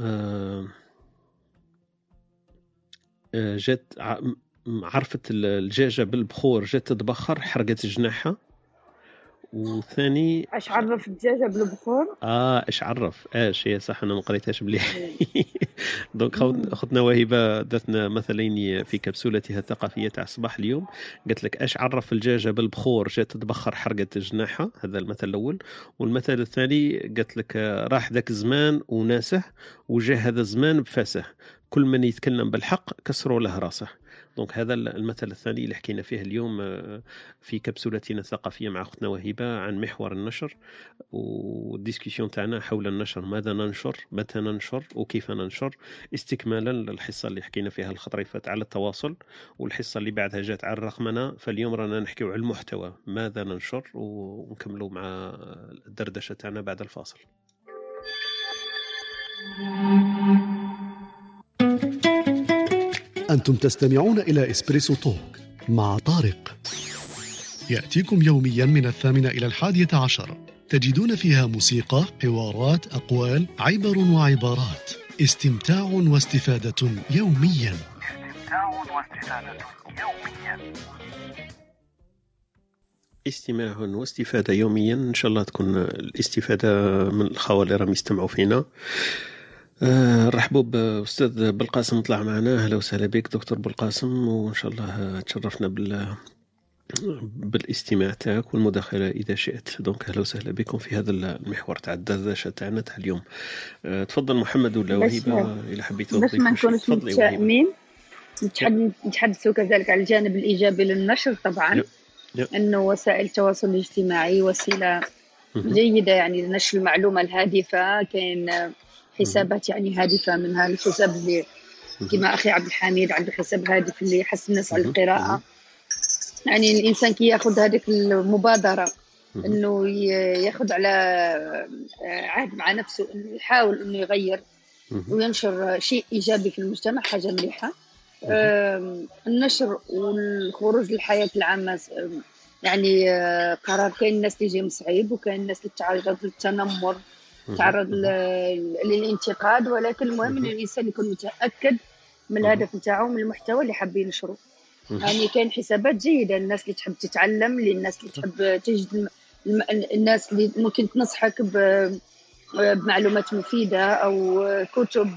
جات عرفت الدجاجه بالبخور، جات تتبخر حرقت جناحها. وثاني اش عرف الدجاجه بالبخور؟ اه اش عرف اش هي صح، انا ما قريتهاش مليح. دونك اختنا وهبه داتنا مثلين في كبسولتها الثقافيه تاع الصباح اليوم. قالت لك اش عرف الدجاجه بالبخور جات تتبخر حرقت جناحها، هذا المثل الاول. والمثل الثاني قالت لك راح ذاك الزمان وناسه وجاء هذا الزمان بفاسه، كل من يتكلم بالحق كسروا له راسه. دونك هذا المثل الثاني اللي حكينا فيه اليوم في كبسولتنا الثقافية مع أختنا وهبة عن محور النشر، والديسكسيون تاعنا حول النشر، ماذا ننشر، متى ننشر، وكيف ننشر، استكمالا للحصة اللي حكينا فيها الخطريفات على التواصل، والحصة اللي بعدها جات على الرقمنة. فاليوم رانا نحكيو على المحتوى، ماذا ننشر، ونكملوا مع الدردشة تاعنا بعد الفاصل. أنتم تستمعون إلى إسبريسو توك مع طارق، يأتيكم يوميا من الثامنة إلى الحادية عشر. تجدون فيها موسيقى، حوارات، أقوال، عبر وعبارات، استمتاع واستفادة يوميا. استمتاع واستفادة يوميا. استماع واستفادة يوميا. إن شاء الله تكون الاستفادة من الخوال اللي راهم يستمعوا فينا. آه رحبوا بأستاذ بالقاسم طلع معنا. أهلا وسهلا بك دكتور بالقاسم، وإن شاء الله تشرفنا بال بالاستماع تاعك والمداخلة إذا شئت. دونك أهلا وسهلا بكم في هذا المحور تاع الدردشة تاعنا تاع اليوم. آه تفضل محمد ولا وهبة إذا حبيتوا باش ما نكونش متشائمين نتحدثوا كذلك على الجانب الإيجابي للنشر. طبعا يب. يب. أنه وسائل التواصل الاجتماعي وسيلة جيدة يعني لنشر المعلومة الهادفة. كاين حسابات يعني هادفة، منها الحساب اللي كما أخي عبد الحميد عنده حساب هادف اللي يحث الناس على القراءة. يعني الإنسان كي يأخذ هذه المبادرة إنه يأخذ على عهد مع نفسه إنه يحاول إنه يغير وينشر شيء إيجابي في المجتمع، حاجة مليحة. النشر والخروج للحياة العامة يعني قرار. كاين الناس اللي يجي مصعيب وكاين الناس اللي تعرض للتنمر، تعرض للانتقاد، ولكن المهم ان الانسان يكون متاكد من الهدف نتاعو من المحتوى اللي حاب ينشره. يعني كاين حسابات جيده للناس اللي تحب تتعلم، للناس اللي تحب تجد الناس اللي ممكن تنصحك بمعلومات مفيده او كتب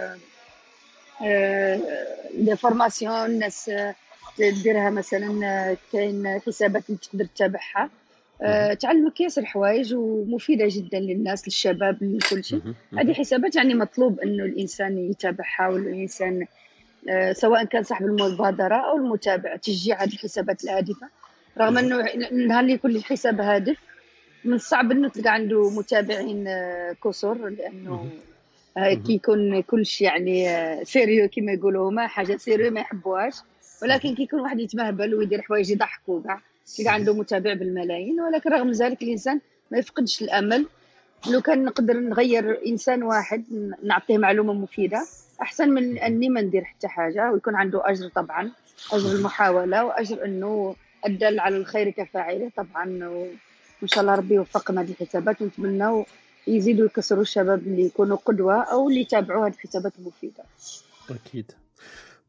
دي فورماسيون الناس تديرها. مثلا كاين حسابات اللي تقدر تتابعها أه، تعلمك ياسر حوايج ومفيدة جدا للناس، للشباب، لكل شيء. هذه حسابات يعني مطلوب أنه الإنسان يتابعها، والإنسان أه سواء كان صاحب المبادرة أو المتابع تشجيع هذه الحسابات الهادفة. رغم أنه نهار اللي يكون الحساب هادف من الصعب أنه تلقى عنده متابعين أه كسر، لأنه أه كي يكون كل شيء يعني أه سيريو كما يقولوا، ما حاجة سيريو ما يحبوهاش. ولكن كي يكون واحد يتمهبل ويدير حوايج يضحكوا كاع يلقى عنده متابع بالملايين. ولكن رغم ذلك الإنسان ما يفقدش الأمل. لو كان نقدر نغير إنسان واحد نعطيه معلومة مفيدة أحسن من أني ما ندير حتى حاجة، ويكون عنده أجر طبعا، أجر المحاولة وأجر أنه الدل على الخير كفاعله طبعا. وإن شاء الله ربي يوفقنا هذه الحسابات، ونتمنى يزيدوا يكسروا الشباب اللي يكونوا قدوة أو اللي يتابعوا هذه الحسابات المفيدة. أكيد.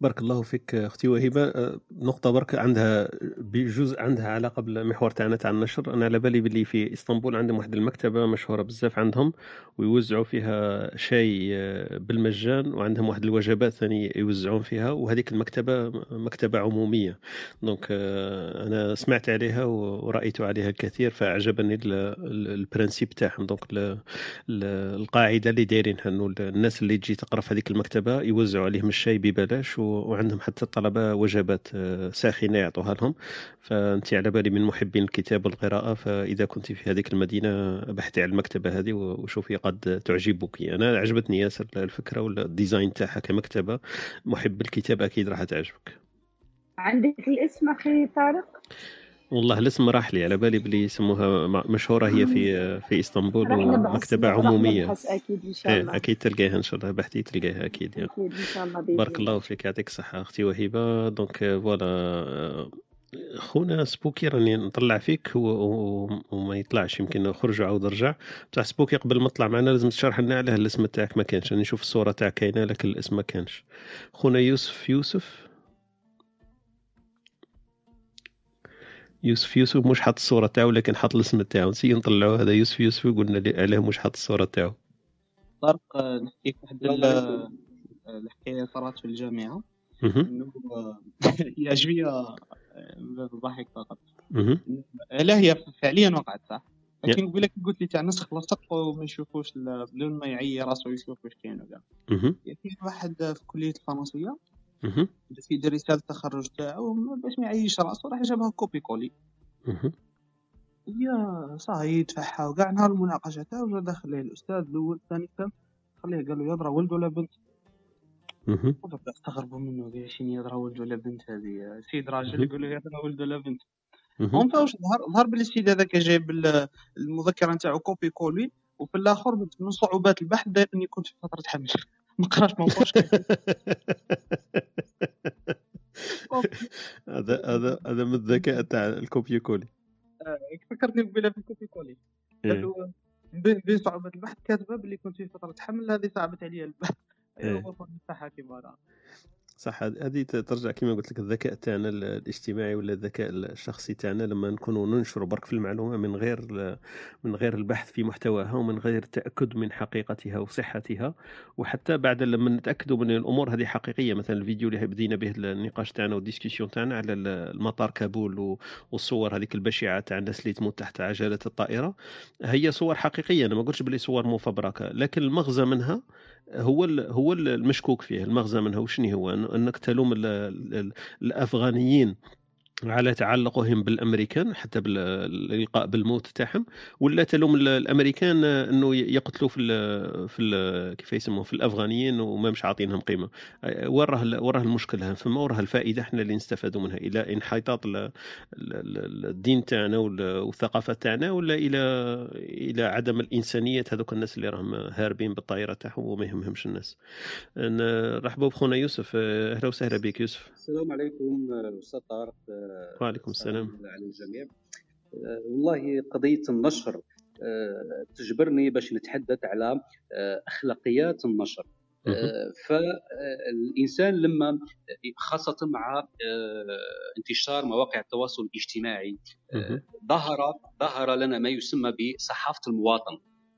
بارك الله فيك اختي وهبه. نقطه برك عندها بجزء عندها علاقه بالمحور تاعنا تاع النشر. انا على بالي باللي في اسطنبول عندهم واحد المكتبه مشهوره بزاف عندهم، ويوزعوا فيها شاي بالمجان، وعندهم واحد الوجبات ثاني يوزعون فيها، وهذيك المكتبه مكتبه عموميه. دونك انا سمعت عليها ورأيت عليها الكثير، فاعجبني البرانسيب تاعهم. دونك القاعده اللي دايرينها انه الناس اللي تجي تقرا في هذيك المكتبه يوزعوا عليهم الشاي ببلاش، وعندهم حتى الطلبه وجبات ساخنه يعطوها لهم. فانت على بالي من محبين الكتاب والقراءه، فاذا كنت في هذيك المدينه بحثي على المكتبه هذه وشوفي قد تعجبك. انا عجبتني ياسر الفكره والديزاين تاعها كمكتبه. محب الكتاب اكيد راح تعجبك. عندك الاسم اخي طارق؟ والله الاسم راح لي، على بالي بلي يسموها مشهوره هي في في اسطنبول، ومكتبه عموميه. راح اكيد ان شاء الله. ايه اكيد تلقاها ان شاء الله، بحثي تلقاها اكيد يعني. اكيد ان شاء الله. بارك الله فيك، يعطيك الصحه اختي وهبه. دونك فوالا خونا سبوكي راني نطلع فيك هو وما يطلعش، يمكن نخرج وعاود رجع. بصح سبوكي قبل ما تطلع معنا لازم تشرح لنا علاه الاسم تاعك ما كانش. راني نشوف الصوره تاعك كاينه لكن الاسم ما كانش. خونا يوسف يوسف يوسف يوسف مش حاط الصورة تاعو لكن حاط الاسم تاعو. نسي نطلعوا هذا يوسف يوسف وقلنا لي عليه مش حاط الصورة تاعو. طارق نحكيك واحد الحكاية صارت في الجامعة، انه هي شوية ضحك فقط. لا هي فعليا وقعت صح، لكن نقول لك قلت لي تاع نسخ لصق وما يشوفوش بدون ما يعي راسه يشوف واش كاين وكاع. كاين واحد في كلية الفرنسية في يدير رسالة التخرج تاعو باش ما يعيش راسو، راح جابها كوبي كولي. يا صاي يدفعها وكاع. نهار المناقشة تاعو جا داخل ليه الأستاذ الأول الثاني الثالث، خليه قال له يضرا ولد ولا بنت. وبدا استغربوا منه، قال شنو يضرا ولد ولا بنت هذه؟ سيد راجل يقول له يضرا ولد ولا بنت. وانت واش ظهر ظهر باللي السيد هذاك جايب المذكرة نتاعو كوبي كولي، وفي الآخر من صعوبات البحث داير اني كنت في فترة حمل ما قراش ما بقاش. هذا هذا هذا من الذكاء تاع الكوبي كولي. اه فكرتني بلا في الكوبي كولي. قالوا بين صعوبة البحث كاتبه باللي كنت في فترة حمل، هذه صعبت عليا البحث. ايوا صح كبار صح. هذه ترجع كما قلت لك الذكاء تاعنا الاجتماعي ولا الذكاء الشخصي تاعنا، لما نكونوا ننشر برك في المعلومه من غير من غير البحث في محتواها ومن غير التاكد من حقيقتها وصحتها، وحتى بعد لما نتاكدوا من الامور هذه حقيقيه. مثلا الفيديو اللي بدينا به النقاش تاعنا والديسكسيون تاعنا على المطار كابول والصور هذيك البشعه تاع الناس اللي تموت تحت عجله الطائره، هي صور حقيقيه. انا ما قلتش بلي صور مفبركه، لكن المغزى منها هو هو المشكوك فيه. المغزى منها وشني هو؟ انك تلوم الافغانيين على تعلقهم بالامريكان حتى بالالقاء بالموت تاعهم، ولا تلوم الامريكان انه يقتلوا في ال في ال كيف يسموه في الافغانيين وما مش عاطينهم قيمه. وراه وراه المشكله فما وراها الفائده احنا اللي نستفادوا منها، الى انحطاط الدين تاعنا والثقافه تاعنا، ولا الى الى عدم الانسانيه هذوك الناس اللي راهم هاربين بالطائره تاعهم وما يهمهمش الناس. نرحبوا بخونا يوسف. اهلا وسهلا بك يوسف. السلام عليكم استاذ طارق. وعليكم السلام على الجميع. والله قضية النشر تجبرني باش نتحدث على أخلاقيات النشر. فالإنسان لما خاصة مع انتشار مواقع التواصل الاجتماعي ظهر ظهر لنا ما يسمى بصحافة المواطن.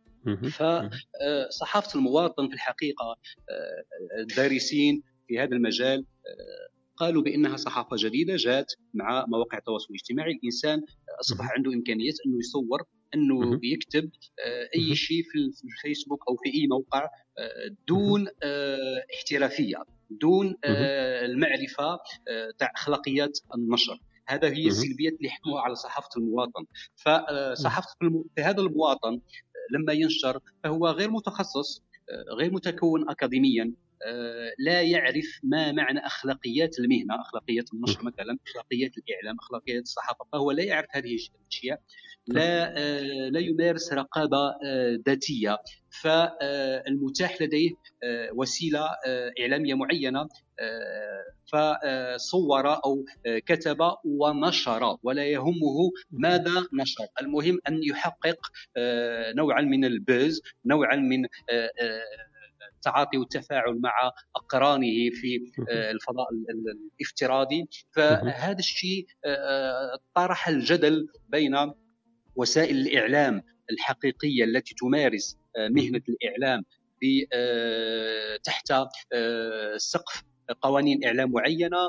فصحافة المواطن في الحقيقة الدارسين في هذا المجال قالوا بأنها صحافة جديدة جاءت مع مواقع التواصل الاجتماعي. الإنسان أصبح عنده إمكانية أنه يصور، أنه يكتب أي شيء في الفيسبوك أو في أي موقع دون احترافية، دون المعرفة تاع أخلاقيات النشر. هذا هي السلبيات اللي حكموها على صحافة المواطن. فصحافة في هذا المواطن لما ينشر فهو غير متخصص، غير متكون أكاديميا، لا يعرف ما معنى أخلاقيات المهنة، أخلاقيات النشر مثلا، أخلاقيات الإعلام، أخلاقيات الصحافة. فهو لا يعرف هذه الأشياء، لا لا يمارس رقابة ذاتية. فالمتاح لديه وسيلة إعلامية معينة فصور أو كتب ونشر، ولا يهمه ماذا نشر. المهم أن يحقق نوعا من البوز، نوعا من التعاطي والتفاعل مع أقرانه في الفضاء الافتراضي. فهذا الشيء طرح الجدل بين وسائل الإعلام الحقيقية التي تمارس مهنة الإعلام تحت سقف قوانين إعلام معينة،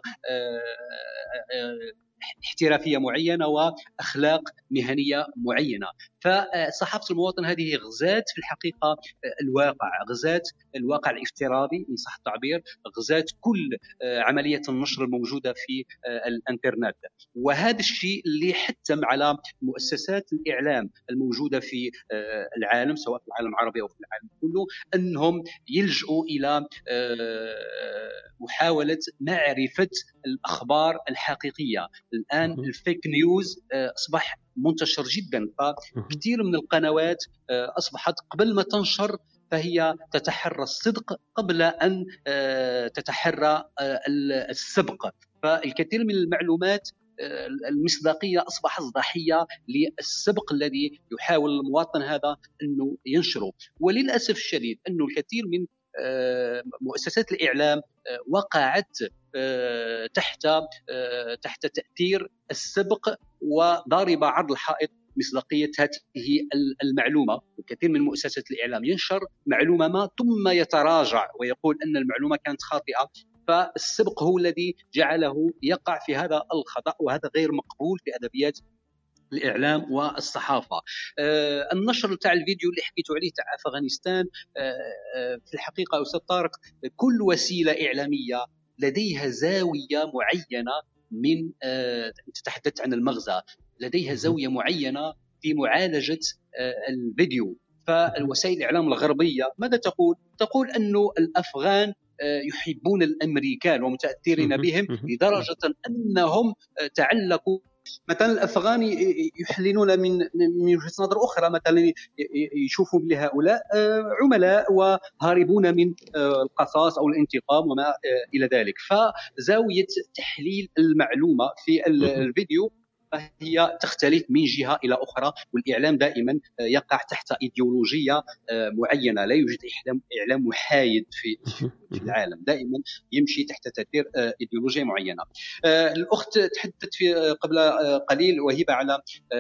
احترافية معينة، وأخلاق مهنية معينة. فصحافة المواطن هذه غزات في الحقيقة الواقع، غزات الواقع الافتراضي إن صح التعبير، غزات كل عملية النشر الموجودة في الانترنت. وهذا الشيء اللي حتم على مؤسسات الإعلام الموجودة في العالم، سواء في العالم العربي أو في العالم كله، أنهم يلجؤوا إلى محاولة معرفة الأخبار الحقيقية. الآن الفيك نيوز أصبح منتشر جدا، فكثير من القنوات أصبحت قبل ما تنشر فهي تتحرى الصدق قبل أن تتحرى السبق. فالكثير من المعلومات المصداقية أصبحت ضحية للسبق الذي يحاول المواطن هذا أنه ينشره. وللأسف الشديد أنه الكثير من مؤسسات الإعلام وقعت تحت تحت تأثير السبق وضاربة عرض الحائط مصداقية هذه المعلومة. وكثير من مؤسسات الإعلام ينشر معلومة ما ثم يتراجع ويقول أن المعلومة كانت خاطئة، فالسبق هو الذي جعله يقع في هذا الخطأ، وهذا غير مقبول في أدبيات الإعلام والصحافة. آه النشر تاع الفيديو اللي حكيتوا عليه تاع أفغانستان، آه آه في الحقيقة أستاذ طارق، كل وسيلة إعلامية لديها زاوية معينة من آه تتحدث عن المغزى، لديها زاوية معينة في معالجة آه الفيديو. فالوسائل الإعلام الغربية ماذا تقول؟ تقول أنه الأفغان يحبون الأمريكان ومتأثرين بهم لدرجة أنهم تعلقوا. مثلا الأفغان يحللون من من وجهة نظر أخرى، مثلا يشوفوا لهؤلاء عملاء وهاربون من القصاص أو الانتقام وما إلى ذلك. فزاوية تحليل المعلومة في الفيديو هي تختلف من جهة إلى أخرى، والإعلام دائما يقع تحت إيديولوجية معينة. لا يوجد إعلام محايد في في العالم، دائما يمشي تحت تأثير إيديولوجية معينة. الأخت تحدثت في قبل قليل وهبة على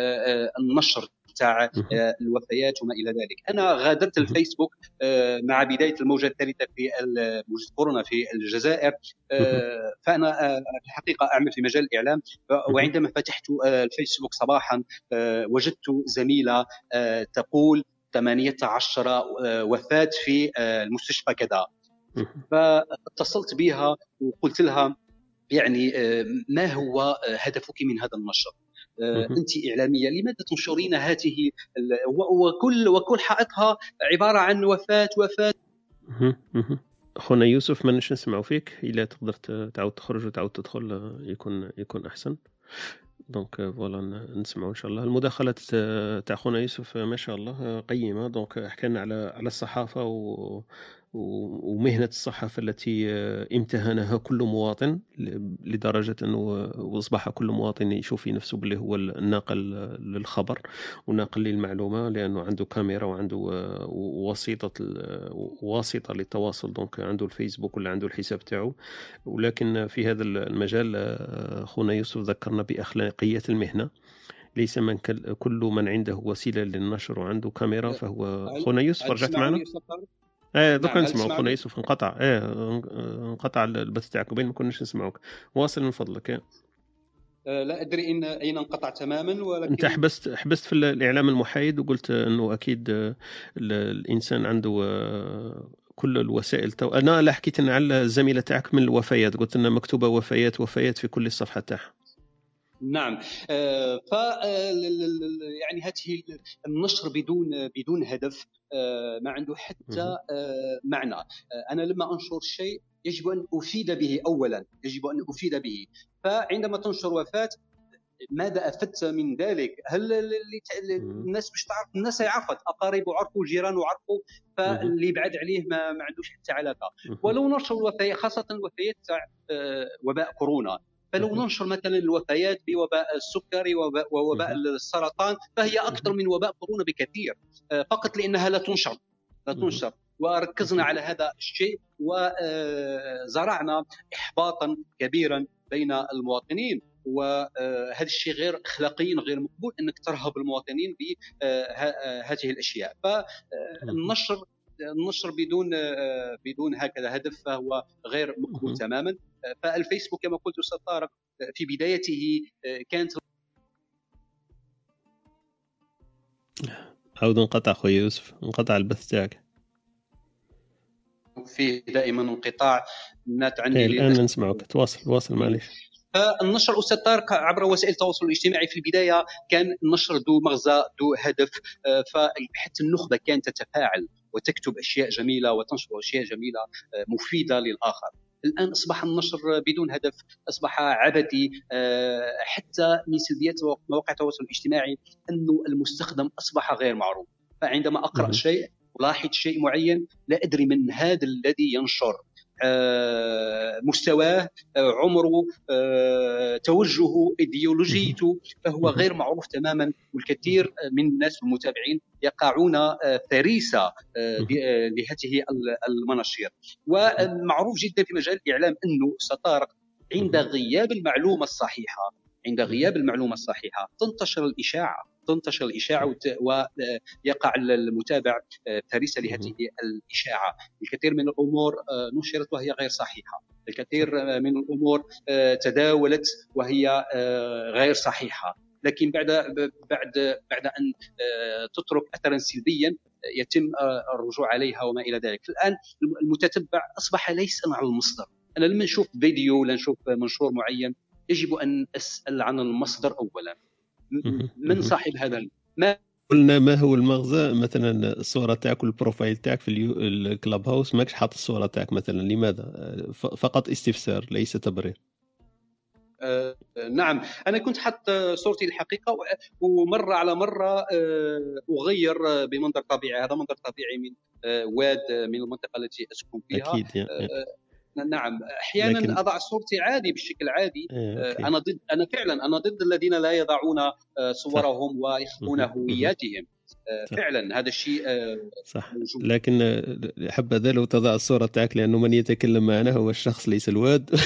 النشر تاع الوفيات وما إلى ذلك. أنا غادرت الفيسبوك مع بداية الموجة الثالثة في موجة كورونا في الجزائر، فأنا في الحقيقة أعمل في مجال الإعلام، وعندما فتحت الفيسبوك صباحا وجدت زميلة تقول ثمانية عشر وفاة في المستشفى كذا. فاتصلت بها وقلت لها يعني ما هو هدفك من هذا النشر؟ أنت إعلامية، لماذا تنشرين هذه وكل وكل حائطها عبارة عن وفاة وفاة؟ أخونا يوسف، ما نش نسمعوا فيك، إلا تقدر تعاود تخرج وتعاود تدخل يكون يكون أحسن. دونك فوالا نسمعوا ان شاء الله المداخلات تاع خونا يوسف ما شاء الله قيمه. دونك حكينا على على الصحافه و ومهنة الصحافة التي امتهنها كل مواطن لدرجة أنه أصبح كل مواطن يشوف في نفسه باللي هو الناقل للخبر وناقل للمعلومة، لأنه عنده كاميرا وعنده وسيطة واسطة للتواصل. دونك عنده الفيسبوك ولا عنده الحساب تاعه. ولكن في هذا المجال خونا يوسف ذكرنا بأخلاقية المهنة. ليس من كل من عنده وسيلة للنشر وعنده كاميرا فهو. خونا يوسف رجعت معنا؟ ايه دوك نسمعوا خونا يوسف. انقطع ايه انقطع البث تاعك وبين ما كناش نسمعوك. واصل من فضلك. ايه لا ادري ان اين انقطع تماما، ولكن انت حبست حبست في الاعلام المحايد وقلت انه اكيد الانسان عنده كل الوسائل. تو... انا لا حكيت على الزميله تاعك من الوفيات، قلت انها مكتوبه وفيات وفيات في كل الصفحه تاعها. نعم. آه ف يعني هذه النشر بدون بدون هدف آه ما عنده حتى آه معنى. آه انا لما انشر شيء يجب ان افيد به اولا، يجب ان افيد به. فعندما تنشر وفاة ماذا افدت من ذلك؟ هل الناس مش تعرف؟ الناس عرفت، اقارب عرفوا، جيران عرفوا، فاللي بعد عليه ما, ما عندوش حتى علاقه. ولو نشر الوفيات، خاصه الوفيات تاع آه وباء كورونا، فلو ننشر مثلا الوفيات بوباء السكري ووباء السرطان فهي أكثر من وباء كورونا بكثير، فقط لأنها لا تنشر لا تنشر وركزنا على هذا الشيء وزرعنا إحباطا كبيرا بين المواطنين، وهذا الشيء غير أخلاقي غير مقبول أنك ترهب المواطنين بهذه الأشياء. فالنشر النشر بدون بدون هكذا هدف فهو غير مقبول تماما. فالفيسبوك كما قلت أستاذ طارق في بدايته كانت عاود انقطع خويا يوسف، انقطع البث تاعك، في دائما انقطاع النت عندي. إيه الآن نسمعك، تواصل واصل معليش. فالنشر أستاذ طارق عبر وسائل التواصل الاجتماعي في البداية كان النشر ذو مغزى ذو هدف، فحتى النخبة كانت تتفاعل وتكتب أشياء جميلة وتنشر أشياء جميلة مفيدة للآخر. الآن أصبح النشر بدون هدف، أصبح عبثي. حتى من سلبيات مواقع التواصل الاجتماعي أنه المستخدم أصبح غير معروف. فعندما أقرأ شيء ألاحظ شيء معين لا أدري من هذا الذي ينشر، مستواه، عمره، توجهه، إيديولوجيته، فهو غير معروف تماما. والكثير من الناس والمتابعين يقعون فريسة لهذه المناشير. ومعروف جدا في مجال الإعلام أنه ستارق عند غياب المعلومة الصحيحة عند غياب المعلومة الصحيحة تنتشر الإشاعة تنتشر الإشاعة ويقع المتابع فريسة لهذه الإشاعة. الكثير من الأمور نشرت وهي غير صحيحة، الكثير من الأمور تداولت وهي غير صحيحة، لكن بعد بعد بعد أن تترك أثرا سلبيا يتم الرجوع عليها وما إلى ذلك. الآن المتتبع أصبح ليس مع المصدر. أنا لما نشوف فيديو ولا نشوف منشور معين يجب أن أسأل عن المصدر أولا، من صاحب هذا ما قلنا ما هو المغزى. مثلا الصورة تاعك والبروفايل تاعك في الكلاب هاوس ماكش حاط الصورة تاعك مثلا، لماذا؟ فقط استفسار ليس تبرير. آه نعم، أنا كنت حط صورتي الحقيقة، ومرة على مرة أغير بمنظر طبيعي. هذا منظر طبيعي من واد من المنطقة التي أسكن فيها. أكيد يعني. آه نعم، احيانا لكن... اضع صورتي عادي بالشكل عادي. إيه، انا ضد انا فعلا انا ضد الذين لا يضعون صورهم ويخفون هوياتهم. فعلا هذا الشيء صح موجود. لكن حبذا لو تضع الصورة تاعك، لأنه من يتكلم معنا هو الشخص ليس الواد.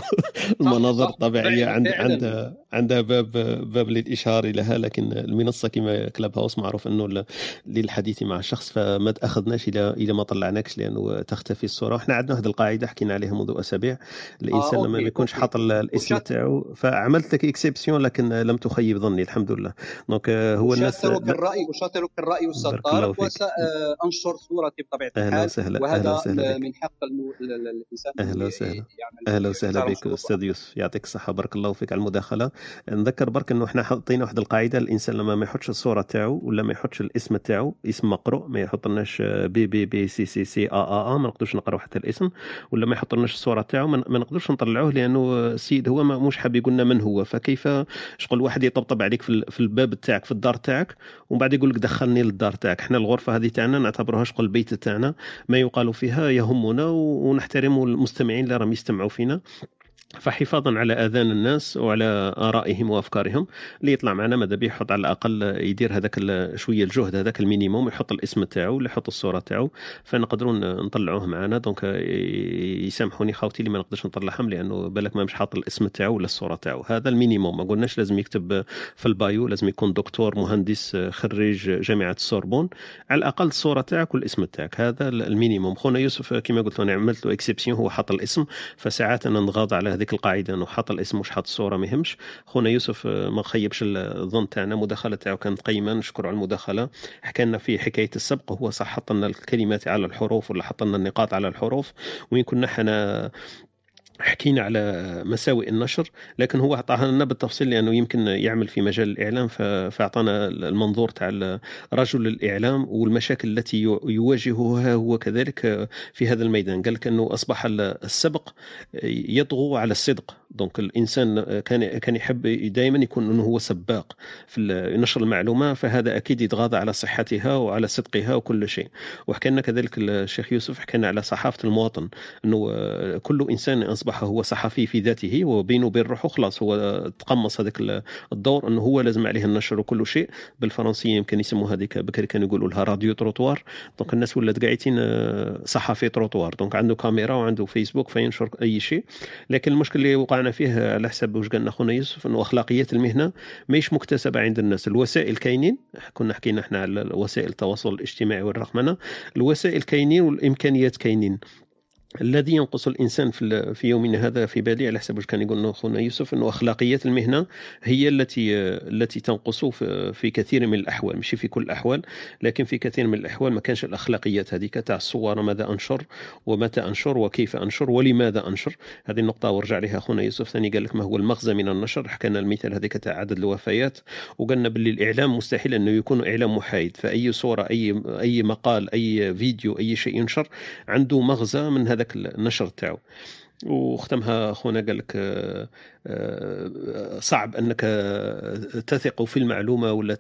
المناظر الطبيعية عند عندها عندها باب باب للإشارة لها، لكن المنصة كما كلاب هاوس معروف أنه للحديث مع الشخص، فما تأخذناش إلى إلى ما طلعناكش لأنه تختفي الصورة. وإحنا عندنا هذه القاعدة حكينا عليها منذ أسابيع، الإنسان آه، لما ما يكونش حاط الاسم تاعو، فعملت لك إكسبسيون لكن لم تخيب ظني الحمد لله. دونك هو الناس الرأي وشاطرك الرأي والسطار، وسأنشر صورتي بطبيعة الحال، وهذا من حق الإنسان. أهلا وسهلا أهلا وسهلا بك أستاذ يوسف، يعطيك الصحة، بارك الله فيك على المداخلة. نذكر برك إنه إحنا حاطين واحد القاعدة، الإنسان لما ما يحطش الصورة تاعو ولا ما يحطش الاسم تاعو، اسم مقروء، ما يحطلناش بي بي بي سي سي سي آ آ آ، ما نقدرش نقراو حتى الاسم، ولا ما يحطلناش الصورة تاعو ما نقدرش نطلعوه، لأنه السيد هو ما مش حاب يقولنا من هو. فكيف شغل واحد يطبطب عليك في الباب تاعك في الدار تاعك ومن بعد يقول لك دخلني للدار تاعك؟ احنا الغرفة هذه تاعنا نعتبرها شغل البيت تاعنا، ما يقال فيها يهمنا ونحترم المستمعين اللي راهم يستمعوا فينا. فحفاظا على آذان الناس وعلى آرائهم وأفكارهم، اللي يطلع معنا ماذا بيه يحط على الأقل يدير هذاك شوية الجهد، هذاك المينيموم، يحط الاسم تاعو ولا يحط الصورة تاعو، فنقدرون نطلعوه معنا. دونك يسامحوني خاوتي اللي ما نقدرش نطلعهم، لأنه بالك ما مش حاط الاسم تاعو ولا الصورة تاعو. هذا المينيموم، ما قلناش لازم يكتب في البايو لازم يكون دكتور مهندس خريج جامعة السوربون، على الأقل الصورة تاعك والاسم تاعك، هذا المينيموم. خونا يوسف كما قلت أنا عملت له إكسبسيون، هو حط الاسم، فساعات أنا نغاض على هذيك القاعدة أنه حط الاسم مش حط الصورة ما يهمش. خونا يوسف ما خيبش الظن تاعنا، مداخلة تاعو كانت قيمة، نشكر على المداخلة. حكى لنا في حكاية السبق، هو صح حط لنا الكلمات على الحروف ولا حط لنا النقاط على الحروف، وين كنا حنا حكينا على مساوئ النشر، لكن هو أعطاها لنا بالتفصيل لأنه يمكن يعمل في مجال الإعلام، فأعطانا المنظور تاع رجل الإعلام والمشاكل التي يواجهها هو كذلك في هذا الميدان. قال لك أنه أصبح السبق يطغو على الصدق، دونك الانسان كان كان يحب دائما يكون انه هو سباق في نشر المعلومه، فهذا اكيد يتغاضى على صحتها وعلى صدقها وكل شيء. وحكى لنا كذلك الشيخ يوسف، حكى لنا على صحافه المواطن، انه كل انسان اصبح هو صحفي في ذاته وبينه وبين روحه، خلاص هو تقمص هذاك الدور انه هو لازم عليه النشر وكل شيء. بالفرنسيه يمكن يسموا هذيك بكري كانوا يقولوا لها راديو تروتوار. دونك الناس ولات قاعدين صحفي تروتوار، دونك عنده كاميرا وعنده فيسبوك فينشر اي شيء. لكن المشكل اللي وقعنا فيه على حسب واش قالنا خونا يوسف، انه اخلاقيات المهنه ماهيش مكتسبه عند الناس. الوسائل كاينين، كنا حكينا احنا على وسائل التواصل الاجتماعي والرقمنه، الوسائل كاينين والامكانيات كاينين. الذي ينقص الانسان في في يومنا هذا في بالي على حسب واش كان يقول خونا يوسف، انه اخلاقيات المهنه هي التي التي تنقص في كثير من الاحوال، ماشي في كل الاحوال لكن في كثير من الاحوال ما كانش الاخلاقيات هذيك تاع الصور، ماذا انشر ومتى انشر وكيف انشر ولماذا انشر. هذه النقطه ورجع لها خونا يوسف ثاني، قال لك ما هو المغزى من النشر. حكينا المثال هذيك تاع عدد الوفيات، وقلنا باللي الاعلام مستحيل انه يكون اعلام محايد، فاي صوره اي اي مقال اي فيديو اي شيء ينشر عنده مغزى من هذاك النشر تاعو. وختمها خونا قال لك صعب انك تثق في المعلومه ولا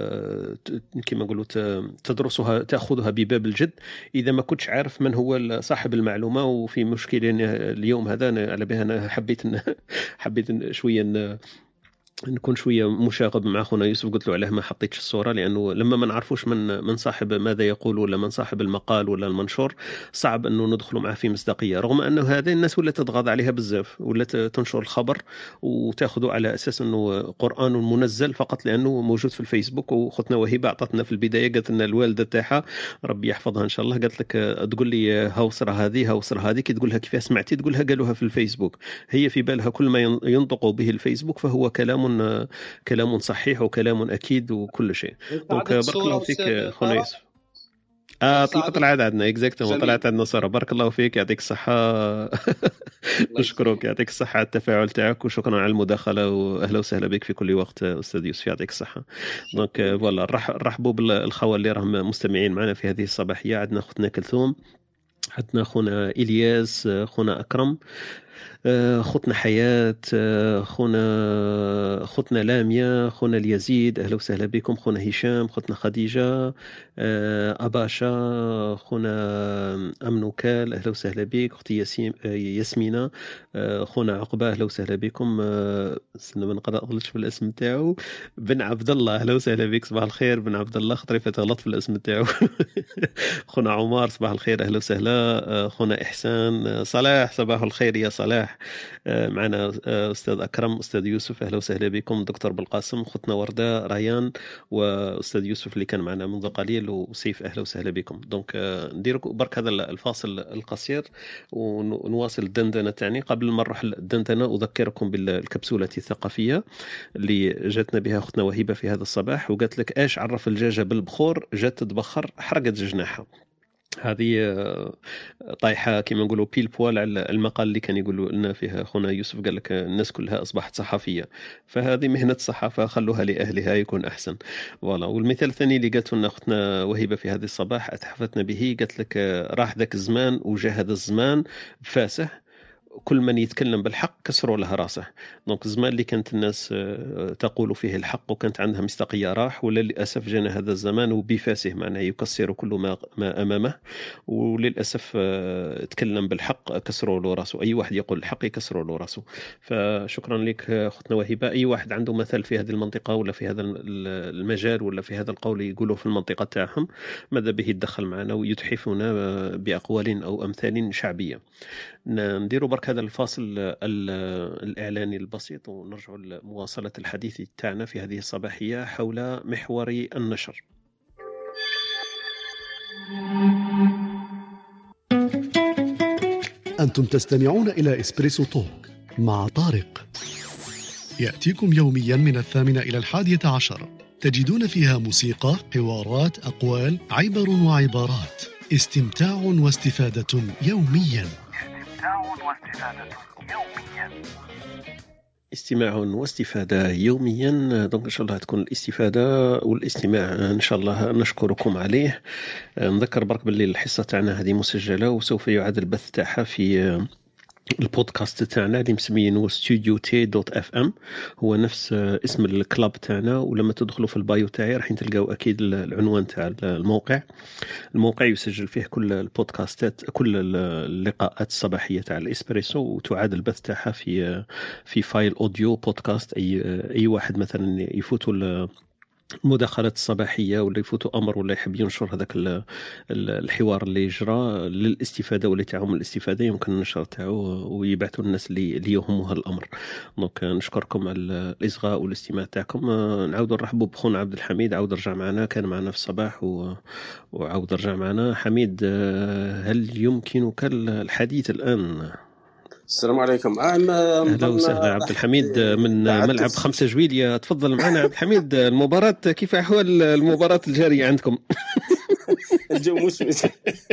كما نقولوا تدرسها تاخذها بباب الجد اذا ما كنتش عارف من هو صاحب المعلومه. وفي مشكله اليوم هذا على بها انا حبيت حبيت شويه نكون شويه مشاغب مع خونا يوسف، قلت له علاه ما حطيتش الصوره، لانه لما ما نعرفوش من من صاحب ماذا يقول ولا من صاحب المقال ولا المنشور صعب انه ندخلوا معه في مصداقيه. رغم انه هذا الناس ولا تتغاضى عليها بزاف، ولا تنشر الخبر وتاخذه على اساس انه قران منزل فقط لانه موجود في الفيسبوك. وختنا وهبه اعطتنا في البدايه قالت لنا الوالده تاعها ربي يحفظها ان شاء الله، قالت لك تقول لي هاوسره هذه هاوسره هذه، كي تقولها كيف سمعتي تقولها قالوها في الفيسبوك. هي في بالها كل ما ينطق به الفيسبوك فهو كلام كلام صحيح وكلام اكيد وكل شيء. دونك بارك الله فيك خونا يوسف. اه طلعت طلعت عندنا اكزاكتومون طلعت عندنا صوره. بارك الله فيك يعطيك الصحه. نشكرك يعطيك الصحه على التفاعل تاعك، وشكرا على المداخله، واهلا وسهلا بك في كل وقت استاذ يوسف يعطيك الصحه. دونك فوالا نرحبوا بالخوه اللي راهم مستمعين معنا في هذه الصباحيه. عندنا اختنا كلثوم، عندنا خونا الياس، خونا اكرم، خوتنا حياة، خونا خوتنا لاميا، خونا اليزيد اهلا وسهلا بكم، خونا هشام، خوتنا خديجه، اباشا، خونا امنوكال اهلا وسهلا بك، اختي ياسمينه، خونا عقبه اهلا وسهلا بكم. استنى ما نقدر اغلطش في الاسم تاعو، بن عبد الله اهلا وسهلا بك، صباح الخير بن عبد الله، خطري فتغلط في الاسم تاعو. خونا عمر صباح الخير اهلا وسهلا، خونا احسان، صلاح صباح الخير يا صلاح، معنا استاذ اكرم، استاذ يوسف اهلا وسهلا بكم، دكتور بالقاسم، خوتنا ورده، ريان، واستاذ يوسف اللي كان معنا منذ قليل، وسيف اهلا وسهلا بكم. دونك نديروا برك هذا الفاصل القصير ونواصل الدندنه تاعنا. قبل ما نروح للدندنه اذكركم بالكبسوله الثقافيه اللي جاتنا بها اختنا وهبه في هذا الصباح، وقالت لك ايش عرف الدجاجه بالبخور جات تتبخر حرقت جناحها. هذه طايحه كما نقولوا بيل بوال على المقال اللي كان يقولوا لنا فيها اخونا يوسف، قال لك الناس كلها اصبحت صحفيه، فهذه مهنه الصحافه خلوها لاهلها يكون احسن. فوالا. والمثال الثاني اللي قالته لنا اختنا وهبه في هذه الصباح اتحفتنا به، قالت لك راح ذاك الزمان وجاء هذا الزمان فاسح، كل من يتكلم بالحق كسروا له راسه. دونك الزمان اللي كانت الناس تقول فيه الحق وكانت عندها مصداقيه راح، ولا للاسف جانا هذا الزمان وبفاسه، معناه يكسر كل ما ما امامه، وللاسف تكلم بالحق كسروا له راسه. اي واحد يقول الحق يكسروا له راسه. فشكرا لك اختنا وهبه. اي واحد عنده مثل في هذه المنطقه ولا في هذا المجال ولا في هذا القول يقولوا في المنطقه تاعهم، ماذا به يتدخل معنا ويتحفنا باقوال او امثال شعبيه. نديروا برك هذا الفاصل الإعلاني البسيط ونرجع لمواصلة الحديث تاعنا في هذه الصباحية حول محور النشر. أنتم تستمعون إلى إسبريسو توك مع طارق، يأتيكم يوميا من الثامنة إلى الحادية عشر، تجدون فيها موسيقى، حوارات، أقوال، عبر وعبارات، استمتاع واستفادة يوميا. استماع واستفادة يوميا. دونك إن شاء الله تكون الاستفادة والاستماع إن شاء الله نشكركم عليه. نذكر برك باللي الحصة تاعنا هذه مسجلة وسوف يعاد البث تاعها في البودكاست تاعنا اللي مسمينه ستوديو تي دوت اف ام، هو نفس اسم الكلاب تاعنا. ولما تدخلوا في البايو تاعي راح تلقاو اكيد العنوان تاع الموقع. الموقع يسجل فيه كل البودكاستات، كل اللقاءات الصباحيه تاع الاسبريسو، وتعاد البث تاعها في في فايل اوديو بودكاست. اي اي واحد مثلا يفوتوا المداخلات الصباحيه ولا يفوتوا امر ولا يحب ينشر هذاك الحوار اللي جرى للاستفاده واللي تعهم الاستفاده، يمكن النشر تاعو ويبعثوا الناس اللي اللي يهمها الامر. دونك نشكركم على الاصغاء والاستماع تاعكم. نعاودوا نرحبوا بخونا عبد الحميد، عاود رجع معنا، كان معنا في الصباح و... وعاود رجع معنا. حميد، هل يمكنك الحديث الان؟ السلام عليكم. اهلا وسهلا عبد الحميد من ملعب خمسة جويلية. تفضل معنا عبد الحميد. المباراة كيف احوال المباراة الجارية عندكم؟ الجو مشمس.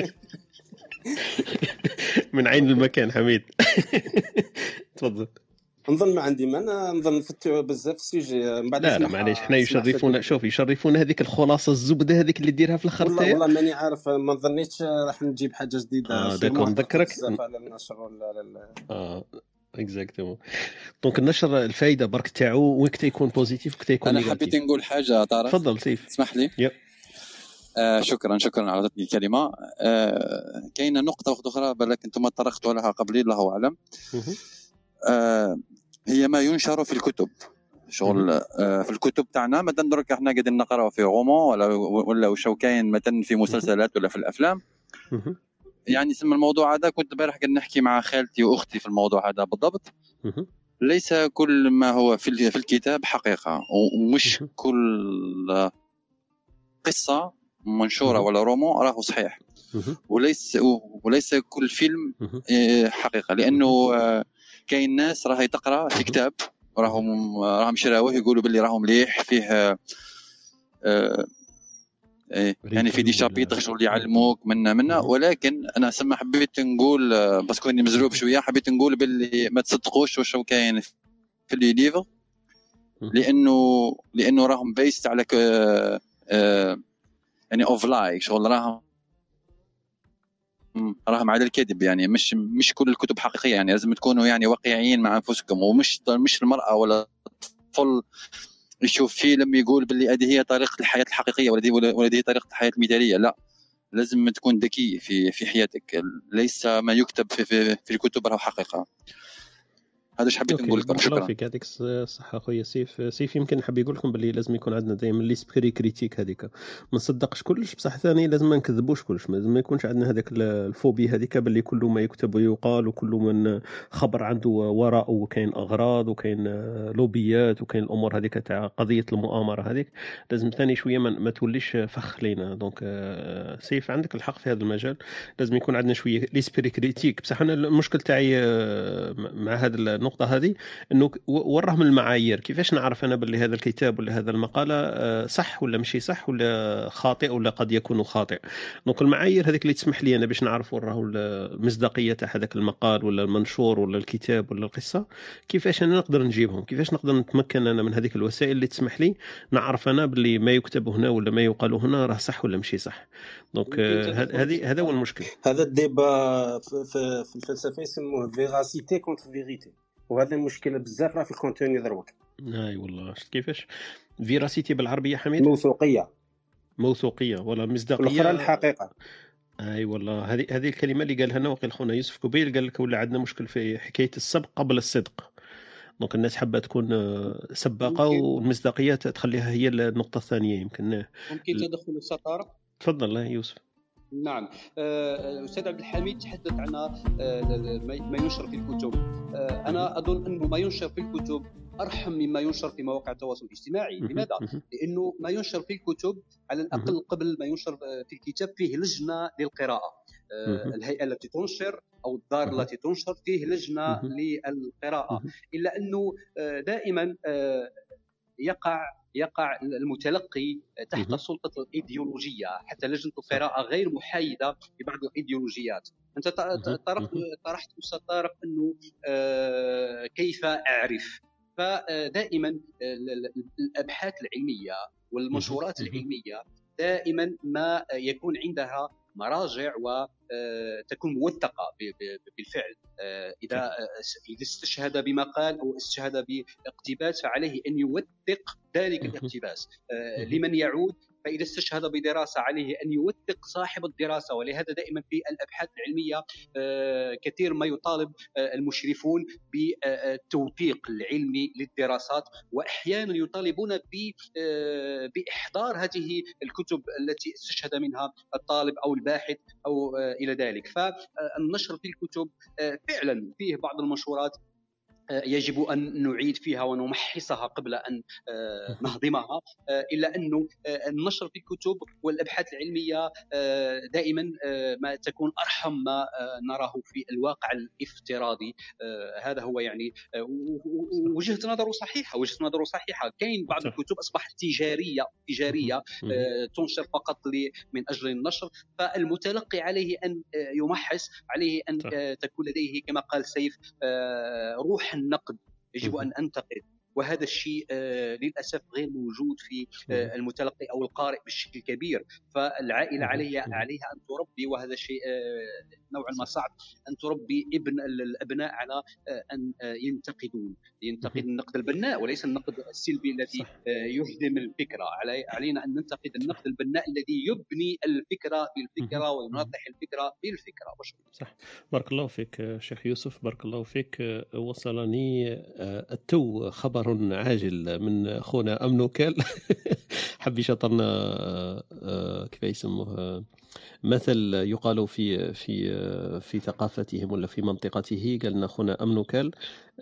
من عين المكان حميد. تفضل. نظن ما عندي ما انا نظن نفتحوا بزاف السيجي من بعد. لا لا معليش، حنا يشرفونا. شوف يشرفونا هذيك الخلاصه الزبده هذيك اللي ديرها في الاخر. والله والله ماني عارف، ما ظنيتش راح نجيب حاجه جديده. اه داكو نذكرك على النشر ولا لا. اه اكزاكتومون. دونك النشر الفائده برك تاعو وين كتا يكون بوزيتيف وكتا يكون انا حبيت نقول حاجه طارق. تفضل سيف. اسمح لي. يب. آه شكرا شكرا على هذه الكلمه. آه كاينه نقطه اخرى بالك انتم طرقتوا لها قبلي، الله اعلم. آه هي ما ينشر في الكتب. شغل آه في الكتب تاعنا مثلا درك احنا قاعدين نقراو في رومان ولا ولا وشو كاين مثلا في مسلسلات ولا في الافلام. يعني اسم الموضوع هذا كنت امبارح قاعد نحكي مع خالتي واختي في الموضوع هذا بالضبط. ليس كل ما هو في في الكتاب حقيقه، ومش كل قصه منشوره ولا رومان راه صحيح، وليس وليس كل فيلم حقيقه. لانه كاين ناس راهي تقرا في كتاب راهم راهم شراوه يقولوا باللي راهم مليح فيه آه يعني في دي شابيتر شغل يعلموك منا منا ولكن انا سما حبيت نقول باسكو اني مزروب شويه، حبيت نقول باللي ما تصدقوش واش كاين في لي ليفر، لانه لانه راهم بيست على آه آه يعني اوف لاي شغل راهم راهم على الكذب. يعني مش مش كل الكتب حقيقيه، يعني لازم تكونوا يعني واقعيين مع انفسكم. ومش مش المراه ولا الطفل يشوف فيلم يقول باللي هذه هي طريقه الحياه الحقيقيه ولا ولا هذه طريقه الحياه المثاليه. لا، لازم تكون ذكي في في حياتك. ليس ما يكتب في في, في الكتب راه حقيقه. هذا اش حبيت نقول لكم. شكرا فيك. يعطيك الصحه خويا سيف. سيف يمكن حاب يقول لكم باللي لازم يكون عندنا دائما ليسبري كريتيك هذيك، ما نصدقش كلش، بصح ثاني لازم ما نكذبوش كلش. لازم ما يكونش عندنا هذاك الفوبي هذيك باللي كل ما يكتب ويقال وكل من خبر عنده وراءه وكاين اغراض وكاين لوبيات وكاين الامور هذيك تاع قضيه المؤامره هذيك. لازم ثاني شويه ما, ما توليش فخ لينا. دونك سيف عندك الحق في هذا المجال، لازم يكون عندنا شويه ليسبري كريتيك. بصح انا المشكل تاعي مع هذا النقطه هذه انه ورهم المعايير. كيفاش نعرف انا باللي هذا الكتاب ولا هذا المقاله صح ولا ماشي صح ولا خاطئ ولا قد يكون خاطئ؟ دونك المعايير هذيك اللي تسمح لي انا باش نعرف وراه المصداقيه تاع هذاك المقال ولا المنشور ولا الكتاب ولا القصه. كيفاش انا نقدر نجيبهم؟ كيفاش نقدر نتمكن انا من هذيك الوسائل اللي تسمح لي نعرف انا باللي ما يكتب هنا ولا ما يقال هنا راه صح ولا ماشي صح؟ دونك هذه هذا هو المشكل. هذا الديبا في الفلسفه يسموه فيراسيتي كونتر فيريتي، وهذا المشكله بزاف راه في الكونتوني دروك. اي والله شفت كيفاش فيراسيتي بالعربيه حميد؟ موثوقيه. موثوقيه ولا مصداقيه؟ الاخرى الحقيقه. اي والله هذه هذه الكلمه اللي قالها لنا وقيل خونا يوسف كوبيل، قال لك ولا عندنا مشكل في حكايه السبق قبل الصدق. دونك الناس حابه تكون سباقه والمصداقيه تخليها هي النقطه الثانيه. يمكن ممكن تدخل السطاره. تفضل لا يوسف. نعم. الأستاذ عبد الحميد تحدث عن ما ينشر في الكتب. أنا أظن أنه ما ينشر في الكتب أرحم مما ينشر في مواقع التواصل الاجتماعي. لماذا؟ لأنه ما ينشر في الكتب على الأقل قبل ما ينشر في الكتاب فيه لجنة للقراءة. الهيئة التي تنشر أو الدار التي تنشر فيه لجنة للقراءة. إلا أنه دائما يقع يقع المتلقي تحت سلطة الإيديولوجية، حتى لجنة القراءة غير محايدة في بعض الإيديولوجيات. أنت طرحت أستاذ طارق أنه كيف أعرف، فدائما الأبحاث العلمية والمنشورات العلمية دائما ما يكون عندها مراجع تكون موثقه بالفعل. اذا اذا استشهد بما قال او استشهد باقتباس فعليه ان يوثق ذلك الاقتباس. لمن يعود فإذا استشهد بدراسة عليه أن يوثق صاحب الدراسة. ولهذا دائما في الأبحاث العلمية كثير ما يطالب المشرفون بالتوثيق العلمي للدراسات، وأحيانا يطالبون بإحضار هذه الكتب التي استشهد منها الطالب أو الباحث أو إلى ذلك. فالنشر في الكتب فعلا فيه بعض المنشورات يجب أن نعيد فيها ونمحصها قبل أن نهضمها، إلا أنه النشر في الكتب والأبحاث العلمية دائما ما تكون أرحم ما نراه في الواقع الافتراضي. هذا هو يعني وجهة نظره صحيحة، وجهة نظره صحيحة. كاين بعض الكتب أصبحت تجارية تجارية تنشر فقط من أجل النشر، فالمتلقي عليه أن يمحص، عليه أن تكون لديه كما قال سيف روح النقد. يجب أن أنتقد، وهذا الشيء آه للأسف غير موجود في آه المتلقي أو القارئ بشكل كبير. فالعائلة عليها عليها أن تربي، وهذا شيء آه نوعا ما صعب، أن تربي ابن الأبناء على آه أن آه ينتقدون ينتقد النقد البناء وليس النقد السلبي الذي آه يهدم الفكرة. علينا أن ننتقد النقد البناء الذي يبني الفكرة بالفكرة ويناطح الفكرة بالفكرة. صح. بارك الله فيك شيخ يوسف، بارك الله فيك. وصلني التو خبر عاجل من أخونا أمنوكال حب يشطرنا كيف يسموه مثل يقال في في في ثقافتهم ولا في منطقته. قال لنا أخونا أمنوكال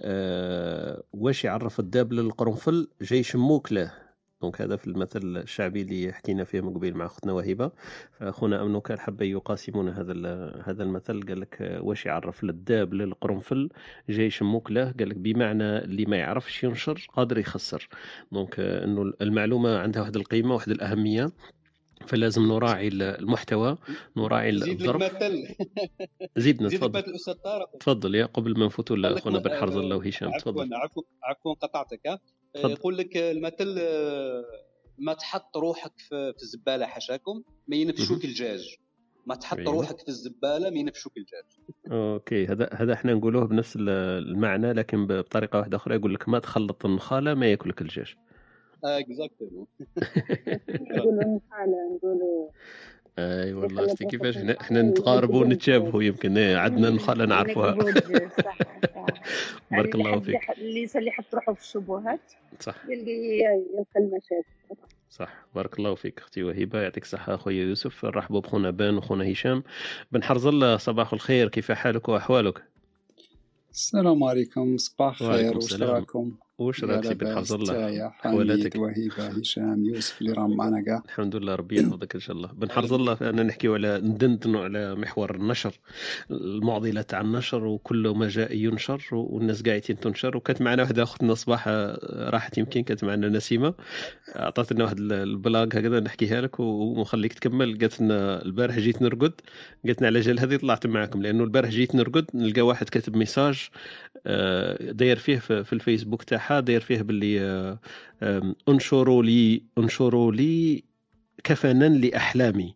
واش يعرف الداب للقرنفل جاي شموك له. دونك هذا في المثل الشعبي اللي حكينا فيه من قبيل مع اختنا وهبه. فاخونا امنوكال حب يقاسمون هذا هذا المثل. قال لك واش يعرف للداب للقرنفل جاي يشموك له. قال لك بمعنى اللي ما يعرفش ينشر قادر يخسر. دونك انه المعلومه عندها واحد القيمه واحد الاهميه، فلازم نراعي المحتوى، نراعي الظرف. زيدنا تفضل. تفضل يا قبل ما نفوتوا لاخونا بن حرز الله وهشام. تفضل. عفوا عفوا قطعتك. يقول لك المثل ما تحط روحك في الزباله حشاكم ما ينفشوك الدجاج. ما تحط روحك في الزباله ما ينفشوك الدجاج. اوكي، هذا هذا احنا نقولوه بنفس المعنى لكن بطريقه واحده اخرى. يقول لك ما تخلط النخاله ما ياكلك الدجاج. اكزاكتلي. نقولوا النخاله نقولوا اي والله استي كيفاش احنا نتقاربوا ونتشابهوا. يمكن عندنا نخاله نعرفوها. صح. بارك الله فيك. اللي اللي يحط روحه في الشبهات صح يلقى يلقى المشاكل. صح. بارك الله فيك اختي وهبه، يعطيك الصحه. اخويا يوسف رحبوا بخونا بان وخونا هشام. بن حرز الله صباح الخير، كيف حالك واحوالك؟ السلام عليكم. صباح الخير، واش راكم؟ واش راك سي بن حرز الله؟ حوالاتك وهبه هشام يوسف اللي راهم معنا كاع. الحمد لله ربي يحفظك ان شاء الله. بن حرز الله انا نحكيو على ندندنوا على محور النشر، المعضله تاع النشر وكل ما جاء ينشر والناس قاعدين تنشر. وكانت معنا واحده اختنا صباح راحت يمكن كانت معنا نسيمه، عطات لنا واحد البلاغ هكذا نحكيها لك ونخليك تكمل. قالت لنا البارح جيت نرقد، قالت لنا على جال هذه طلعت معكم لانه البارح جيت نرقد نلقى واحد كاتب ميساج داير فيه في الفيسبوك تاعها، داير فيه باللي انشروا لي انشروا لي كفنا لاحلامي.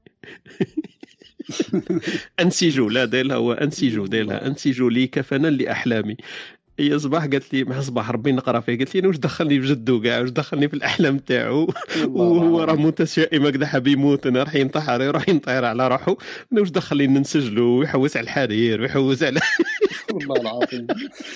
انسجوا لا دايرها هو انسجوا دايرها انسجوا لي كفنا لاحلامي. هي صباح قالت لي مع صباح ربي نقرا فيه، قالت لي انا واش دخلني في جدو كاع، واش دخلني في الاحلام تاعو وهو راه متشائم هكذا حاب يموت، انا راح ينتحر يروح ينطير على روحه، انا واش دخلني ننسجلو ويحوس على الحرير ويحوس على والله العظيم.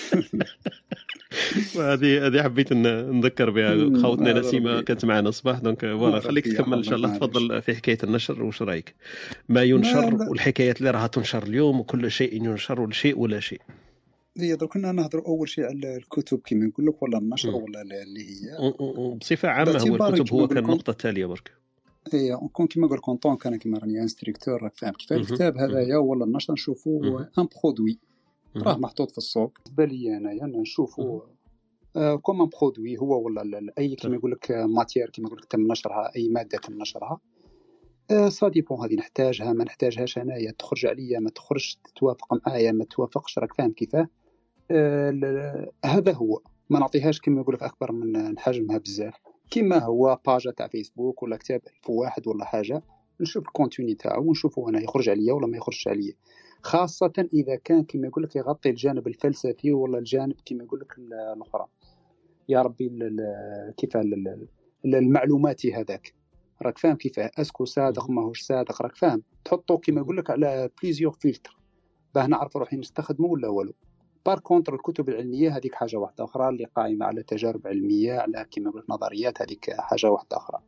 وهذه هذه حبيت نذكر بها خوتنا نسيمه كانت معنا الصباح. دونك فوالا خليك تكمل ان شاء الله. تفضل في حكايه النشر، واش رايك؟ ما ينشر والحكايات اللي راها تنشر اليوم وكل شيء ينشر ولا شيء ولا شيء. هي درك كنا نهضروا اول شيء على الكتب كما نقول لك ولا النشر ولا اللي هي بصفه عامه. هو الكتب هو كان النقطه التاليه برك. اي كون كيما نقول كونطون كان كيما راني انستركتور راك فاهم كيف الكتاب هذايا ولا النشر نشوفوه ان برودوي راه محطوط في السوق. بالنسبه لي انايا نشوفوه كوم ان برودوي هو ولا اي كيما يقول لك ماتير كيما يقول لك تم نشرها، اي ماده تم نشرها. سا ديبون هذه نحتاجها ما نحتاجهاش انايا، تخرج عليا ما تخرجش، تتوافق معايا ما توافقش، راك فاهم كيفاه. آه هذا هو ما نعطيهاش كما يقول لك اكبر من حجمها بزاف. كما هو باجا تاع فيسبوك ولا كتاب ألف واحد ولا حاجه نشوف الكونتوني تاعو ونشوفوا انا يخرج عليا ولا ما يخرجش عليا، خاصه اذا كان كما يقول لك يغطي الجانب الفلسفي ولا الجانب كما يقول لك الاخرى يا ربي كيف المعلوماتي هذاك، راك فاهم كيفاه اسكو صادق ماهوش صادق، راك فاهم تحطو كما يقول لك على بليزيور فلتر باه نعرف روحي نستخدمه ولا والو. بار كونتر الكتب العلميه هذيك حاجه واحده اخرى اللي قائمه على تجارب علميه على كما قلت نظريات، هذيك حاجه واحده اخرى.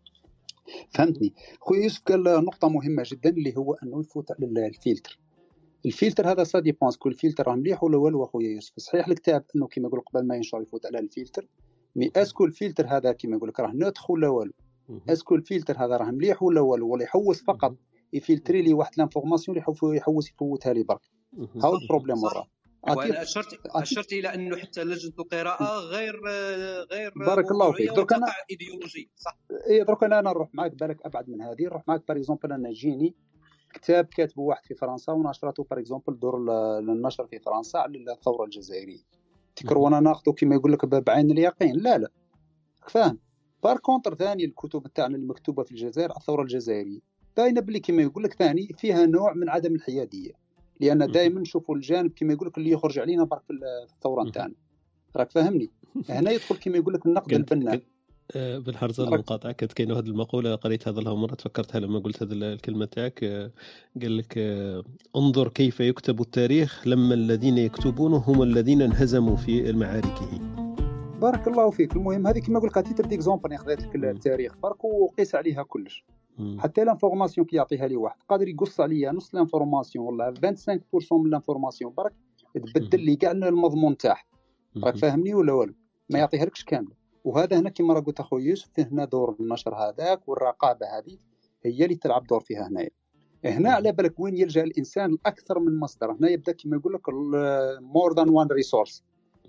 فهمتني خويا يوسف؟ قال نقطه مهمه جدا اللي هو انه يفوت على الفلتر. الفلتر هذا سا ديبونس كل فلتر راه مليح ولا والو اخويا يوسف. صحيح الكتاب انه كما يقول قبل ما ينشر يفوت على الفلتر، مي اسكو الفلتر هذا كما يقول لك راه نوتخ ولا والو؟ اسكو الفلتر هذا راه مليح ولا والو؟ ولا يحوس فقط يفلتري لي واحد لانفورماسيون اللي يحوس يفوتها لي برك. هاو البروبليم وراه. وانا اشرت اشرت الى انه حتى لجنه القراءه غير غير بارك الله فيك. درك انا ايديولوجي صح. اي درك انا نروح معاك بالك ابعد من هذه، نروح معاك باغ اكزومبل انا جيني كتاب كاتبه واحد في فرنسا ونشرته باغ اكزومبل دور النشر في فرنسا على الثوره الجزائريه، تكرر وانا ناخذه كما يقول لك بعين اليقين، لا لا فاهم. بار كونتر ثاني الكتب تاعنا المكتوبه في الجزائر على الثوره الجزائريه باينه بلي كما يقول لك ثاني فيها نوع من عدم الحياديه، لان دائما نشوفوا الجانب كما يقول لك اللي يخرج علينا برك في الثوره نتاعنا، راك فاهمني؟ هنا يدخل كما يقول لك النقد البناء. بالحرزه المقاطعه كانت كاينه هذه المقوله قريت هذا لها مره تفكرتها لما قلت هذه الكلمه تاعك، قال لك انظر كيف يكتب التاريخ لما الذين يكتبونه هم الذين انهزموا في معاركه. بارك الله فيك. المهم هذه كما نقول لك تيتر ديكزومبل خذيت لك التاريخ برك وقيس عليها كلش. حتى لانفورماسيون كي يعطيها لي واحد قادر يقص عليا نص لانفورماسيون ولا خمسة وعشرين بالمئة من لانفورماسيون برك تبدل لي كاع المضمون تاعها، راك فاهمني ولا والو؟ ما يعطيها لكش كامله. وهذا هنا كما راه قلت اخويا يوسف فيه هنا دور النشر هذاك والرقابه هذه هي اللي تلعب دور فيها هنايا. هنا على بالك وين يلجا الانسان لاكثر من مصدر، هنا يبدا كما يقول لك مور ذان وان ريسورس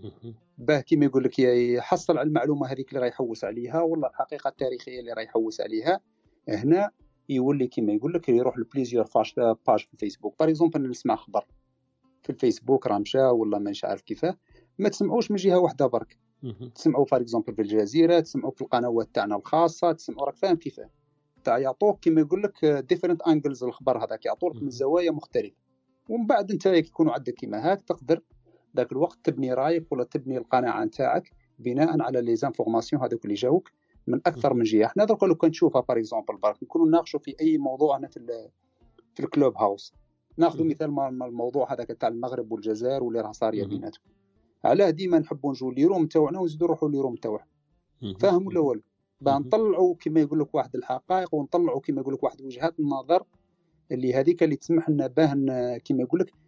باه كما يقول لك يحصل على المعلومه هذيك اللي راه يحوس عليها ولا الحقيقه التاريخيه اللي راه يحوس عليها. هنا يولي كما يقول لك يروح لبليزيور فاش باج في الفيسبوك باغ اكزومبل نسمع خبر في الفيسبوك راه مشى ولا ما مش عارف كيفاه، ما تسمعوش من جهه واحده برك، تسمعوا باغ اكزومبل في الجزيره، تسمعوا في القنوات تاعنا الخاصه، تسمعوا راك فاهم كيفاه تاع يعطوك كما يقول لك ديفرنت انجلز الخبر هذاك يعطوك من زوايا مختلفه، ومن بعد انت يكونوا عندك كيما هاك تقدر ذاك الوقت تبني رايك ولا تبني القناعه نتاعك بناء على لي زانفورماسيون هذوك اللي جاوك من اكثر من جهه. حنا درك لو كان نشوفها باغ اكزومبل برك نكونوا نناقشوا في اي موضوع هنا في في الكلوب هاوس، ناخذ مثال ما الموضوع هذاك تاع المغرب والجزائر واللي راه صاريه بيناتهم، علاه ديما نحبوا نجوا لي روم تاعنا ونزيدوا نروحوا لي روم تاعهم، فاهم ولا والو؟ باه نطلعوا كما يقول لك واحد الحقائق ونطلعوا كما يقول لك واحد وجهات النظر اللي هذيك اللي تسمح لنا باه كما يقول لك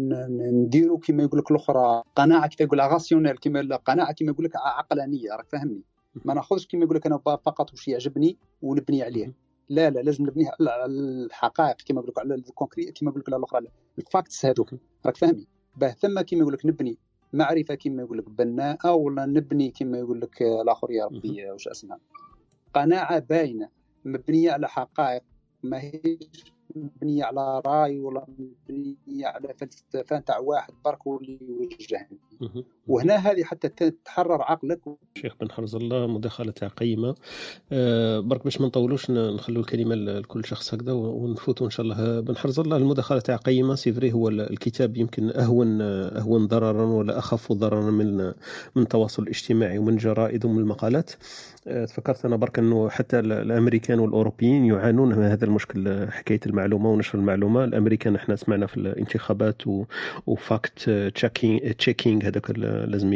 نديروا كما يقول لك الاخرى قناعه كيف يقول راسيونيل كما قناعه كما يقول لك عقلانيه، راك فاهمني؟ ما ناخذش كما يقول لك انا فقط واش يعجبني ونبني عليه، لا لا لازم نبنيه على الحقائق كما يقول لك على الكونكريت كما يقول لك على الاخرى الفاكتس هذوك، راك فاهمني؟ باه ثم كما يقول لك نبني معرفه كما يقول لك بناءه ولا نبني كما يقول لك الاخر يا ربي واش اسمها قناعه باينه مبنيه على حقائق، ماهيش مبنيه على راي ولا مبنيه على فلسفه تاع واحد برك واللي يوجهني. وهنا هذه حتى تحرر عقلك. شيخ بن حرز الله مداخله تاع قيمه. أه برك باش ما نطولوش نخلوا الكلمه لكل شخص هكذا ونفوتوا ان شاء الله. بن حرز الله المداخله تاع قيمه سيفري هو الكتاب يمكن اهون اهون ضررا ولا اخف ضررا من من التواصل الاجتماعي ومن جرائد ومن المقالات. أه تفكرت انا برك انه حتى الامريكان والاوروبيين يعانون من هذا المشكل، حكايه المعلومه ونشر المعلومه. الامريكان احنا سمعنا في الانتخابات وفاكت تشيكينج تشيكينج هذاك لازم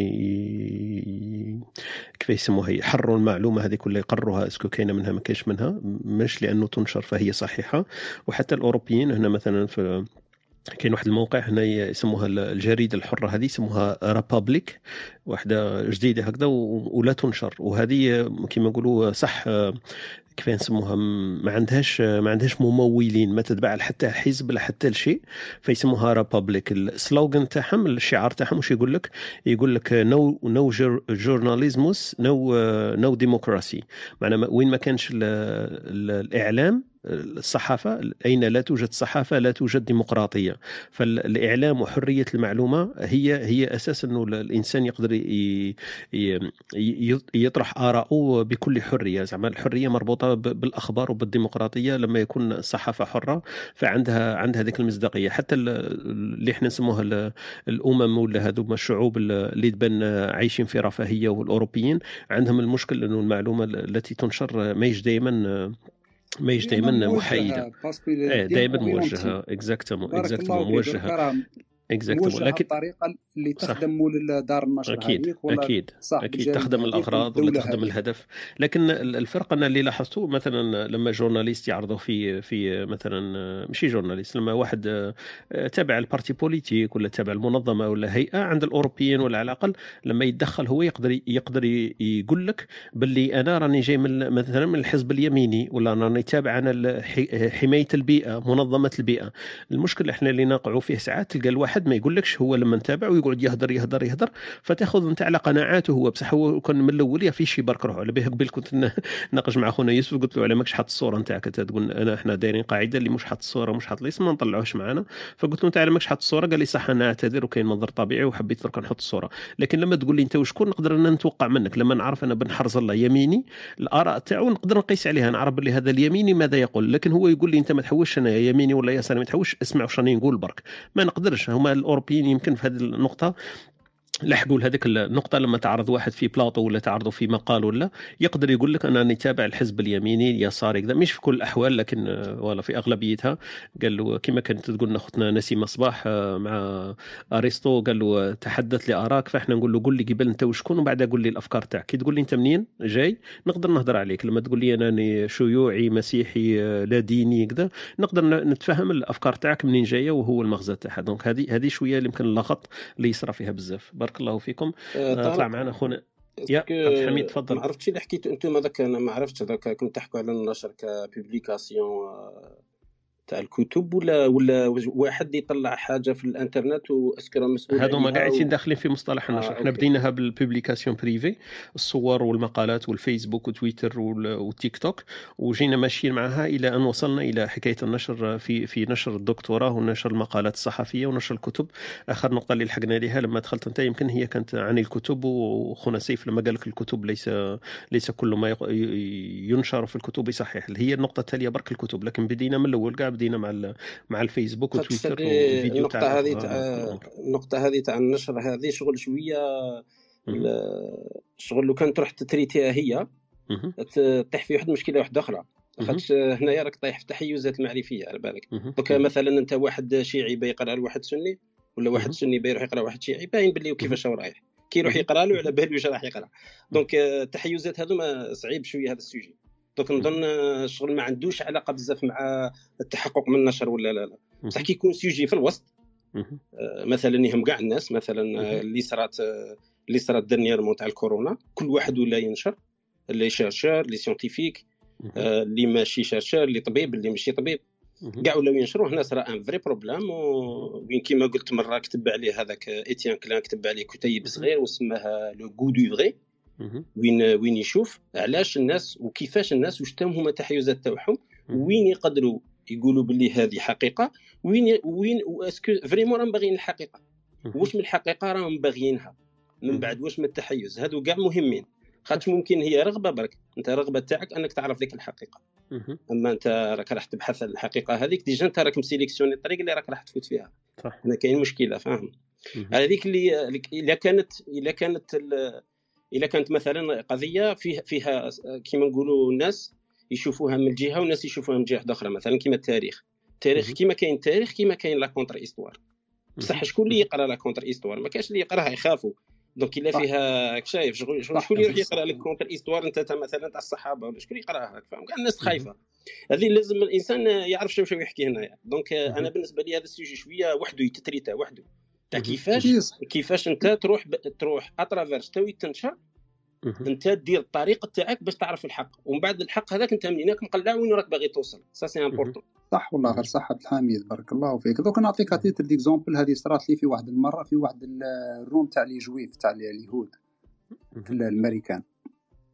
ي... كيف يسموها يحرروا المعلومه هذه كلها يقرروها اسكو كاينه منها ما كاينش منها، مش لانه تنشر فهي صحيحه. وحتى الاوروبيين هنا مثلا في كاين واحد الموقع هنا يسموها الجريده الحره هذه يسموها ريبابليك، واحده جديده هكذا ولا تنشر، وهذه كما نقولوا صح كيف نسموها ما عندهاش ما عندهاش ممولين، ما تتبع حتى حزب لا حتى شيء، فيسموها ريبابليك. السلوغان تاعهم الشعار تاعهم واش يقول لك؟ يقول لك نو نو جورناليزموس نو نو ديمقراسي، معناها وين ما كانش الاعلام الصحافة أين لا توجد صحافة لا توجد ديمقراطية. فالإعلام وحرية المعلومة هي هي أساس أنه الإنسان يقدر يطرح آراءه بكل حرية. زعما الحرية مربوطة بالأخبار وبالديمقراطية. لما يكون الصحافة حرة فعندها عندها ذيك المصداقية. حتى اللي احنا نسموها الأمم ولا هذوما الشعوب اللي تبان عايشين في رفاهية والأوروبيين عندهم المشكل أنه المعلومة التي تنشر ما يجي دائما ما يجي دائما محايدة. دائما موجهة. اكزاكتومون اكزاكتومون موجهة اكزاكتومون. لكن الطريقه اللي تخدم مول دار النشر اكيد اكيد اكيد تخدم الاغراض ولا تخدم هذه. الهدف. لكن الفرق انا اللي لاحظته مثلا لما جورناليست يعرضوا في في مثلا ماشي جورناليست، لما واحد تابع البارتي بوليتيك ولا تابع المنظمه ولا هيئه عند الاوروبيين ولا على الاقل لما يتدخل هو يقدر يقدر يقول لك باللي انا راني جاي من مثلا من الحزب اليميني ولا راني تابع انا حمايه البيئه منظمه البيئه. المشكل احنا اللي نقعوا فيه ساعات تلقى الواحد ما يقولكش هو لما نتابع ويقعد يهدر يهدر يهدر فتاخذ انت على قناعاته هو. بصح هو كان من الاول يا فيش برك روح على به. قبل كنت ناقش مع خونا يوسف قلت له على ماكش حاط الصوره نتاعك تقول انا احنا دايرين قاعده اللي مش حاط الصوره مش حاط الاسم ما نطلعوش معنا. فقلت له انت على ماكش حاط الصوره قال لي صح انا اعتذر وكاين منظر طبيعي وحبيت درك نحط الصوره. لكن لما تقول لي انت وشكون نقدر ان نتوقع منك. لما نعرف انا بن حرز الله يميني الاراء تاعو نقدر نقيس عليها نعرف باللي هذا اليميني ماذا يقول. لكن هو يقول لي انت ما تحوش انا يميني ولا يساري ما تحوش اسمع واش راني نقول برك. ما نقدرش. هما الاوروبيين يمكن في هذه النقطه لحقوا لهذيك النقطة. لما تعرض واحد في بلاطو ولا تعرضوا في مقال ولا يقدر يقول لك أنا نتابع الحزب اليميني اليساري كذا. مش في كل الأحوال لكن ولا في أغلبيتها. قال له كما كانت تقول لنا أختنا نسيمة صباح مع أرسطو قال له تحدث لأراك. فإحنا نقول له قل لي قبل أنت وشكون وبعد قل لي الأفكار تاعك. كي تقول لي أنت منين جاي نقدر نهضر عليك. لما تقول لي أنا شيوعي مسيحي لا ديني كذا نقدر نتفهم الأفكار تاعك منين جاية وهو المغزى تاعها. دونك هذه هذه شوية اللي يمكن اللغط اللي يصرى فيها بزاف. بارك الله فيكم. طلع معنا اخونا يا عبد الحميد تفضل. ما عرفتش اللي حكيتوا انتم هذاك انا ما عرفتش هذاك كنت تحكوا على النشر كبوبليكاسيون تاع الكتب ولا ولا واحد يطلع حاجه في الانترنت واسكر مسؤول هذو ما قاعدين و... داخلين في مصطلح النشر. آه، احنا بديناها بالبوبليكاسيون بريفي الصور والمقالات والفيسبوك وتويتر والتيك توك وجينا ماشيين معها الى ان وصلنا الى حكايه النشر في في نشر الدكتوراه ونشر المقالات الصحفيه ونشر الكتب. اخر نقطه اللي لحقنا لها لما دخلت انت يمكن هي كانت عن الكتب وخونا سيف لما قال لك الكتب ليس ليس كل ما ينشر في الكتب صحيح. هي النقطه التاليه برك الكتب. لكن بدينا من الاول قاعد بدينا مع مع الفيسبوك وتويتر وفيديو النقطة هذه تاع النقطة هذه تاع النشر هذه شغل شوية شغل لو كان تروح تتريتيها هي تطيح في واحد مشكلة واحدة أخرى. خاطش هنايا راك طايح في تحيزات المعرفية على بالك. دوك مثلا أنت واحد شيعي بيقرأ لواحد سني ولا واحد سني بيروح يقرأ واحد شيعي باين باللي كيفاش هو رايح كي يروح يقرأ له على بالو واش راح يقرأ. دونك التحيزات هذوما صعيب شوية هذا السوجي. دونك نظن الشغل ما عندوش علاقه بزاف مع التحقق من النشر ولا لا لا. بصح كي يكون سيجي في الوسط مثلا يهم كاع الناس مثلا اللي صرات اللي صرات ديرنييرمون تاع الكورونا كل واحد ولا ينشر اللي شيرشور اللي سيونتيفيك اللي ماشي شيرشور اللي طبيب اللي ماشي طبيب كاع ولاو ينشروا. هنا صرا ان فري بروبليم وين كيما قلت مره كتب عليه هذاك ايتيان كلان كتب عليه كتيب صغير وسماها لو غو دو فري وين وين يشوف علاش الناس وكيفاش الناس واش تهم هما التحيزات تاعهم وين يقدروا يقولوا باللي هذه حقيقه وين وين واسكو فريمون راهم باغيين الحقيقه واش من الحقيقه راهم باغيينها من بعد واش من التحيز. هادو كاع مهمين خاطر ممكن هي رغبه برك انت رغبه تاعك انك تعرف ديك الحقيقه. اما انت راك راح تبحث عن الحقيقه هذيك ديجا انت راك مسيليكسيوني الطريق اللي راك راح تفوت فيها. هنا كاين مشكله فاهم. هذيك اللي الا كانت الا كانت إلا كانت مثلا قضية فيها فيها كيما نقولوا الناس يشوفوها من جهة والناس يشوفوها من جهة أخرى مثلا كيما التاريخ. التاريخ كيما كاين تاريخ كيما كاين لا كونتر إستوار. بصح شكون اللي يقرأ لا كونتر إستوار؟ ما كاش اللي يقراها يخافوا. دونك إلا فيها شايف شغل شكون اللي يروح يقرأ لك كونتر إستوار أنت مثلا تاع الصحابة ولا شكون يقراها فاهم. كاع الناس خايفة. هذه لازم الإنسان يعرف شنو شو يحكي هنايا. دونك أنا بالنسبة لي هذا السوجي شوية وحده يتتريتا وحده تاع كيفاش كيفاش أنت تروح تروح أترافيرس توي تنشر انت دير الطريقه تاعك باش تعرف الحق ومن بعد الحق هذاك انت منينك مقلع وين راك باغي توصل. سا سي امبورطون. صح والله غير صح عبد الحميد بارك الله فيك. دوك نعطيك تيتر ديكزامبل هذه صرات لي في واحد المره في واحد الروم تاع لي جويف تاع اليهود في الامريكان.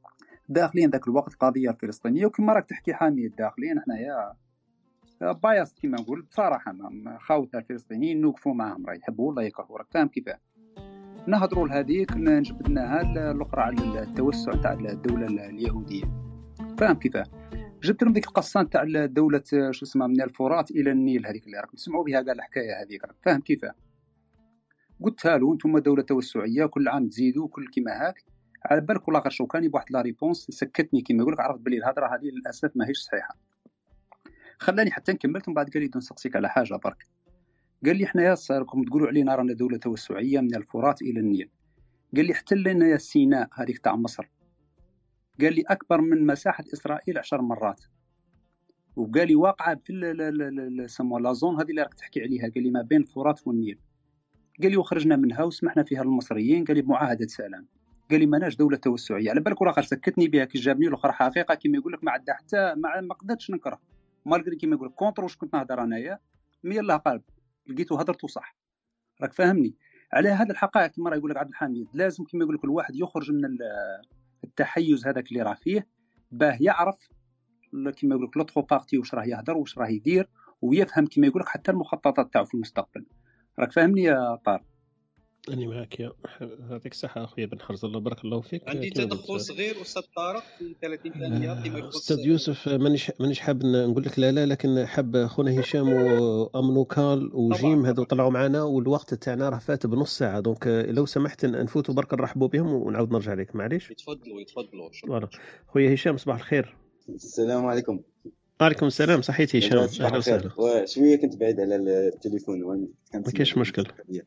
داخلين ذاك الوقت القضيه الفلسطينيه. وكما راك تحكي حاميه داخلين حنايا بايس كما نقول بصراحه خاوتنا الفلسطينيين نوقفوا معاهم، راه يحبوا ولا يكرهوا، راك فاهم كيفاه. نهضروا لهذيك نجبدناها الاخرى على التوسع تاع الدوله اليهوديه، فاهم كيفاه. جبت لهم ديك القصه تاع دوله شو اسمها من الفرات الى النيل، هذيك اللي راكم تسمعوا بها كاع الحكايه هذيك، راك فاهم كيفاه. قلتها له انتم دوله توسعيه كل عام تزيدوا كل كيما هاك، على بالك ولا غير شوكاني بواحد لا ريبونس سكتني كيما يقول لك، عرفت بلي الهضره هذه للاسف ماهيش صحيحه. خلاني حتى نكملت ومن بعد قال لي نسقسيك على حاجه برك. قال لي حنايا راكم تقولوا علينا رانا دوله توسعيه من الفرات الى النيل، قال لي احتلنا يا سيناء هذيك تاع مصر، قال لي اكبر من مساحه اسرائيل عشر مرات، وقال لي واقعه في سموها لا زون هذه اللي راك تحكي عليها، قال لي ما بين الفرات والنيل، قال لي وخرجنا منها وسمحنا فيها للمصريين، قال لي بمعاهده سلام، قال لي ماناش دوله توسعيه. على بالك ولا غير سكتني بها كي جابني الاخر حقيقه كيما يقول لك ما عندها حتى ما, ما قدرتش نكره مالغري كيما يقول كونتر واش كنت نهضر انايا مي الله قلب لقيتو هضرتو صح، راك فاهمني. على هذا الحقائق كما راه يقول لك عبد الحميد لازم كيما يقول لك الواحد يخرج من التحيز هذاك اللي راه فيه باه يعرف كيما يقول لك لوطرو بارتي واش راه يهضر واش راه يدير، ويفهم كيما يقول لك حتى المخططات تاعو في المستقبل، راك فاهمني يا طارق. أنا معك يا يعطيك الصحة أخويا بن حرز، الله بارك الله فيك. عندي تدخل صغير أستاذ طارق في ثلاثين ثانية فيما يخص أستاذ يوسف. مانيش مانيش حاب نقول لك لا لا، لكن حاب خونا هشام وأمنوكال وجيم هذو طلعوا معنا والوقت تاعنا راه فات بنص ساعة، دونك لو سمحت نفوتوا برك نرحبوا بهم ونعاود نرجع لك معليش. يتفضلوا يتفضلوا. فوالا خويا هشام صباح الخير. السلام عليكم. وعليكم السلام. صحيت هشام، أهلا وسهلا. وشوية كنت بعيد على التليفون ما كاينش مشكل.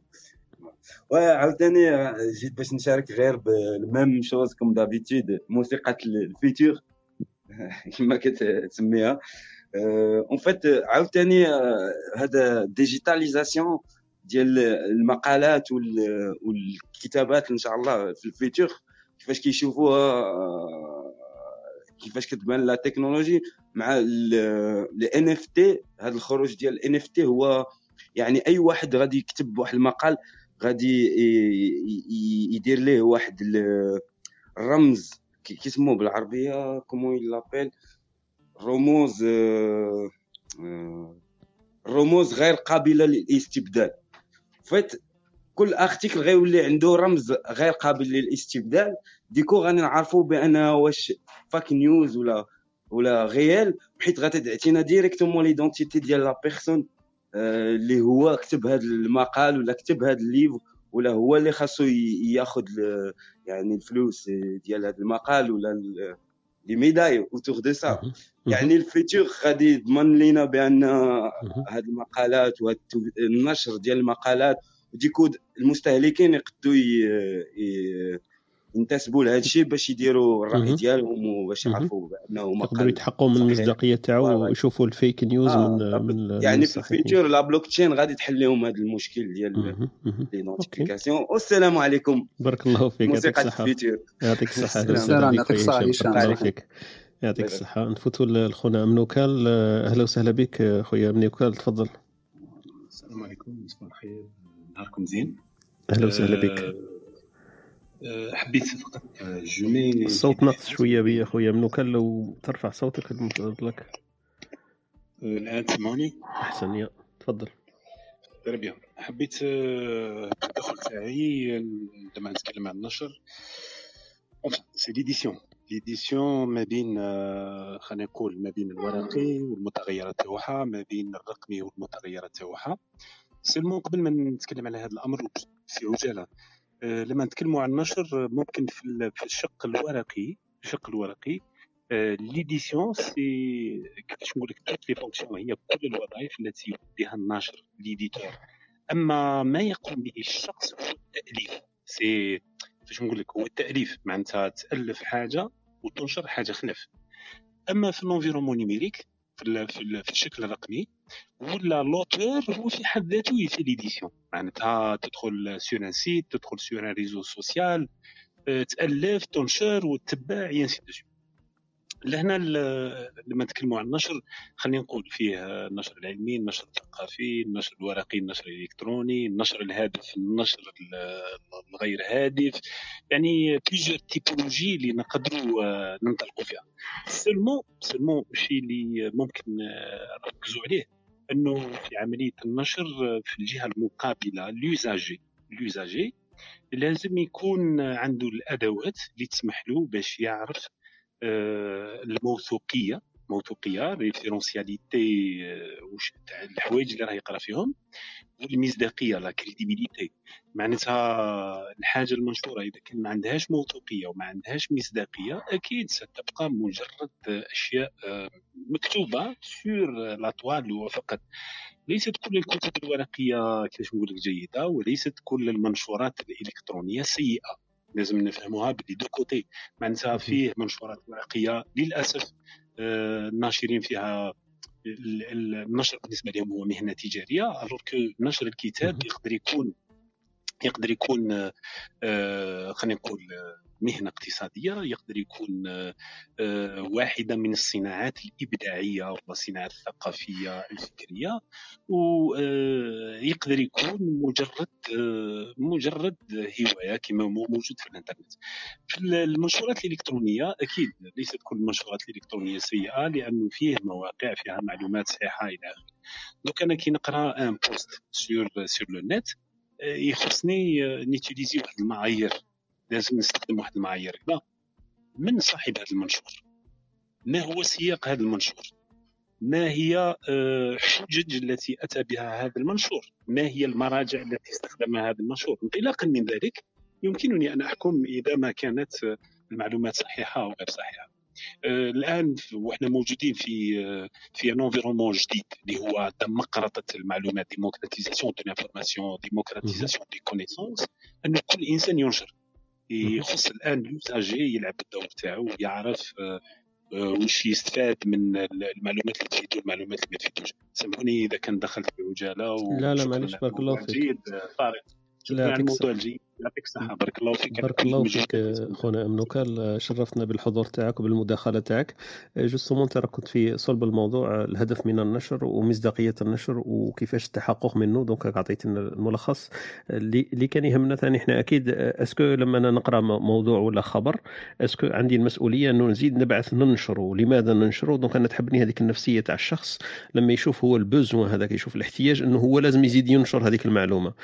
وعاوتاني جيت باش نشارك غير بالميم شوز كوم دابيتود، موسيقى الفيتور كما كتسميها. اون فيت عاوتاني هذا ديجيتاليزاسيون ديال المقالات والكتابات ان شاء الله في الفيتور، كيفاش كيشوفوها كيفاش كتبان لا تكنولوجي مع ال ان اف تي. هذا الخروج ديال ال ان اف تي هو يعني اي واحد غادي يكتب واحد المقال غادي يدير ليه واحد الرمز كيسموه بالعربيه كومون يلابيل رموز رموز غير قابله للاستبدال. فات كل ارتيكل غيولي عنده رمز غير قابل للاستبدال، ديكو غادي نعرفوا بانه واش فاك نيوز ولا ولا غيال، حيت غتعطينا ديريكتومون ليدونتيتي ديال لا بيرسون اللي هو كتب هذا المقال ولا كتب هذا الليفر، ولا هو اللي خاصو ياخذ يعني الفلوس ديال هذا المقال ولا لي ميداي اوتور دو سا. يعني الفيتور غادي يضمن لينا بان هذه المقالات وهذا النشر ديال المقالات وديكو المستهلكين يقدروا ينتسبوا لهذا الشيء باش يديروا الراي ديالهم وباش يعرفوا بانه مقال يقدروا يتحققوا من المصداقيه تاعو ويشوفوا الفيك نيوز آه من من يعني في الفيتور لا بلوك تشين غادي تحل لهم هذا المشكل ديال لي نوتيفيكاسيون. والسلام عليكم. بارك الله فيك. يعطيك الصحه. يعطيك الصحه. السلام يعطيك الصحه. فيك يعطيك الصحه. نفوتوا لخونا أمنوكال. اهلا وسهلا بك خويا أمنوكال، تفضل. السلام عليكم، صباح الخير، نهاركم زين. اهلا وسهلا بك. حبيت فقط جميل الصوت نقص شويه بيا خويا أمنوكال، لو ترفع صوتك من فضلك. الان تسمعوني احسن؟ يا تفضل. تري بيان. حبيت التدخل تاعي لما نتكلم عن النشر سي ليديسيون ليديسيون ما بين خلينا نقول ما بين الورقي والمتغيرات تاعها، ما بين الرقمي والمتغيرات تاعها. سلمون قبل ما نتكلم على هذا الامر في عجاله، لما نتكلموا عن النشر ممكن في الشق الورقي الشق الورقي ليديسيون سي كيفاش نقول لك توت لي فونكسيون، هي كل الوظائف التي يؤديها الناشر ليديتور. اما ما يقوم به الشخص هو التاليف. سي كيفاش نقول لك هو التاليف، معناتها تالف حاجه وتنشر حاجه خلف. اما في الانفيرومون نيميريك في في الشكل الرقمي ولا لوتور هو في حد ذاته يفي ليديسيون، معناتها تدخل سور ان سيت، تدخل سور ان ريزو سوسيال، تالف تنشر وتتبع ينسي دسو. لهنا لما نتكلموا عن النشر خلينا نقول فيه النشر العلمي، النشر الثقافي، النشر الورقي، النشر الالكتروني، النشر الهادف، النشر الغير هادف، يعني بليزيور تيبولوجي اللي نقدروا ننطلقوا فيها. سلمو سلمو الشيء اللي ممكن نركزوا عليه انه في عمليه النشر في الجهه المقابله لوزاجي لوزاجي لازم يكون عنده الادوات اللي تسمح له باش يعرف الموثوقيه موثوقيه ريفيرونسياليتي واش تاع الحوايج اللي راه يقرا فيهم، والمصداقيه لا كريديبيليتي. معناتها الحاجه المنشوره اذا كان ما عندهاش موثوقيه وما عندهاش مصداقيه اكيد ستبقى مجرد اشياء مكتوبه سور لا توال فقط. ليست كل الكتب الورقيه كيفاش نقول لك جيده، وليست كل المنشورات الالكترونيه سيئه. لازم نفهموها بدي دو كوتي. معناتها فيه منشورات ورقيه للاسف الناشرين فيها النشر بالنسبه لهم هو مهنه تجاريه، الوغ كو نشر الكتاب يقدر يكون يقدر يكون خلينا نقول مهنه اقتصاديه، يقدر يكون واحده من الصناعات الابداعيه والصناعات الثقافيه الفكريه، ويقدر يكون مجرد مجرد هوايه كما موجود في الانترنت. في المنشورات الالكترونيه اكيد ليست كل المنشورات الالكترونيه سيئه، لانه فيه مواقع فيها معلومات صحيحه الى اخره. دونك انا كي نقرا ان بوست سور سور لو نت يخصني نيتيليزي واحد المعايير، لازم نستخدم واحد المعايير. لا، من صاحب هذا المنشور؟ ما هو سياق هذا المنشور؟ ما هي الحجج التي أتى بها هذا المنشور؟ ما هي المراجع التي استخدمها هذا المنشور؟ انطلاقا من ذلك يمكنني أن أحكم إذا ما كانت المعلومات صحيحة أو غير صحيحة. الآن وإحنا موجودين في في ان انفيرونمون جديد اللي هو مقرطة المعلومات، ديموكراتيزاسيون دو لانفورماسيون، ديموكراتيزاسيون دي كونيسونس، أن كل إنسان ينشر. يخص الآن اليوزاجي يلعب الدور تاعو ويعرف وش يستفاد من المعلومات اللي تفيدو المعلومات اللي ما تفيدوش. سامحوني إذا كان دخلت بعجالة. لا لا معليش، بارك الله فيك. طارق شكرا على الموضوع الجيد، يعطيك الصحة. بارك الله فيك. بارك الله فيك خونا أمنوكال، شرفتنا بالحضور تاعك وبالمداخلة تاعك. جوستومون ترى كنت في صلب الموضوع، الهدف من النشر ومصداقية النشر وكيفاش التحقق منه. دونك عطيتنا الملخص اللي كان يهمنا ثاني. احنا اكيد اسكو لما نقرا موضوع ولا خبر اسكو عندي المسؤوليه انه نزيد نبعث ننشره. لماذا ننشره؟ دونك انا تحبني هذيك النفسيه تاع الشخص لما يشوف هو البوزوان هذاك، يشوف الاحتياج انه هو لازم يزيد ينشر هذيك المعلومه.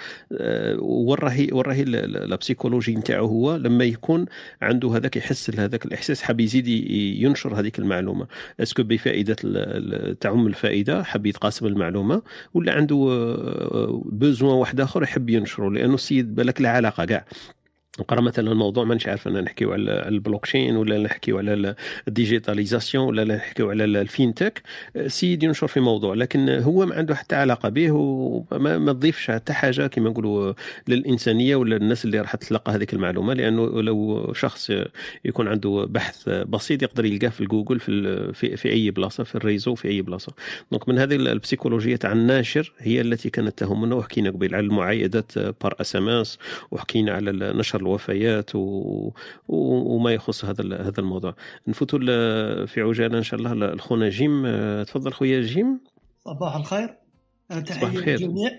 وراهي وراهي لا بسيكولوجي نتاعو هو لما يكون عنده هذاك يحس هذاك الاحساس حاب يزيد ينشر هذيك المعلومه. اسكو بفائده تعم الفائده حاب يتقاسم المعلومه، ولا عنده بوزوان واحد اخر يحب ينشره لانه السيد بالك لا علاقه كاع. نقرا مثلا الموضوع مانيش عارف انا نحكيو على البلوكشين ولا نحكيو على الديجيتاليزاسيون ولا نحكيو على الفينتك، سيد ينشر في موضوع لكن هو ما عنده حتى علاقه به وما ما تضيفش حتى حاجه كما نقولوا للانسانيه ولا الناس اللي راح تلقى هذيك المعلومه. لانه لو شخص يكون عنده بحث بسيط يقدر يلقاه في الجوجل في في, في اي بلاصه في الريزو في اي بلاصه. دونك من هذه البسيكولوجيه تاع الناشر هي التي كانت تهمنا، وحكينا قبل على المعايدات بار اس ام اس، وحكينا على نشر الوفيات و... و... وما يخص هذا هذا الموضوع. نفوتوا في عجاله ان شاء الله الخونا جيم. تفضل خويا جيم. صباح الخير، تحيه للجميع.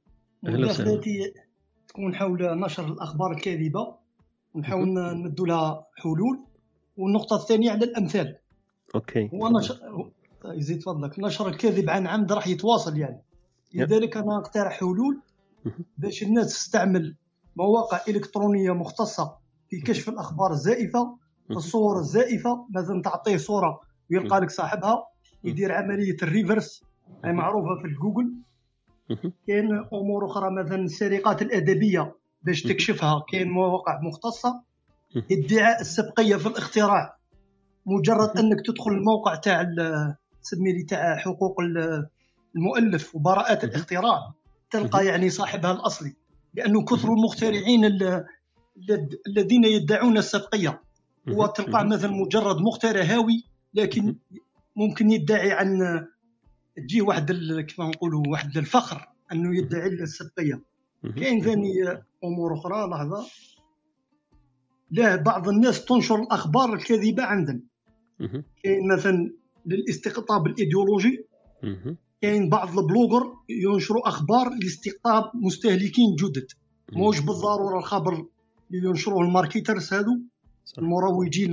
مداخلتي تكون حول نشر الاخبار الكاذبه ونحاول ندوا لها حلول. والنقطه الثانيه على الامثال. اوكي. هو نشر يزيد فضلك نشر الكذب عن عمد راح يتواصل يعني. لذلك انا اقترح حلول باش الناس تستعمل مواقع إلكترونية مختصة في كشف الأخبار الزائفة، الصور الزائفة. لازم تعطيه صورة ويلقى لك صاحبها، يدير عملية الريفرس هي معروفة في الجوجل. كاين أمور أخرى مثلا السرقات الأدبية باش تكشفها، كاين مواقع مختصة. ادعاء السبقية في الاختراع، مجرد أنك تدخل الموقع تاع سمي لي تاع حقوق المؤلف وبراءات الاختراع تلقى يعني صاحبها الأصلي، لأنه كثر المخترعين الذين يدعون السبقية. وتلقى مثلا مجرد مخترع هاوي لكن ممكن يدعي عن تجي واحد كما نقولوا واحد الفخر أنه يدعي السبقية. كاين ثاني أمور أخرى. لحظة، لا بعض الناس تنشر الأخبار الكاذبة عندنا. كاين مثلا للاستقطاب الايديولوجي، كاين بعض البلوغر ينشروا اخبار لاستقطاب مستهلكين جدد، موش بالضروره الخبر اللي ينشروه الماركترز هادو المروجين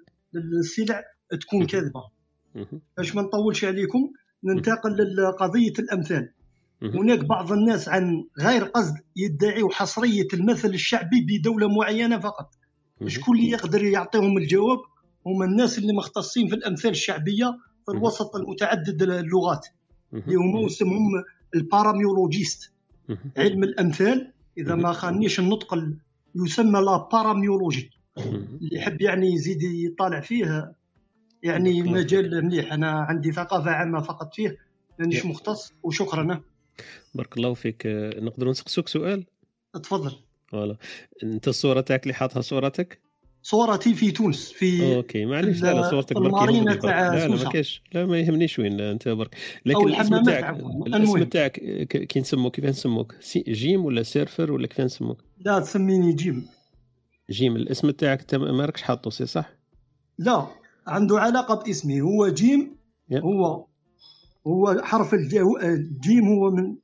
للسلع تكون كاذبه. باش ما نطولش عليكم ننتقل لقضيه الامثال. هناك بعض الناس عن غير قصد يدعي حصريه المثل الشعبي بدوله معينه فقط. شكون اللي يقدر يعطيهم الجواب؟ هما الناس اللي مختصين في الامثال الشعبيه في الوسط المتعدد اللغات، اللي هما يسموهم الباراميولوجيست، علم الامثال اذا ما خانيش النطق يسمى لا باراميولوجي. اللي يحب يعني يزيد يطالع فيه يعني مجال مليح. انا عندي ثقافه عامه فقط فيه، مانيش مختص. وشكرا. بارك الله فيك. نقدر نسقسوك سؤال؟ تفضل. فوالا، انت الصوره تاعك اللي حاطها صورتك؟ صورتي في تونس في اوكي معليش. لا لا صورتك برك المارينا تاع لا لا ما كاش، لا ما يهمنيش وين انت برك. لكن الاسم تاعك الاسم تاعك كي نسموك كيف نسموك؟ جيم ولا سيرفر ولا كيف نسموك؟ لا تسميني جيم. جيم الاسم تاعك ما راكش حاطه سي صح؟ لا عنده علاقه باسمي. هو جيم yeah. هو هو حرف الجيم هو من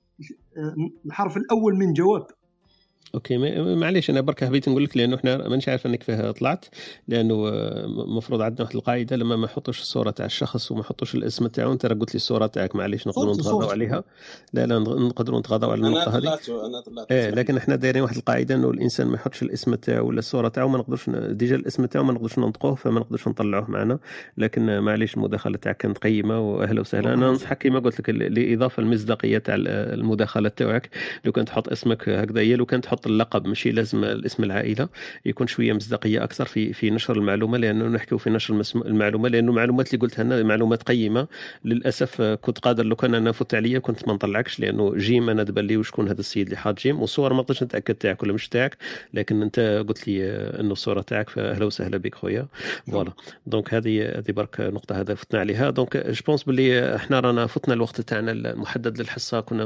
الحرف الاول من جواب. اوكي معليش انا برك حبيت نقول لك لانه احنا مانيش عارف انك فيه طلعت، لانه المفروض عندنا واحد القاعده لما ما نحطوش الصوره تاع الشخص وما نحطوش الاسم تاعو. انت راه قلت لي الصوره تاعك معليش نقدروا نتغاضوا عليها. لا لا نقدروا نتغاضوا على النقطه هذه. انا طلعت انا طلعت ايه لكن احنا دايرين واحد القاعده انه الانسان ما يحطش الاسم تاعو ولا الصوره تاعو. ما نقدرش ديجا الاسم تاعو ما نقدرش ننطقوه فما نقدرش نطلعوه معنا. لكن معليش المداخله تاعك كانت قيمه واهلا وسهلا. انا ننصحك كما قلت لك لاضافه المصداقيه تاع المداخله تاعك لو كان تحط اسمك هكذا، لو كان تحط اللقب ماشي لازم الاسم العائله يكون شويه مصداقيه اكثر في في نشر المعلومه، لانه نحكيو في نشر المعلومه لانه المعلومات اللي قلتها لنا معلومات قيمه. للاسف كنت قادر لو كان انا فوت عليا كنت ما نطلعكش، لانه جيم انا دبل لي وشكون هذا السيد اللي حاط جيم، والصور ما قدرتش نتاكد تاعك ولا مش تاعك، لكن انت قلت لي انه الصوره تاعك، فاهلا وسهلا بك خويا. فوالا دونك هذه هذه برك نقطه هذا فتنا عليها. دونك جو بونس باللي احنا رانا فتنا الوقت تاعنا المحدد للحصه، كنا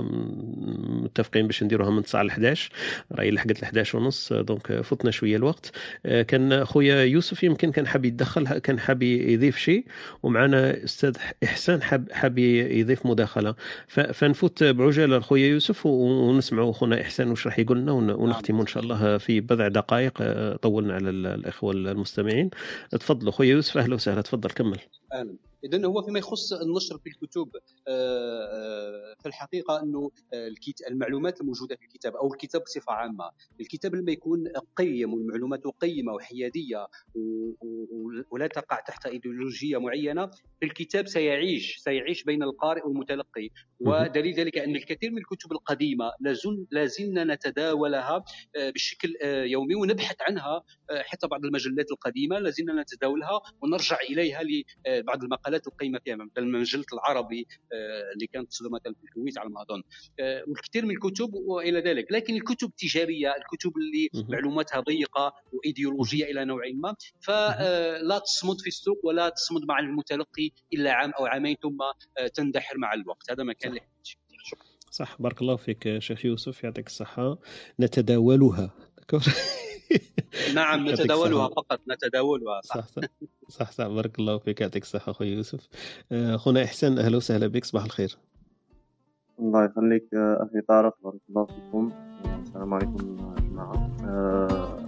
متفقين باش نديروها من تسعة ل إحدى عشر، راهي لحقت ل إحدى عشر ونص. دونك فتنا شويه الوقت. كان خويا يوسف يمكن كان حاب يتدخل، كان حاب يضيف شيء، ومعنا استاذ احسان حاب حاب يضيف مداخله، فنفوت بعجاله لخويا يوسف ونسمعوا خونا احسان واش راح يقول لنا ونختم ان شاء الله في بضع دقائق. طولنا على الاخوه المستمعين. تفضلوا خويا يوسف، اهلا وسهلا، تفضل كمل. اهلا. إذن هو فيما يخص النشر في الكتب، في الحقيقة أنه المعلومات الموجودة في الكتاب أو الكتاب بصفة عامة، الكتاب لما يكون قيم والمعلومات قيمة وحيادية ولا تقع تحت إيديولوجية معينة، الكتاب سيعيش سيعيش بين القارئ والمتلقي. ودليل ذلك أن الكثير من الكتب القديمة لازلنا نتداولها بشكل يومي ونبحث عنها، حتى بعض المجلات القديمة لازلنا نتداولها ونرجع إليها لبعض المقالات القيمة فيها، مثل مجلة العربي اللي كانت تصدر مثلا في الكويت على ما أظن، والكثير من الكتب وإلى ذلك. لكن الكتب التجارية، الكتب اللي معلوماتها ضيقة وإيديولوجية إلى نوع ما، فلا تصمد في السوق ولا تصمد مع المتلقي إلا عام أو عامين ثم تندحر مع الوقت. هذا ما كان. صح، بارك الله فيك شيخ يوسف، يعطيك الصحة. نتداولها نعم نتداولها فقط، نتداولها. صح صح صح, صح, صح بارك الله فيك، يعطيك الصحة أخوي يوسف. أخونا إحسان أهلا وسهلا بك، صباح الخير. الله يخليك أخي طارق، بارك الله فيكم. السلام عليكم يا جماعة. أه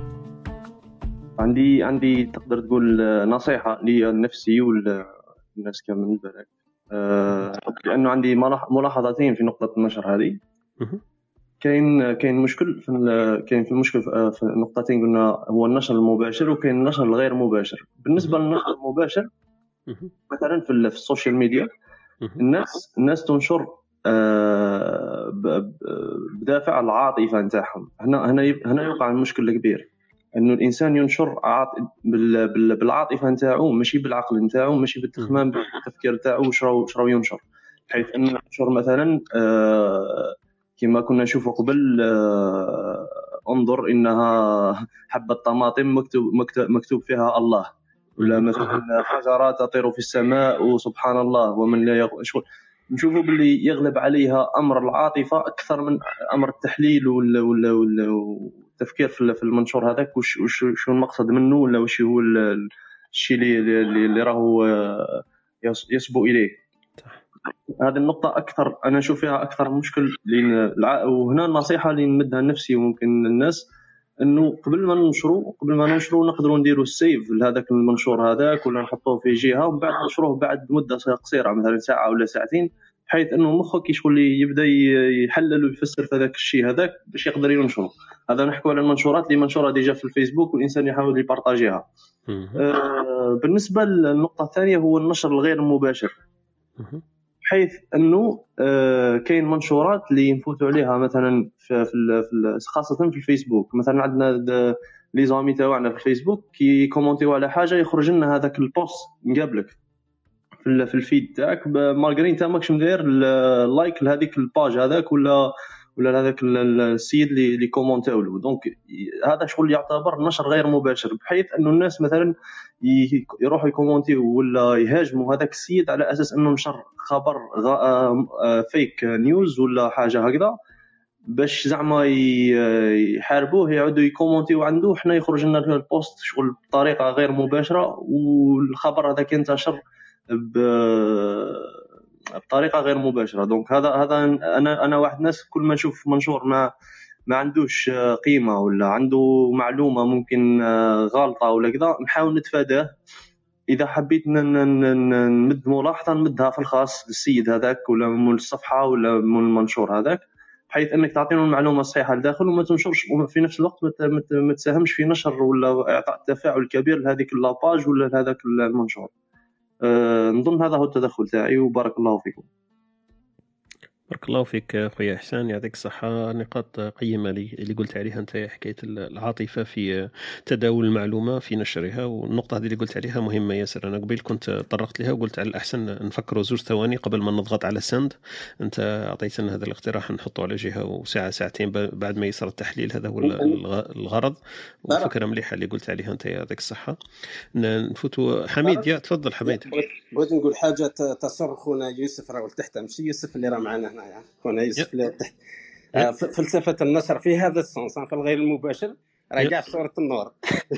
عندي عندي تقدر تقول نصيحة لنفسي والناس كامل بالك، أه لأنه عندي ملاحظتين في نقطة النشر هذه. كاين كاين مشكل في كاين في المشكل في نقطتين قلنا، هو النشر المباشر وكاين النشر الغير مباشر. بالنسبه للنشر المباشر مثلا في السوشيال ميديا الناس الناس تنشر بدافع العاطفه نتاعهم. هنا هنا هنا يوقع المشكل الكبير، انه الانسان ينشر بالعاطفه نتاعو ماشي بالعقل نتاعو، ماشي بالتخمام بالتفكير نتاعو واش راه ينشر. حيث ان ينشر مثلا كما كنا نشوفوا قبل، انظر انها حبة طماطم مكتوب مكتوب فيها الله، ولا مثلا حجرات تطير في السماء وسبحان الله ومن لا يغ... نشوفوا باللي يغلب عليها امر العاطفه اكثر من امر التحليل والتفكير في المنشور هذاك، وش شو المقصد منه ولا وش هو الشيء اللي اللي, اللي راهو يسبق اليه. هذه النقطة أكثر أنا أشوف فيها أكثر مشكل، وهنا النصيحة اللي نمدها لنفسي وممكن الناس، إنه قبل ما ننشروا قبل ما ننشروا نقدروا نديروا السيف لهذاك المنشور هذاك، ولا نحطوه في جهة ومن بعد ننشروه بعد مدة قصيرة مثلا ساعة ولا ساعتين، بحيث إنه مخك يشغل يبدأ يحلل ويفسر في هذاك الشيء هذاك باش يقدر ينشره. هذا نحكوا على المنشورات اللي منشورة ديجا في الفيسبوك والإنسان يحاول يبارطاجيها. آه بالنسبة للنقطة الثانية هو النشر الغير مباشر، بحيث انه آه كاين منشورات اللي نفوتوا عليها مثلا في, في خاصه في الفيسبوك. مثلا عندنا لي زامي تاعنا في الفيسبوك كي كومونتيو على حاجه يخرج لنا هذاك البوست مقابلك في في الفيد تاعك، مالغري انت ماكش مدير اللايك لهذيك الباج هذاك ولا ولا هذاك السيد اللي اللي كومونتيو له. دونك هذا شغل يعتبر نشر غير مباشر، بحيث انه الناس مثلا يروحوا يكومونتيو ولا يهاجموا هذاك السيد على اساس انه نشر خبر فيك نيوز ولا حاجه هكذا، باش زعما يحاربوه يعودوا يكومونتيو عنده. حنا يخرج لنا البوست شغل بطريقه غير مباشره، والخبر هذا كينتشر بطريقه غير مباشره. دونك هذا هذا انا انا واحد الناس كل ما نشوف منشور ما ما عندوش قيمه ولا عنده معلومه ممكن غلطه ولا كذا، نحاول نتفاداه. اذا حبيت نمد ملاحظه نمدها في الخاص للسيد هذاك ولا من الصفحه ولا من المنشور هذاك، بحيث انك تعطيهم المعلومه الصحيحه لداخل وما تنشرش، وفي نفس الوقت ما تساهمش في نشر ولا اعطاء تفاعل كبير لهذيك لاباج ولا لهذاك المنشور. أه نظن هذا هو التدخل تاعي، وبارك الله فيكم. بارك الله فيك خويا إحسان، يعطيك الصحة. نقاط قيمة اللي قلت عليها أنت، حكاية العاطفة في تداول المعلومة في نشرها، والنقطة هذه اللي قلت عليها مهمة ياسر. أنا قبل كنت طرقت لها وقلت على الأحسن نفكروا زوج ثواني قبل ما نضغط على سند. أنت أعطيتنا هذا الاقتراح نحطه على جهة وساعة ساعتين بعد ما يصير التحليل، هذا هو الغرض، وفكرة مليحة اللي قلت عليها أنت، يعطيك الصحة. نفوتوا حميد. يا تفضل حميد. بغيت نقول حاجة تصر خونا يوسف راه تحت، ماشي يوسف اللي راه معنا هنايا، خونا يوسف اللي تحت. آه فلسفة النشر في هذا السونس في الغير المباشر راه كاع في سورة النور.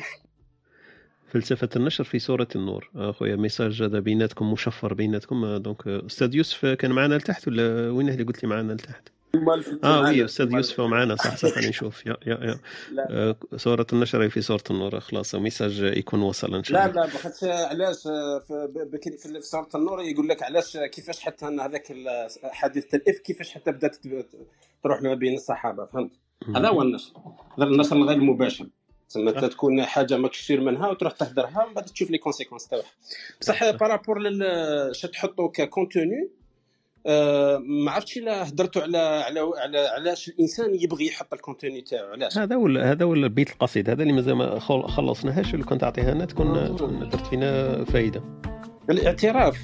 فلسفة النشر في سورة النور. أخويا ميساج هذا بيناتكم مشفر بيناتكم. دونك أستاذ يوسف كان معنا لتحت ولا وين اللي قلت لي معنا لتحت؟ اه وي استاذ يوسف معنا صح صح. خلينا نشوف. يا يا يا آه سورة النشر في سورة النور. خلاص ميساج يكون وصل ان شاء الله. لا لا بخاطر علاش في في سورة النور يقول لك علاش كيفاش حتى هذاك حادثة الإفك كيفاش حتى بدات تروح ما بين الصحابة، فهمت؟ هذا هو النشر، هذا النشر الغير المباشر. تسمى تكون حاجه ما كثير منها وتروح تهدرها ومن بعد تشوف لي كونسيكونس تاعها. بصح بارابور للش تحطو ككونتوني أه ما عرفتش الا هدرتوا على على على علاش الانسان يبغي يحط الكونتوني تاعو. علاش هذا ولا هذا ولا بيت القصيد هذا اللي مازال ما خلصناهاش، اللي كنت تعطيها لنا تكون درت فينا فايده. الاعتراف،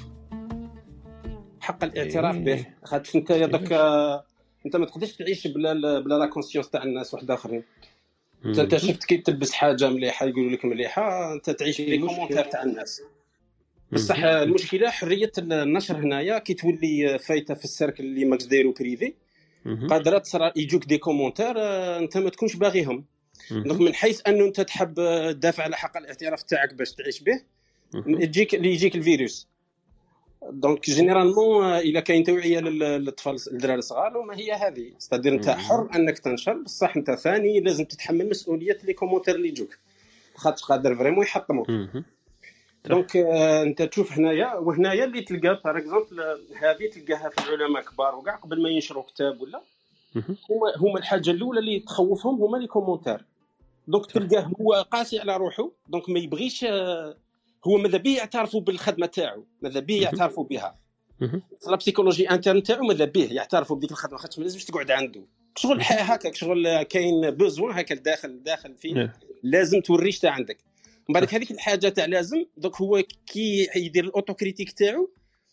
حق الاعتراف به، خاطر انت يدك انت ما تقدرش تعيش بلا بلا لا كونسيونس تاع الناس واحد اخرين. انت شفت كي تلبس حاجه مليحه يقولوا لك مليحه، انت تعيش في كومونتير تاع الناس. بصح المشكله حريه النشر هنايا كي تولي فايته في السيركل اللي ماكش دايرو بريفي، قادره تصرا يجوك دي كومونتير انت ما تكونش باغيهم. دونك من حيث انه انت تحب تدافع على حق الاعتراف تاعك باش تعيش به، يجيك اللي يجيك الفيروس. دونك جينيرالمون الا كاين توعيه للاطفال الدراري الصغار وما هي هذه، استدير انت حر انك تنشر، بصح انت ثاني لازم تتحمل مسؤوليه لي كومونتير اللي يجوك، خاطر قادر فريمون يحطموك. دونك انت تشوف هنايا وهنايا اللي تلقى باغ اكزومبل هذه تلقاها في العلماء كبار وكاع قبل ما ينشروا كتاب ولا هما هما الحاجه الاولى اللي تخوفهم هما لي كومونتير. دونك تلقاه هو قاسي على روحه، دونك ما يبغيش، هو ماذا بيه يعترفوا بالخدمه تاعو، ماذا بيه يعترفوا بها لا بسيكولوجي انترن تاعو، ماذا بيه يعترفوا بديك الخدمه، خاطر ما لازمش تقعد عنده شغل هكاك، شغل كاين بوزوان هكا داخل داخل فيه لازم توريش تاع عندك. من بعد هذيك الحاجه تاع لازم، دوك هو كي يدير الاوتوكريتيك تاعو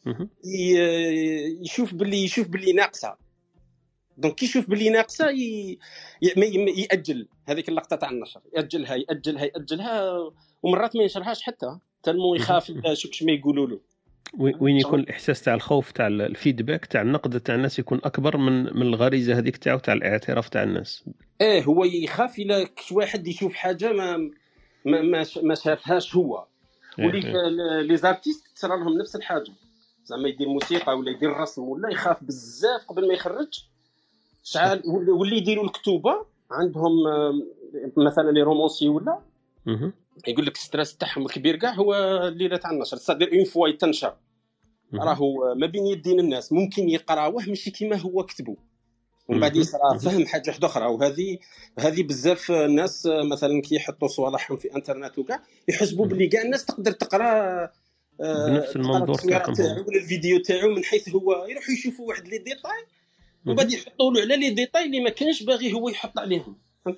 يشوف باللي يشوف باللي ناقصه. دونك كي يشوف باللي ناقصه ي... ياجل هذيك اللقطه تاع النشر، ياجلها ياجلها ياجلها ومرات ما ينشرهاش حتى تنمو يخاف شوكش ما يقولوا له. وين يكون الاحساس تاع الخوف تاع الفيدباك تاع النقد تاع الناس يكون اكبر من من الغريزه هذيك تاعو تاع الاعتراف تاع الناس. ايه هو يخاف الى واحد يشوف حاجه ما ما ما شافهاش هو، ولي لي زارتيست تصرى لهم نفس الحاجه، زعما يدير موسيقى ولا يدير رسم ولا يخاف بزاف قبل ما يخرج شحال. واللي يديروا الكتوبه عندهم مثلا لي رومونسي ولا يقول لك ستريس تاعهم الكبير كاع هو الليله تاع النشر، صدير اون فوا يتنشر راهو ما بين يدين الناس ممكن يقراوه ماشي كيما هو كتبوا، ومن بعد يصرا فهم حاجه واحده اخرى. وهذه هذه بزاف الناس مثلا كي يحطوا صوالحهم في انترنت وكاع يحسبوا باللي كاع الناس تقدر تقرا بنفس المنظور تاعهم ولا الفيديو تاعو، من حيث هو يروحوا يشوفوا واحد لي ديتاي ومن بعد يحطوا له على لي ديتاي اللي ما كانش باغي هو يحط عليهم.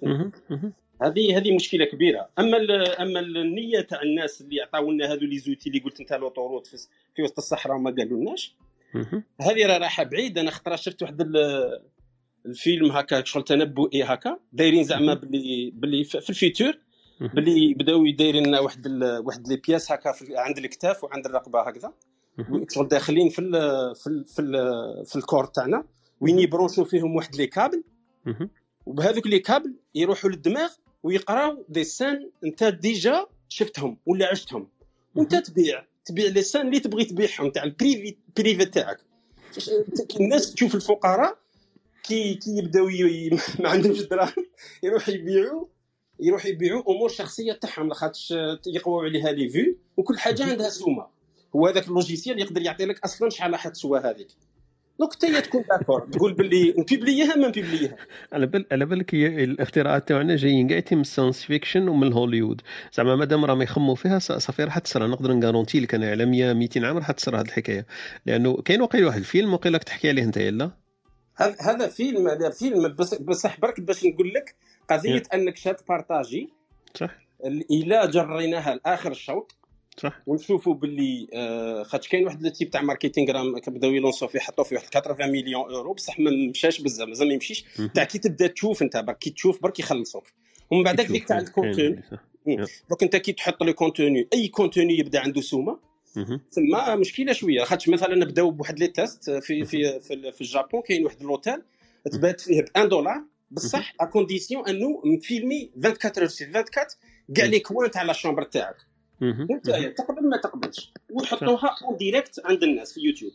هذه هذه مشكله كبيره. اما اما النيه تاع الناس اللي عطاونا هذو لي زوتي اللي قلت انت لوطوروت في, في وسط الصحراء وما قالولناش، هذه راه رايحه بعيد. انا خطره شفت واحد الفيلم هكا شغل تنبؤي هكا دايرين زعما باللي باللي في الفيتور باللي بداو يدايرين واحد واحد لي بياس هكا عند الكتاف وعند الرقبه هكذا، شغل داخلين في ال في ال في, ال في الكور تاعنا وين يبرونشوا فيهم واحد لي كابل، وبهذوك لي كابل يروحوا للدماغ ويقراو دي سان انت ديجا شفتهم ولا عشتهم، وانت تبيع تبيع لي سان اللي تبغي تبيعهم تاع البريفي بريفي تاعك. الناس تشوف الفقراء كي كي يبداو ما عندهمش دراهم يروح يبيعوا يروح يبيعوا امور شخصيه تاعهم لاخاطش يقواو عليها لي فيو، وكل حاجه عندها سومه. هو هذاك اللوجيسيال يقدر يعطي لك اصلا شحال راح تسوى هذيك. دونك حتى تكون داكور تقول باللي نبيبليها ما نبيبليها. على بال على بالك الاختراعات تاعنا جايين كاع من الساينس فيكشن ومن هوليوود، زعما مادام راهم يخموا فيها صافي راح تصرى. نقدر نغارونتي لك انا على مية ميتين عام راح تصرى هذه الحكايه، لانه كاين واقيلا واحد الفيلم وقيلا تحكي عليه انت يلا. هذا فيلم هذا فيلم بس بصح برك باش نقول لك قضيه yeah. انك شات بارطاجي صح الى جريناها لاخر الشوط صح ونشوفوا باللي آه خاطش كاين واحد التيب تاع ماركتينغ راه كبداو يلونسو فيه حطوا فيه واحد ثمانين مليون اورو بصح ما مشاش بزاف مازال ما يمشيش تاع كي تبدا تشوف انت برك كي تشوف برك يخلصوك ومن بعد ديك تاع الكونتوني. دونك انت كي تحط لي كونتوني اي كونتوني يبدا عنده سومه ثم مشكله شويه. خاطش مثلا نبداو بواحد لي تيست في في في, في الجابون كاين واحد لوتيل تبات فيه ب واحد دولار بصح ا كونديسيون انه نفيلمي أربعة وعشرين سور أربعة وعشرين كاع لي كوان تاع لا شامبر تاعك انت تقبل ما تقبلش ويحطوها اون ديريكت عند الناس في يوتيوب.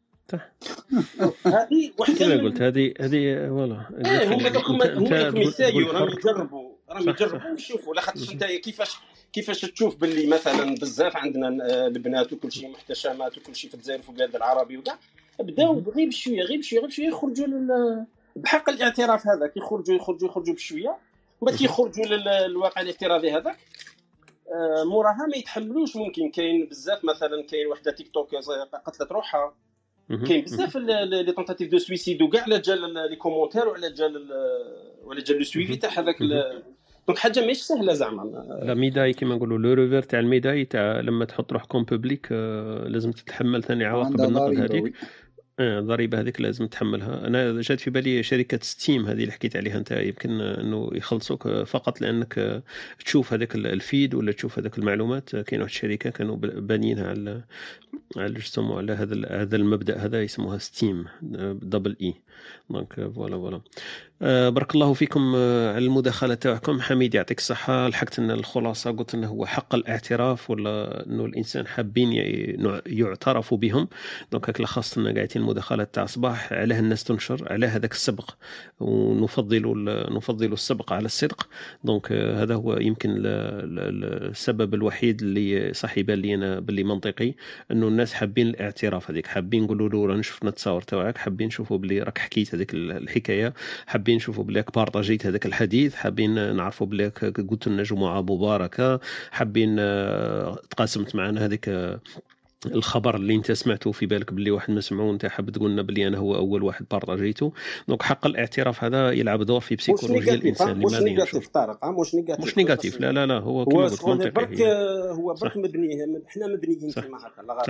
هذه وحده اللي قلت هذه هذه فوالا ايه هم دوكم هم يسايو راهم يجربوا راهم يجربوا ويشوفوا لا خاطر انت كيفاش كيفاش تشوف باللي مثلا بزاف عندنا البنات وكل شيء محتشمات وكل شيء في الجزائر وفي البلاد العربي وكاع بداو غير بشويه غير بشويه غير بشويه يخرجوا بحق الاعتراف هذاك يخرجوا يخرجوا يخرجوا بشويه وبعد يخرجوا للواقع الافتراضي هذاك موراها ما يتحملوش. ممكن كاين بزاف مثلا كاين وحده تيك توك قتلت روحها، كاين بزاف لي طونطاتيف دو سويسيد وكاع على جال لي كومونتير وعلى جال وعلى جال لو سويفي تاع هذاك. دونك حاجه ماشي سهله زعما. لا ميداي كيما نقولوا لو ريفير تاع الميداي تاع لما تحط روحكم بوبليك لازم تتحمل ثاني عواقب النقد هذيك. اه الضريبه هذيك لازم تحملها. انا جات في بالي شركه ستيم هذه اللي حكيت عليها انت، يمكن انه يخلصوك فقط لانك تشوف هذاك الفيد ولا تشوف هذاك المعلومات. كاين واحد الشركه كانوا بانيينها على على يسموا على هذا هذا المبدا هذا يسموها ستيم دبل اي. دونك فوالا فوالا أه بارك الله فيكم على المداخله تاعكم. حميد يعطيك الصحه. لحقت ان الخلاصه قلت انه هو حق الاعتراف ولا انه الانسان حابين يعترفوا بهم. دونك هكا لخصت لنا قاعدين المداخلات تاع صباح علاه الناس تنشر على هذاك السبق ونفضل نفضل السبق على الصدق. دونك هذا هو يمكن السبب الوحيد اللي صح يبان لي انا باللي منطقي انه الناس حابين الاعتراف هذيك، حابين نقولوا له راه شفنا التصاور تاعك، حابين نشوفوا بلي راك حكيت هذيك الحكايه، حابين نشوفوا بليك بارطاجيت هذاك الحديث، حابين نعرفوا بليك قلت لنا جمعه مباركه، حابين تقاسمت معنا هذيك الخبر اللي انت سمعته في بالك باللي واحد ما سمعوه انت حاب تقول لنا باللي انا هو اول واحد بارطاجيته. دونك حق الاعتراف هذا يلعب دور في بسيكولوجيا الانسان. مش نيجاتيف طارق مش نيجاتيف مش نيجاتيف لا لا لا هو كما قلت منطقي. هو برك هو برك مبني احنا مبنيين كما هكا صح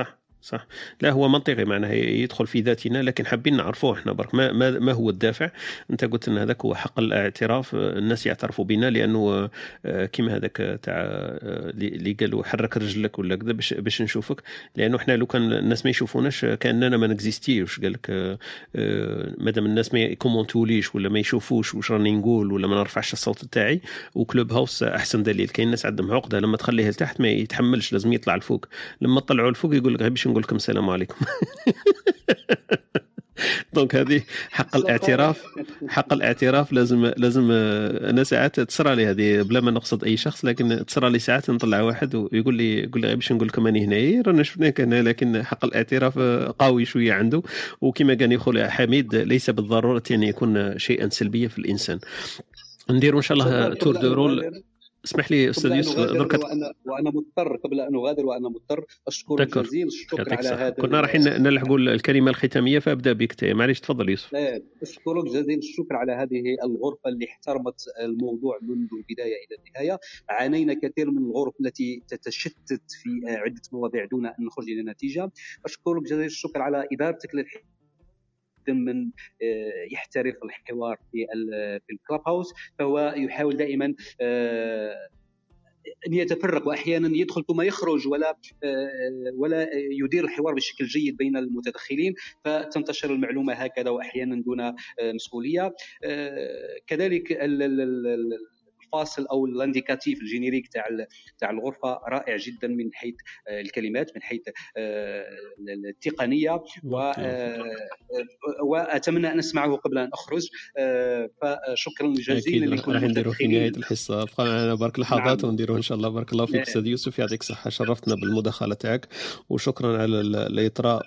صح. لا هو منطقي معناها يدخل في ذاتنا، لكن حابين نعرفوه احنا برك ما, ما, ما هو الدافع. انت قلت ان هذاك هو حق الاعتراف، الناس يعترفوا بنا لانه كيما هذاك تاع اللي قالوا حرك رجلك ولا كذا باش باش نشوفك، لانه احنا لو كان الناس ما يشوفوناش كاننا ما نكزيستيوش. قال لك مادام الناس ما يكومونتوليش ولا ما يشوفوش واش راني نقول ولا ما نرفعش الصوت تاعي، وكلوب هاوس احسن دليل. كاين ناس عندهم عقده لما تخليه لتحت ما يتحملش، لازم يطلع لفوق. لما طلعوا لفوق يقول لك باش نقول لكم السلام عليكم. دونك هذه حق الاعتراف، حق الاعتراف لازم لازم انا ساعات تصرى لي هذه بلا ما نقصد اي شخص، لكن تصرى لي ساعات نطلع واحد ويقول لي يقول لي باش نقول لكم اني هنا رانا شفناك هنا، لكن حق الاعتراف قوي شويه عنده. وكما كان يقول حميد ليس بالضروره ان يكون شيئا سلبيا في الانسان. نديروا ان شاء الله تور دو رول. اسمح لي استاذ يوسف درك وانا وانا مضطر قبل ان اغادر وانا مضطر اشكر جزيل الشكر على هذا. كنا رايحين نلحقوا الكلمه الختاميه فابدا بك. معليش تفضل يوسف. اشكرك جزيل الشكر على هذه الغرفه اللي احترمت الموضوع منذ البدايه الى النهايه. عانينا كثير من الغرف التي تتشتت في عده مواضيع دون ان نخرج الى نتيجه. اشكرك جزيل الشكر على ادارتك للحوار، من يحترف الحوار في في الكلاب هاوس، فهو يحاول دائما أن يتفرق وأحيانا يدخل ثم يخرج ولا ولا يدير الحوار بشكل جيد بين المتدخلين، فتنتشر المعلومة هكذا وأحيانا دون مسؤولية. كذلك الفاصل او الانديكاتيف الجينيريك تاع تاع الغرفه رائع جدا من حيث الكلمات، من حيث التقنيه، واتمنى ان اسمعه قبل ان اخرج. فشكرا جزيلا لكم. راح نديروا في نهايه الحصه، بقى معنا برك لحظات نعم. ونديروا ان شاء الله. بارك الله فيك استاذ يوسف، يعطيك الصحه، شرفتنا بالمداخله تاعك، وشكرا على الاطراء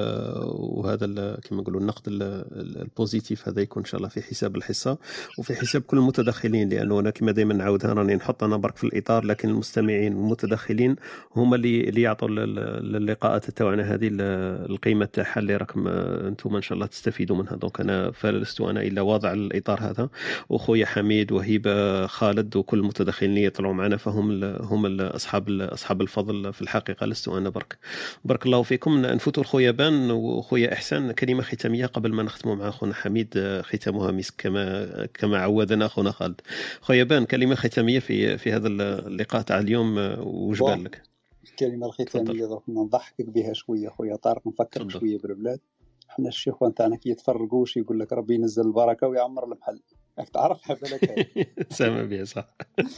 وهذا كما نقولوا النقد البوزيتيف هذا يكون ان شاء الله في حساب الحصه وفي حساب كل المتدخلين، لانه انا كما دائما نعاودها راني نحط انا برك في الاطار، لكن المستمعين والمتدخلين هما اللي اللي يعطوا اللقاءات تاعنا هذه القيمه تاعها اللي راكم انتم ان شاء الله تستفيدوا منها. دونك انا فلست انا الا واضع الاطار هذا، واخويا حميد وهيبه خالد وكل المتدخلين اللي يطلعوا معنا فهم هم اصحاب اصحاب الفضل في الحقيقه، لست انا برك. بارك الله فيكم. نفوتوا الخويا بان واخويا احسان كلمه ختاميه قبل ما نختموا مع اخونا حميد، ختامها مسك كما كما عودنا اخونا خالد. خويا بان كلمه ختاميه في في هذا اللقاء تاع اليوم، وش بان لك؟ الكلمه الختاميه درك نضحكك بها شويه خويا طارق، نفكرك شويه بالبلاد. احنا الشيخ تاعنا كي يتفرقوش يقول لك ربي ينزل البركه ويعمر المحل، راك تعرفها بالك سامع بها صح.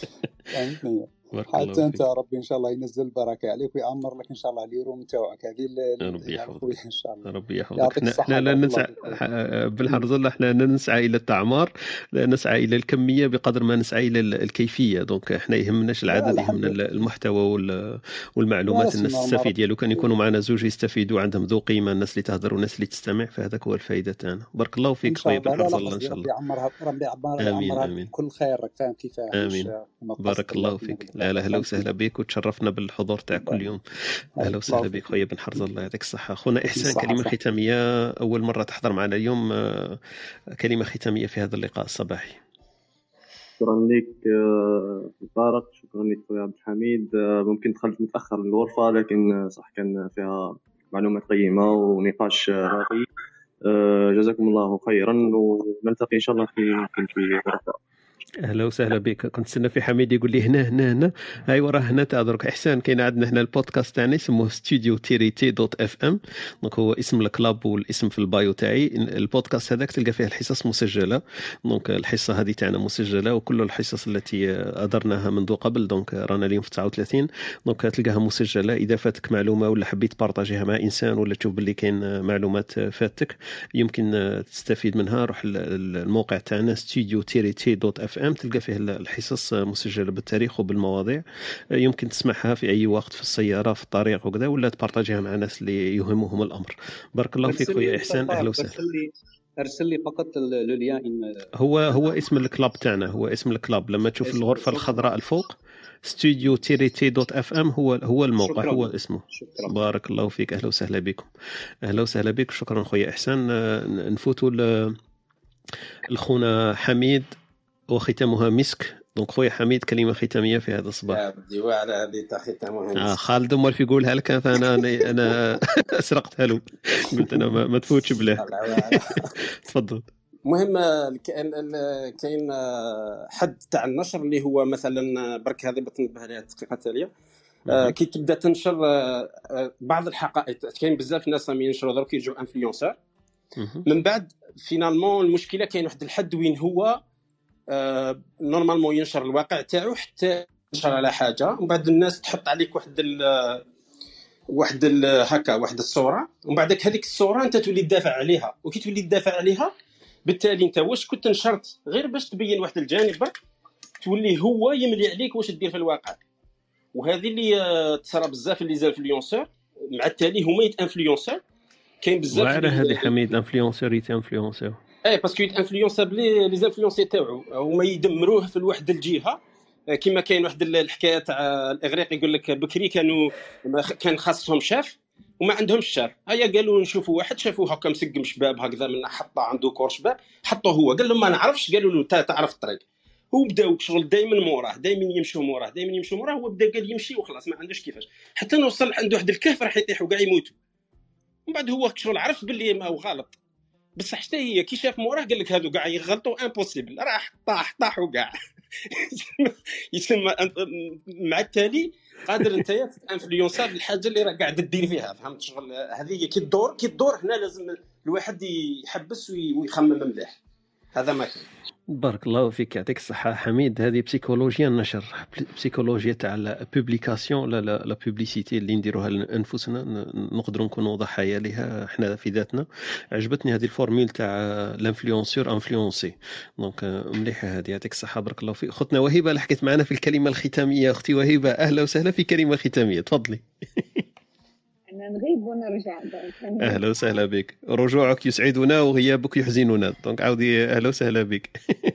فهمتني حتى انت ربي ان شاء الله ينزل البركه عليك ويعمر لك ان شاء الله اليوم تاعك. هذه ربي يحفظك ان شاء الله، ربي يحفظك. احنا لا ننسى بالحرزله، احنا لا نسعى الى التعمار، لا نسعى الى الكميه بقدر ما نسعى الى الكيفيه. دونك احنا يهمناش العدد، يهمنا المحتوى والمعلومات الناس تستفيد. لو كان يكونوا معنا زوج يستفيدوا عندهم ذو قيمه، الناس اللي تهضر والناس اللي تستمع، فهذاك هو الفائده تاعنا. بارك الله فيك خويا بالحرزله ان شاء الله. يعمرها ربي يعمرها كل خير، راك فاهم كيفاش. امين بارك الله فيك. لا لا اهلا وسهلا بك، وتشرفنا بالحضور تاع كل يوم. اهلا وسهلا بك خويا بن حرز، الله يعطيك الصحه. اخونا احسان كلمه ختاميه، اول مره تحضر معنا اليوم، كلمه ختاميه في هذا اللقاء الصباحي. شكرا لك طارق، شكرا لك خويا عبد الحميد. ممكن دخلت متاخر للغرفه لكن صح كان فيها معلومات قيمه ونقاش راقي. جزاكم الله خيرا، ونلتقي ان شاء الله في في غرفه. اهلا وسهلا بك. كنت استنى في حميد يقول لي هنا هنا هنا هاي وراه هنا تاع درك احسان. كاين عندنا هنا البودكاست تاعنا اسمه ستوديو تيريتي دوت اف ام، دونك هو اسم الكلاب والاسم في البايو تاعي. البودكاست هذاك تلقى فيه الحصص مسجله، دونك الحصه هذه تاعنا مسجله، وكل الحصص التي ادرناها منذ قبل، دونك رانا اليوم في تسعة وثلاثين، دونك تلقاها مسجله. اذا فاتك معلومه ولا حبيت بارطاجيها مع انسان ولا تشوف باللي كاين معلومات فاتك يمكن تستفيد منها، روح الموقع تاعنا ستوديو تيريتي دوت اف ام، تلقى فيه الحصص مسجله بالتاريخ وبالمواضيع. يمكن تسمعها في اي وقت في السياره في الطريق وكذا، ولا تبارطاجيها مع ناس اللي يهمهم الامر. بارك الله فيك خويا احسان، اهلا وسهلا. ارسل لي فقط لو ليان. هو هو اسم الكلاب تاعنا، هو اسم الكلاب. لما تشوف الغرفه الخضراء الفوق ستوديو تيريتي دوت اف ام هو هو الموقع، شكرا. هو اسمه. شكرا. بارك الله فيك، اهلا وسهلا بكم. اهلا وسهلا بك، شكرا خويا احسان. نفوتوا لخونا حميد وختامها مسك. دونك خويا حميد كلمه ختاميه في هذا الصباح. يا بدي واعره هذه تاع ختام اه خالد مول في يقولها لك فانا انا, أنا سرقتها له قلت انا ما, ما تفوتش بلاه. تفضل. المهم كاين حد تاع النشر اللي هو مثلا برك هذه بتنبه عليها الدقيقه التاليه. كي تبدا تنشر بعض الحقائق، كاين بزاف ناس راهم ينشروا درك يجوا انفلونسور، من بعد فينالمون المشكله كاين واحد الحد وين هو نورمالمون ينشر الواقع تاعو حتى ينشر على حاجه، ومن بعد الناس تحط عليك واحد ال واحد ال هكا واحد الصوره، ومن بعدك هذيك الصوره انت تولي تدافع عليها، وكي تولي تدافع عليها بالتالي انت واش كنت نشرت غير باش تبين واحد الجانب برك، تولي هو يملي عليك واش دير في الواقع. وهذه اللي تصرى بزاف اللي زال انفلونسور مع التالي هما يت انفلونسور. كاين بزاف واعره هذه حميد انفلونسور يت انفلونسور اي باسكو يت انفلونسور بلي لي انفلونسي تاعو هما يدمروه في الواحد الجهه. كما كاين واحد الحكايه تاع الاغريق يقول لك بكري كانوا كان خاصهم شاف وما عندهمش شاف، هيا قالوا نشوفوا واحد شافوه هكا مسقم شباب هكذا من حطه عنده كور شباب حطوه هو، قال لهم ما نعرفش، قالوا له انت تعرف الطريق، هو بداو شغل دائما موراه دائما يمشوا موراه دائما يمشوا موراه، هو بدا قال يمشي وخلاص ما عندوش كيفاش، حتى نوصل عنده واحد الكهف راح يطيحوا كاع يموتوا. ومن بعد هو شغل عرف باللي ما هو غلط، بصح حتى هي كي شاف موراه قال لك هادو كاع يغلطوا امبوسيبل، راح طاح طاحوا كاع. يسمى مع التالي قادر انت انفلونسر الحاجه اللي راه قاعد دير فيها، فهمت شغل هذه كي الدور كي الدور هنا لازم الواحد يحبس ويخمم مليح. هذا ما كان. بارك الله فيك يعطيك الصحة حميد. هذه بسيكولوجيا النشر، بسيكولوجيا تاع لا بوبليكاسيون لا لا بوبليسيتي اللي نديروها لانفسنا نقدروا نكونوا ضحايا لها احنا في ذاتنا. عجبتني هذه الفورميل تاع لانفلونسور انفلونسي، دونك مليحه هذه. يعطيك الصحة بارك الله فيك. اختنا وهبه اللي حكيت معنا في الكلمه الختاميه. اختي وهبه اهلا وسهلا في كلمه ختاميه، تفضلي. أنا نغيب ونرجع. أهلا وسهلا بك، رجوعك يسعدنا وغيابك يحزننا، دونك عاودي أهلا وسهلا بك.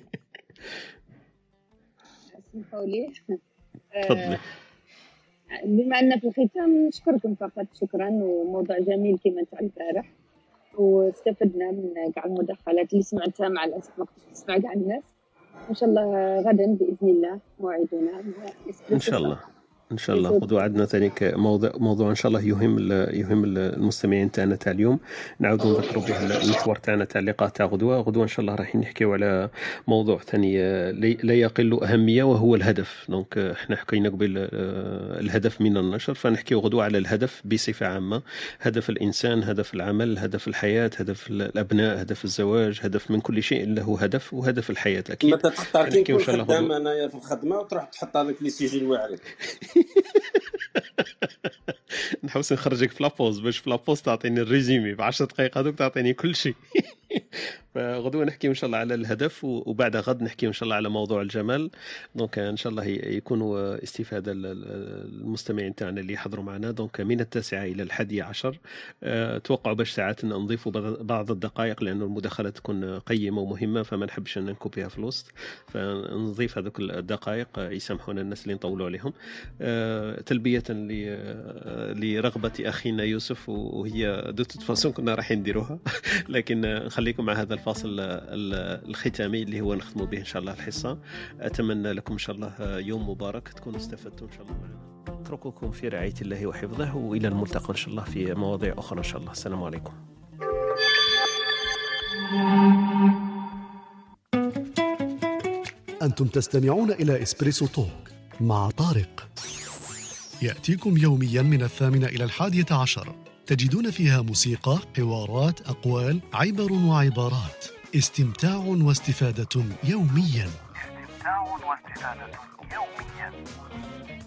اسمحوا لي. تفضلي. بما أن في الختام نشكركم فقط شكرا، وموضوع جميل كما تاع البارح، واستفدنا من كاع المداخلات اللي سمعتها، مع الأسف ما كنتش نسمع كاع الناس. إن شاء الله غدا بإذن الله موعدنا إن شاء الله ان شاء الله. غدوه عندنا ثاني موضوع موضوع ان شاء الله يهم يهم المستمعين تاعنا تاع اليوم، نعاودوا نذكروا به المحور تاعنا تاع اللقاء تاع غدوه. غدوه ان شاء الله راح نحكيو على موضوع ثاني لا يقل اهميه وهو الهدف. دونك احنا حكينا قبل الهدف من النشر، فنحكيو غدوه على الهدف بصفه عامه، هدف الانسان، هدف العمل، هدف الحياه، هدف الابناء، هدف الزواج، هدف من كل شيء له هدف، وهدف الحياه اكيد. ما تختار كي تكون خدام انايا في الخدمه وتروح تحط هذاك لي سيجي الواعرين. نحوس نخرجك في لابوز باش في لابوز تعطيني الريزيمي في عشر دقائق هذوك تعطيني كل شيء. فغدوه نحكي ان شاء الله على الهدف، وبعد غد نحكي ان شاء الله على موضوع الجمال. دونك ان شاء الله يكونوا استفاده المستمعين تاعنا اللي يحضروا معنا. دونك من التاسعة الى الحادية عشر توقعوا باش ساعات نضيفوا بعض الدقائق، لانه المداخلات تكون قيمه ومهمه، فما نحبش ان نكوبيها في الوسط، فنضيف هذوك الدقائق يسامحونا الناس اللي نطولوا عليهم. تلبيه لرغبه اخينا يوسف، وهي دو توت فاسون كنا راح نديروها، لكن نخليكم مع هذا الفاصل الختامي اللي هو نختموا به ان شاء الله الحصه. اتمنى لكم ان شاء الله يوم مبارك، تكونوا استفدتوا ان شاء الله معنا. اترككم في رعايه الله وحفظه، والى الملتقى ان شاء الله في مواضيع اخرى ان شاء الله. السلام عليكم. أنتم تستمعون إلى إسبريسو توك مع طارق، يأتيكم يوميا من الثامنة إلى الحادية عشر. تجدون فيها موسيقى، حوارات، أقوال، عبر وعبارات، استمتاع واستفادة يوميا. استمتاع واستفادة يوميا.